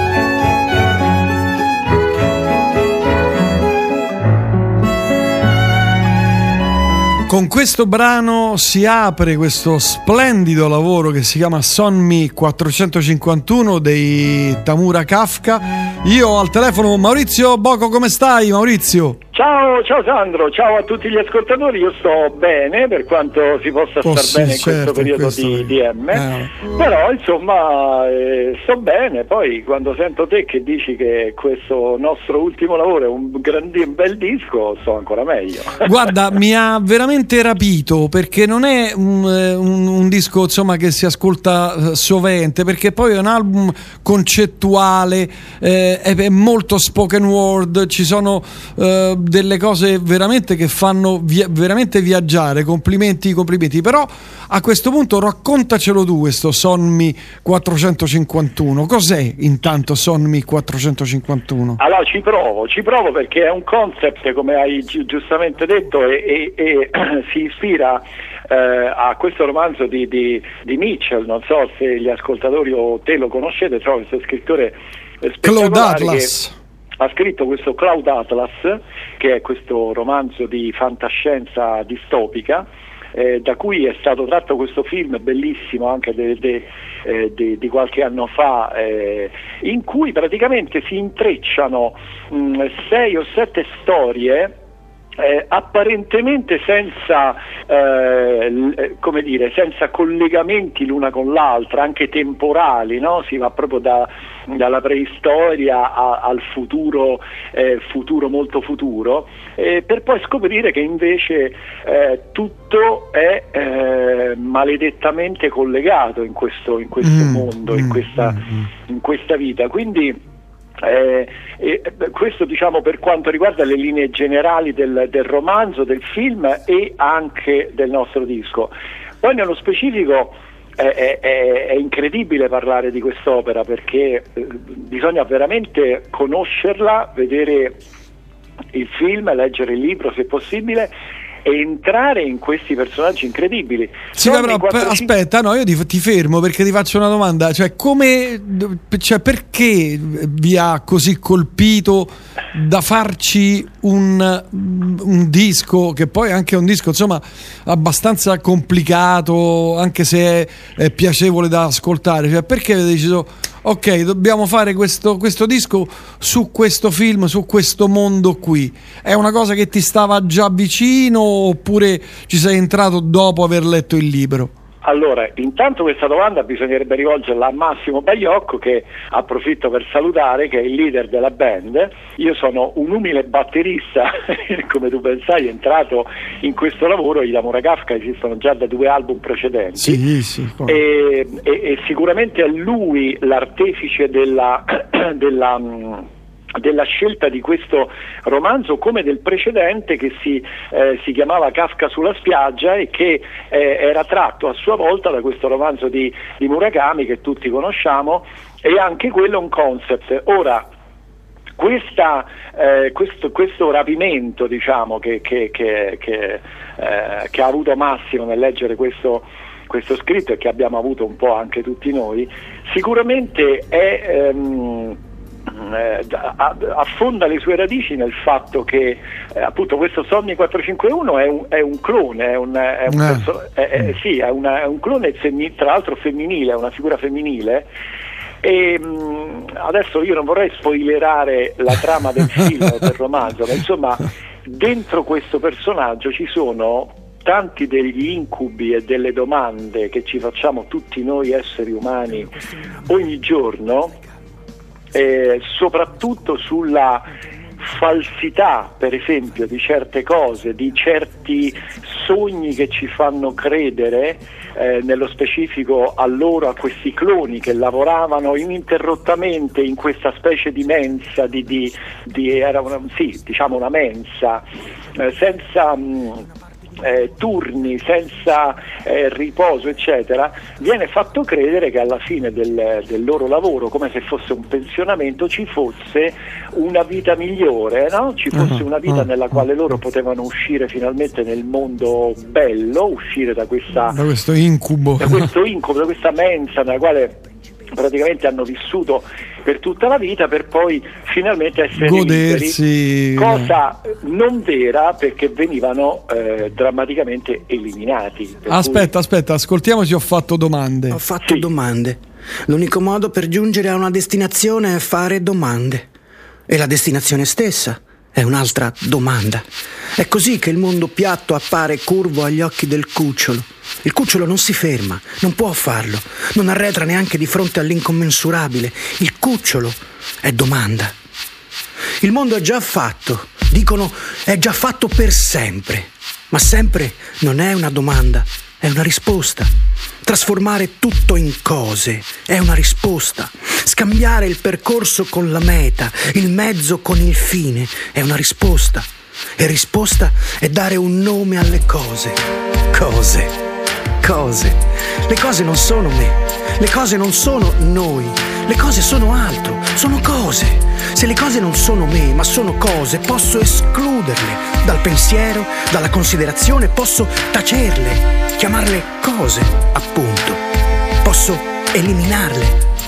Con questo brano si apre questo splendido lavoro che si chiama Sonmi quattrocentocinquantuno dei Tamura Kafka. Io ho al telefono Maurizio Bocco, come stai Maurizio? Ciao, ciao Sandro, ciao a tutti gli ascoltatori, io sto bene per quanto si possa Oh, star sì, bene in certo, questo periodo questo di, è- di M, eh. però insomma eh, sto bene, poi quando sento te che dici che questo nostro ultimo lavoro è un, grandi, un bel disco, sto ancora meglio. Guarda, mi ha veramente rapito perché non è un, un- un disco insomma che si ascolta eh, sovente, perché poi è un album concettuale, eh, è, è molto spoken word, ci sono eh, delle cose veramente che fanno via- veramente viaggiare. Complimenti, complimenti. Però a questo punto raccontacelo tu questo Sonmi quattrocentocinquantuno. Cos'è intanto Sonmi quattrocentocinquantuno? Allora ci provo, ci provo perché è un concept, come hai gi- giustamente detto, e, e- e si ispira eh, a questo romanzo di, di, di Mitchell, non so se gli ascoltatori o te lo conoscete, trovo questo scrittore eh, Cloud spettacolare Atlas. che ha scritto questo Cloud Atlas, che è questo romanzo di fantascienza distopica, eh, da cui è stato tratto questo film bellissimo anche de, de, eh, de, di qualche anno fa, eh, in cui praticamente si intrecciano mh, sei o sette storie eh, apparentemente senza eh, l- come dire, senza collegamenti l'una con l'altra, anche temporali, no? Si va proprio da, dalla preistoria a, al futuro, eh, futuro molto futuro, eh, per poi scoprire che invece eh, tutto è eh, maledettamente collegato in questo, in questo Mm, mondo, in mm, questa, mm. in questa vita. Quindi Eh, e, beh, questo diciamo per quanto riguarda le linee generali del, del romanzo, del film e anche del nostro disco. Poi nello specifico eh, è, è, è incredibile parlare di quest'opera perché eh, bisogna veramente conoscerla, vedere il film, leggere il libro se possibile e entrare in questi personaggi incredibili. Sì, Sono però i quattro, pe- cinque aspetta, no, io ti, ti fermo perché ti faccio una domanda, cioè come, cioè perché vi ha così colpito da farci un, un disco che poi è anche un disco insomma abbastanza complicato, anche se è, è piacevole da ascoltare, cioè perché avete deciso ok, dobbiamo fare questo, questo disco su questo film, su questo mondo qui? È una cosa che ti stava già vicino oppure ci sei entrato dopo aver letto il libro? Allora, intanto questa domanda bisognerebbe rivolgerla a Massimo Baiocco, che approfitto per salutare, che è il leader della band. Io sono un umile batterista, come tu ben sai, entrato in questo lavoro. I Tamura Kafka esistono già da due album precedenti. Sì, sì. E, e, e sicuramente è lui l'artefice della... della mh, della scelta di questo romanzo come del precedente che si, eh, si chiamava Kafka sulla spiaggia e che eh, era tratto a sua volta da questo romanzo di, di Murakami che tutti conosciamo, e anche quello è un concept. Ora questa, eh, questo, questo rapimento diciamo che, che, che, che, eh, che ha avuto Massimo nel leggere questo questo scritto e che abbiamo avuto un po' anche tutti noi, sicuramente è ehm, Eh, affonda le sue radici nel fatto che eh, appunto questo Sonmi quattrocentocinquantuno è un, è un clone, è un, è un, Eh. perso- è, è, sì, è, una, è un clone femmi- tra l'altro femminile, è una figura femminile. E mh, adesso io non vorrei spoilerare la trama del film o del romanzo, ma insomma dentro questo personaggio ci sono tanti degli incubi e delle domande che ci facciamo tutti noi esseri umani ogni giorno, eh, soprattutto sulla falsità, per esempio, di certe cose, di certi sogni che ci fanno credere, eh, nello specifico a loro, a questi cloni che lavoravano ininterrottamente in questa specie di mensa, di, di, di era una, sì, diciamo una mensa, eh, senza mh, eh, turni, senza eh, riposo, eccetera, viene fatto credere che alla fine del, del loro lavoro, come se fosse un pensionamento, ci fosse una vita migliore, no? Ci fosse una vita nella quale loro potevano uscire finalmente nel mondo bello, uscire da questa da questo incubo, da questo incubo, da questa mensa nella quale praticamente hanno vissuto per tutta la vita, per poi finalmente essere godersi liberi, cosa non vera, perché venivano eh, drammaticamente eliminati. Aspetta, cui... aspetta, ascoltiamoci. Ho fatto domande. Ho fatto sì. domande. L'unico modo per giungere a una destinazione è fare domande. E la destinazione stessa è un'altra domanda. È così che il mondo piatto appare curvo agli occhi del cucciolo. Il cucciolo non si ferma, non può farlo, non arretra neanche di fronte all'incommensurabile. Il cucciolo è domanda. Il mondo è già fatto, dicono è già fatto per sempre, ma sempre non è una domanda, è una risposta. Trasformare tutto in cose è una risposta. Scambiare il percorso con la meta, il mezzo con il fine è una risposta. E risposta è dare un nome alle cose. Cose. Cose. Le cose non sono me, le cose non sono noi, le cose sono altro, sono cose. Se le cose non sono me, ma sono cose, posso escluderle dal pensiero, dalla considerazione, posso tacerle, chiamarle cose, appunto. Posso eliminarle.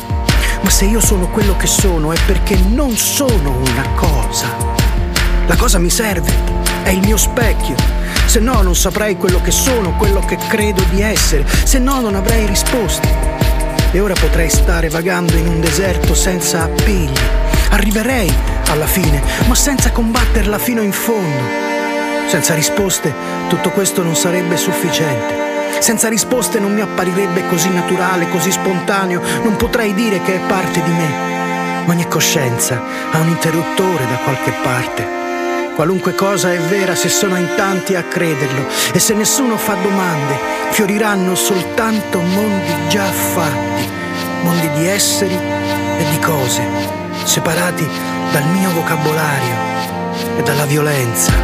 Ma se io sono quello che sono è perché non sono una cosa. La cosa mi serve, è il mio specchio. Se no non saprei quello che sono, quello che credo di essere, se no non avrei risposte. E ora potrei stare vagando in un deserto senza appigli. Arriverei alla fine, ma senza combatterla fino in fondo. Senza risposte tutto questo non sarebbe sufficiente. Senza risposte non mi apparirebbe così naturale, così spontaneo, non potrei dire che è parte di me. Ogni coscienza ha un interruttore da qualche parte. Qualunque cosa è vera se sono in tanti a crederlo, e se nessuno fa domande, fioriranno soltanto mondi già fatti, mondi di esseri e di cose, separati dal mio vocabolario e dalla violenza.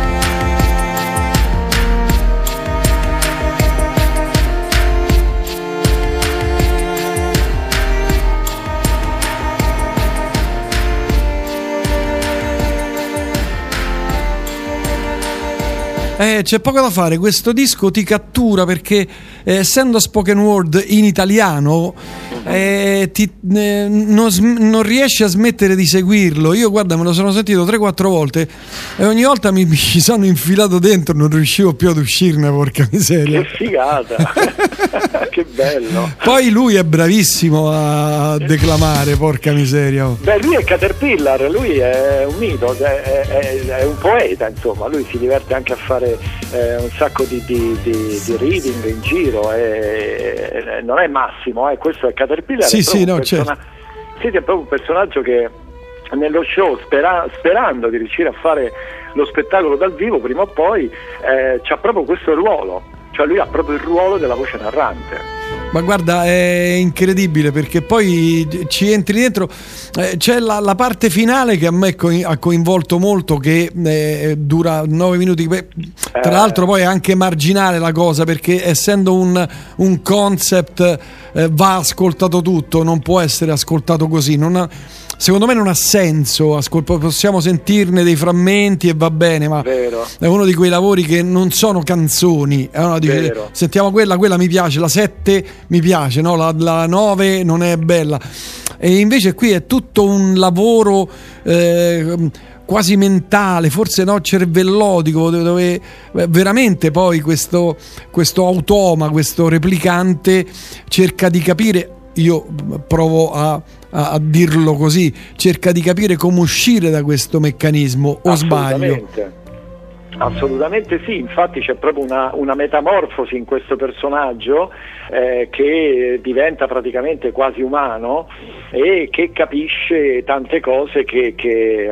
Eh, c'è poco da fare, questo disco ti cattura perché eh, essendo spoken word in italiano eh, ti, eh, non, non riesci a smettere di seguirlo. Io guarda, me lo sono sentito tre quattro volte e ogni volta mi, mi ci sono infilato dentro, non riuscivo più ad uscirne, porca miseria. Che figata. Che bello. Poi lui è bravissimo a declamare, porca miseria. Beh, lui è Caterpillar, lui è un mito, è, è, è un poeta, insomma, lui si diverte anche a fare eh, un sacco di, di, di, di reading in giro, e, e, non è Massimo, eh, questo è Caterpillar. Sì, è sì, no, persona- certo. sì, è proprio un personaggio che nello show, spera- sperando di riuscire a fare lo spettacolo dal vivo prima o poi, eh, c'ha proprio questo ruolo. Cioè lui ha proprio il ruolo della voce narrante. Ma guarda, è incredibile perché poi ci entri dentro, eh, c'è la, la parte finale che a me co- ha coinvolto molto, che eh, dura nove minuti. Beh, tra eh. l'altro poi è anche marginale la cosa, perché essendo un, un concept eh, va ascoltato tutto, non può essere ascoltato così. Non ha, secondo me non ha senso, ascol- possiamo sentirne dei frammenti e va bene, ma Vero. è uno di quei lavori che non sono canzoni, è uno di quei, sentiamo quella, quella mi piace, la sette mi piace, no? la, la nove non è bella, e invece qui è tutto un lavoro eh, quasi mentale, forse no, cervellotico, dove, dove veramente poi questo, questo automa, questo replicante cerca di capire, io provo a A, a dirlo così, cerca di capire come uscire da questo meccanismo, o sbaglio? Assolutamente sì, infatti c'è proprio una, una metamorfosi in questo personaggio eh, che diventa praticamente quasi umano e che capisce tante cose che, che,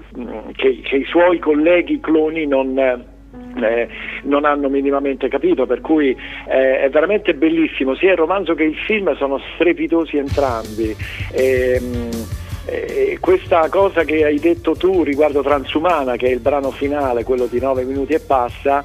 che, che i suoi colleghi cloni non... Eh, non hanno minimamente capito, per cui eh, è veramente bellissimo, sia il romanzo che il film sono strepitosi entrambi. E, e questa cosa che hai detto tu riguardo Transumana, che è il brano finale, quello di nove minuti e passa,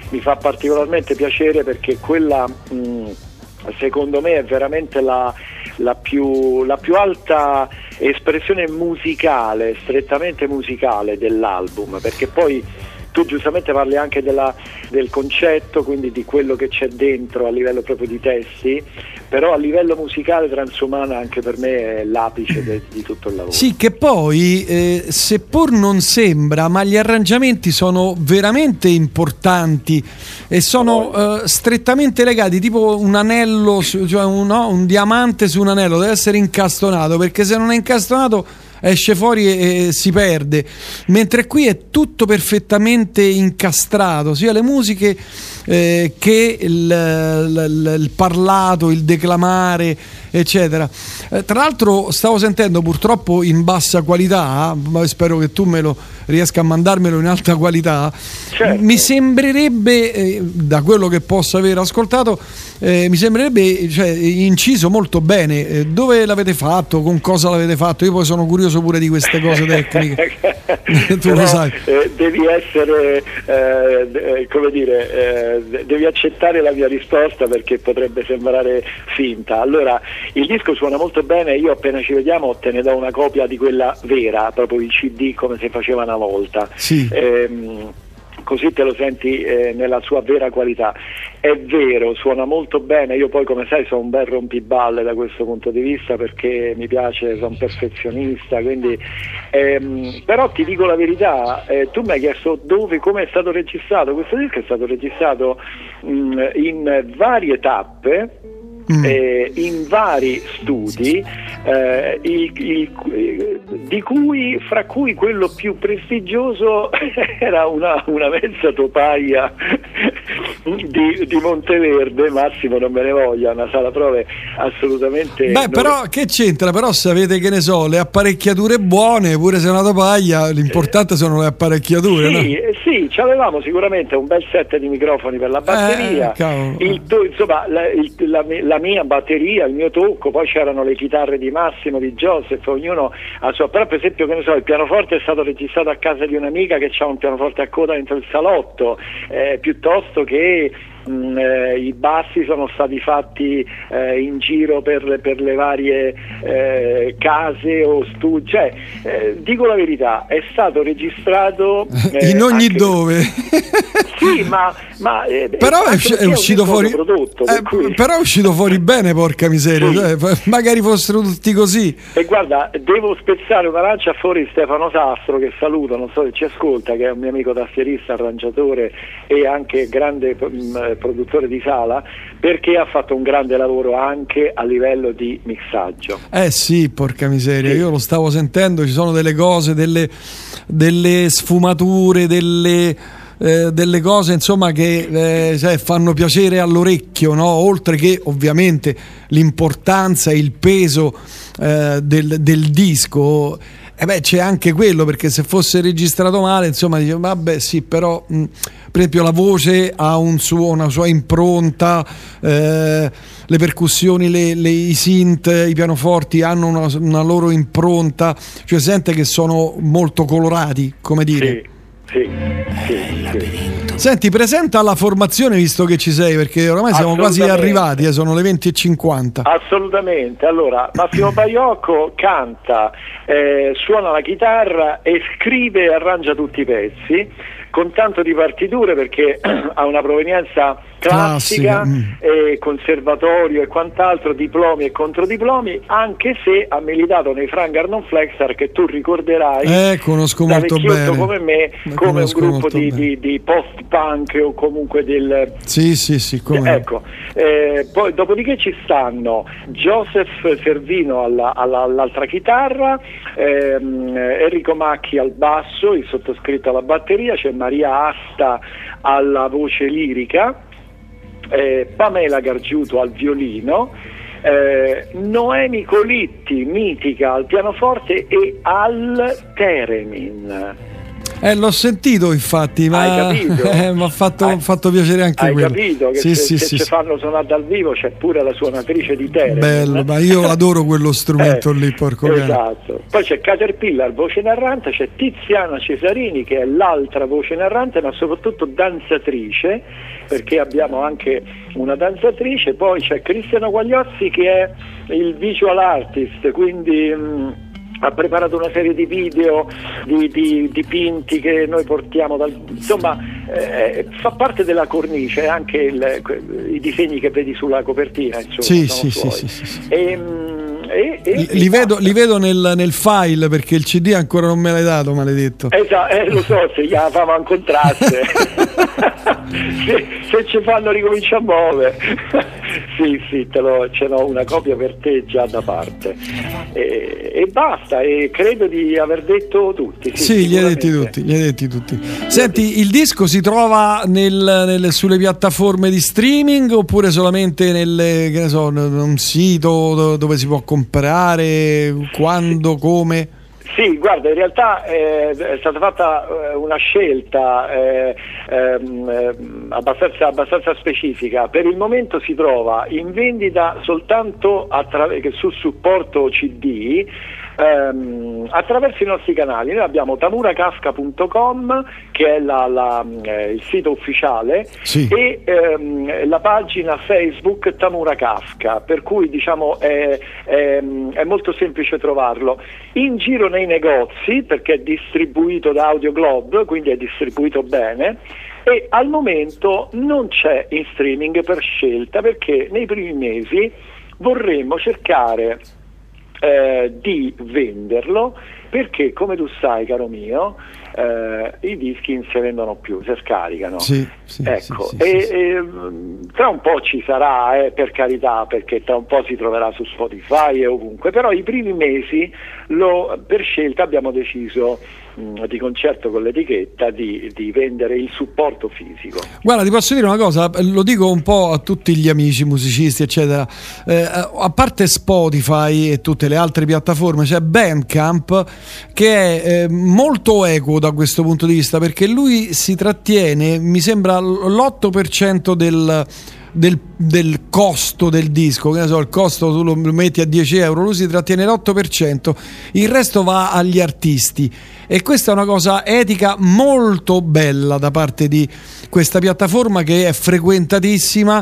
mi fa particolarmente piacere perché quella mh, secondo me è veramente la, la, più, la più alta espressione musicale, strettamente musicale dell'album, perché poi tu giustamente parli anche della, del concetto, quindi di quello che c'è dentro a livello proprio di testi, però a livello musicale Transumana anche per me è l'apice de, di tutto il lavoro. Sì, che poi eh, seppur non sembra, ma gli arrangiamenti sono veramente importanti e sono eh, strettamente legati, tipo un anello, su, cioè un, no, un diamante su un anello, deve essere incastonato, perché se non è incastonato esce fuori e, e si perde, mentre qui è tutto perfettamente incastrato, sia le musiche eh, che il, il, il parlato, il declamare, eccetera. Eh, tra l'altro stavo sentendo, purtroppo in bassa qualità, ma spero che tu me lo riesca a mandarmelo in alta qualità. Certo. Mi sembrerebbe, eh, da quello che posso aver ascoltato, eh, mi sembrerebbe, cioè, inciso molto bene. Eh, dove l'avete fatto? Con cosa l'avete fatto? Io poi sono curioso pure di queste cose tecniche. Tu Però, lo sai. Eh, devi essere, eh, come dire, eh, devi accettare la mia risposta perché potrebbe sembrare finta. Allora, il disco suona molto bene, io appena ci vediamo te ne do una copia di quella vera, proprio il C D come si faceva una volta. Sì. Ehm, così te lo senti eh, nella sua vera qualità. È vero, suona molto bene, io poi come sai sono un bel rompiballe da questo punto di vista perché mi piace, sono un perfezionista, quindi ehm, però ti dico la verità, eh, tu mi hai chiesto dove, come è stato registrato. Questo disco è stato registrato mh, in varie tappe, Mm. Eh, in vari studi, eh, il, il, di cui, fra cui quello più prestigioso era una, una mezza topaia di, di Monteverde. Massimo non me ne voglia, una sala prove assolutamente. Beh, però che c'entra? Però se avete, che ne so, le apparecchiature buone, pure se è una topaia, l'importante eh, sono le apparecchiature. Sì, no? eh, sì, avevamo sicuramente un bel set di microfoni per la batteria, eh, il to- insomma la, il, la, la mia batteria, il mio tocco, poi c'erano le chitarre di Massimo, di Joseph, ognuno a sua. Però per esempio, che ne so, il pianoforte è stato registrato a casa di un'amica che ha un pianoforte a coda dentro il salotto, eh, piuttosto che mh, eh, i bassi sono stati fatti eh, in giro per, per le varie eh, case o studi, cioè eh, dico la verità, è stato registrato eh, in ogni anche... dove. Sì, ma, ma eh, però è, è uscito fuori prodotto, eh, per cui... però è uscito fuori bene, porca miseria, sì. Cioè, magari fossero tutti così. E guarda, devo spezzare una lancia a favore di Stefano Sastro, che saluto, non so se ci ascolta, che è un mio amico tastierista, arrangiatore e anche grande mh, produttore di sala, perché ha fatto un grande lavoro anche a livello di mixaggio. Eh sì, porca miseria, sì. Io lo stavo sentendo, ci sono delle cose, delle, delle sfumature, delle Eh, delle cose insomma che eh, cioè, fanno piacere all'orecchio, no? Oltre che ovviamente l'importanza e il peso eh, del, del disco, eh beh, c'è anche quello, perché se fosse registrato male, insomma, dice, vabbè sì, però mh, per esempio la voce ha un suo, una sua impronta, eh, le percussioni, le, le, i synth, i pianoforti hanno una, una loro impronta, cioè sente che sono molto colorati, come dire. Sì. Sì, sì, sì. Senti, presenta la formazione, visto che ci sei, perché oramai siamo quasi arrivati, eh, sono le venti e cinquanta. Assolutamente. Allora, Massimo Baiocco canta, eh, suona la chitarra e scrive e arrangia tutti i pezzi, con tanto di partiture, perché ha una provenienza classica, mm. eh, conservatorio e quant'altro, diplomi e controdiplomi, anche se ha militato nei Frank Gardner Flexar, che tu ricorderai, eh, conosco da molto vecchiotto bene, come me, la come un gruppo di, bene. di, di post-punk o comunque del... Sì, sì, sì, come ecco, eh, poi dopodiché ci stanno Joseph Servino alla, alla, all'altra chitarra, ehm, Enrico Macchi al basso, il sottoscritto alla batteria, c'è Maria Asta alla voce lirica, eh, Pamela Gargiuto al violino, eh, Noemi Colitti, mitica, al pianoforte, e al theremin. Eh, l'ho sentito infatti, ma Hai capito? eh, mi ha fatto, Hai- fatto piacere anche Hai quello. capito che Sì, se, sì, se sì, ci sì. fanno suonare dal vivo c'è pure la suonatrice di Tereni. Bello, ma io adoro quello strumento lì, porco cane. Esatto. Poi c'è Caterpillar, voce narrante, c'è Tiziana Cesarini che è l'altra voce narrante, ma soprattutto danzatrice, perché abbiamo anche una danzatrice. Poi c'è Cristiano Guagliozzi che è il visual artist, quindi mh, ha preparato una serie di video, di, di dipinti che noi portiamo dal, insomma eh, fa parte della cornice anche il, i disegni che vedi sulla copertina, insomma, Sì, sono sì, sì, suoi. sì, sì, sì. E, mh, e, e, Li, li vedo, li vedo nel, nel file perché il C D ancora non me l'hai dato, maledetto. Esatto, eh, lo so, se gli famo incontrasse se, se ci fanno ricominciare a muovere sì, sì, te lo, ce n'ho una copia per te già da parte e, e basta, e credo di aver detto tutti. Sì, Sì, li hai detti tutti, li hai detti tutti. Senti, il disco si trova nel, nelle- sulle piattaforme di streaming oppure solamente nelle, che ne so, in un sito do- dove si può comprare, quando, come? Sì, guarda, in realtà eh, è stata fatta eh, una scelta eh, ehm, ehm, abbastanza, abbastanza specifica. Per il momento si trova in vendita soltanto attra- sul supporto C D, ehm, attraverso i nostri canali. Noi abbiamo tamura kafka punto com che è la, la, eh, il sito ufficiale, Sì. e ehm, la pagina Facebook Tamura Kafka, per cui diciamo è, è, è molto semplice trovarlo. In giro nei negozi, perché è distribuito da Audio Globe, quindi è distribuito bene, e al momento non c'è in streaming per scelta, perché nei primi mesi vorremmo cercare eh, di venderlo, perché come tu sai, caro mio, eh, i dischi non si vendono più, si scaricano. Sì, sì, Ecco, sì, sì, e, sì, sì. e, mh, tra un po' ci sarà, eh, per carità, perché tra un po' si troverà su Spotify e ovunque, però i primi mesi lo, per scelta abbiamo deciso mh, di concerto con l'etichetta di, di vendere il supporto fisico. Guarda, ti posso dire una cosa, lo dico un po' a tutti gli amici musicisti, eccetera. Eh, a parte Spotify e tutte le altre piattaforme, c'è Bandcamp che è eh, molto equo da questo punto di vista, perché lui si trattiene, mi sembra, l'otto per cento del, del, del costo del disco, che ne so, il costo tu lo metti a dieci euro, lui si trattiene l'otto per cento, il resto va agli artisti, e questa è una cosa etica molto bella da parte di questa piattaforma, che è frequentatissima,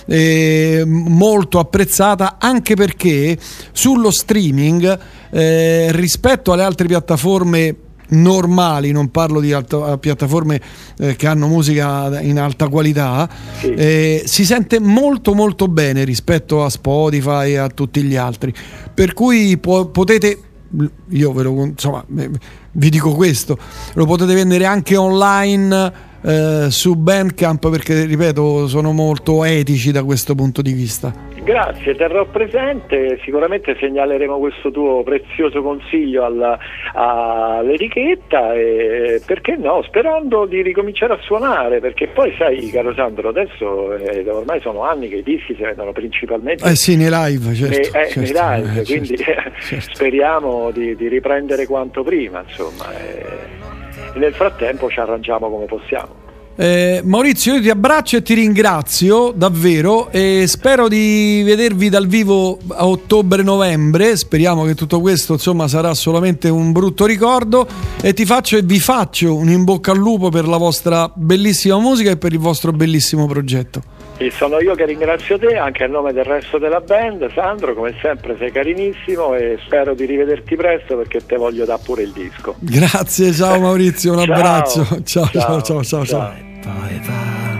eh, molto apprezzata, anche perché sullo streaming eh, rispetto alle altre piattaforme normali, non parlo di alta, piattaforme eh, che hanno musica in alta qualità, Sì. eh, si sente molto molto bene rispetto a Spotify e a tutti gli altri, per cui po- potete, io ve lo, insomma, vi dico questo, lo potete vendere anche online eh, su Bandcamp, perché ripeto sono molto etici da questo punto di vista. Grazie, terrò presente, sicuramente segnaleremo questo tuo prezioso consiglio alla, all'etichetta, e perché no, sperando di ricominciare a suonare, perché poi sai, caro Sandro, adesso eh, ormai sono anni che i dischi si vendono principalmente Eh sì, nei live, certo, nei, eh, certo, nei live, eh, quindi certo, eh, certo. speriamo di, di riprendere quanto prima, insomma, e nel frattempo ci arrangiamo come possiamo. Eh, Maurizio, io ti abbraccio e ti ringrazio davvero, e spero di vedervi dal vivo a ottobre-novembre. Speriamo che tutto questo, insomma, sarà solamente un brutto ricordo, e ti faccio e vi faccio un in bocca al lupo per la vostra bellissima musica e per il vostro bellissimo progetto. E sono io che ringrazio te, anche a nome del resto della band. Sandro, come sempre sei carinissimo, e spero di rivederti presto, perché te voglio dare pure il disco. Grazie, ciao Maurizio, un Ciao. abbraccio. Ciao, ciao, Ciao. ciao, ciao, ciao. Poi va,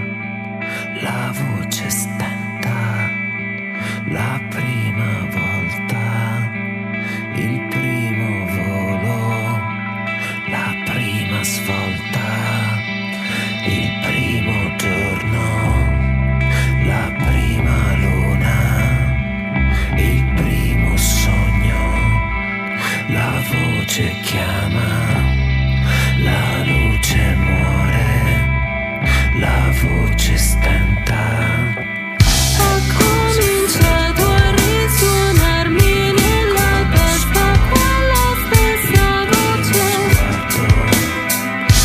la voce stenta, la prima volta, il primo volo, la prima svolta, il primo giorno, la prima luna, il primo sogno, la voce chiama, la luce muore. La voce stenta. Ha cominciato a risuonarmi nella testa quella stessa voce.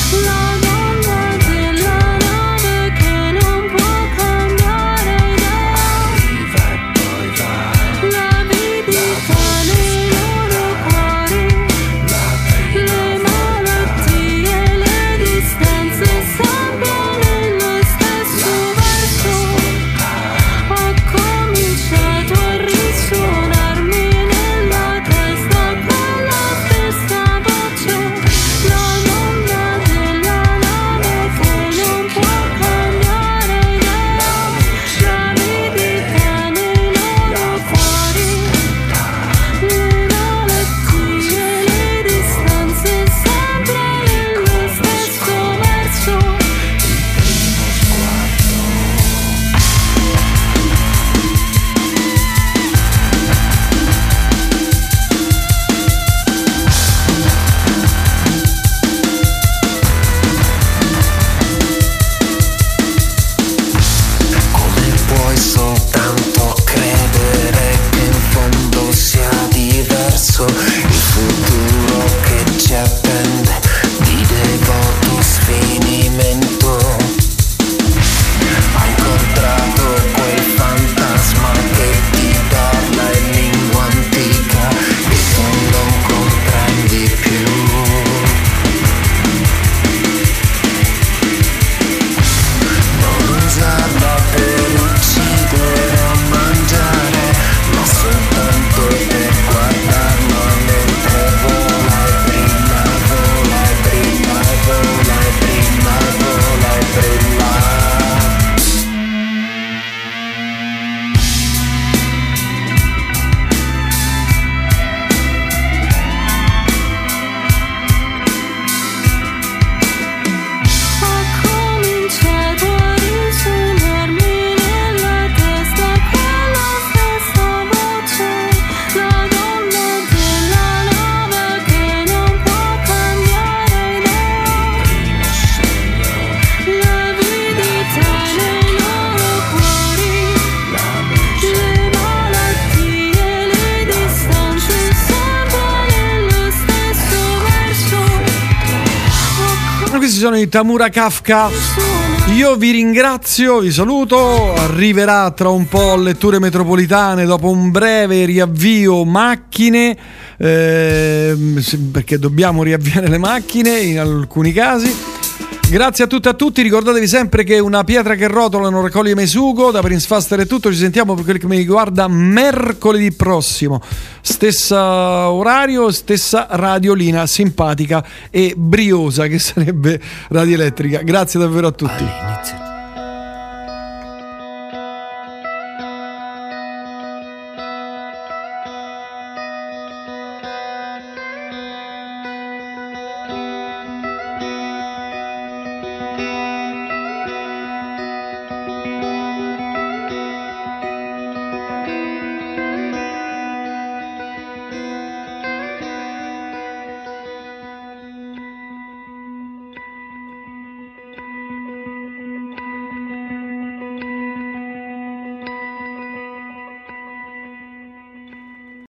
sono i Tamura Kafka. Io vi ringrazio, vi saluto. Arriverà tra un po' Letture Metropolitane dopo un breve riavvio macchine, eh, perché dobbiamo riavviare le macchine in alcuni casi. Grazie a tutti e a tutti, ricordatevi sempre che una pietra che rotola non raccoglie mai sugo. Da Prince Faster è tutto, ci sentiamo per quel che mi riguarda mercoledì prossimo, stessa orario, stessa radiolina simpatica e briosa che sarebbe Radio Elettrica. Grazie davvero a tutti.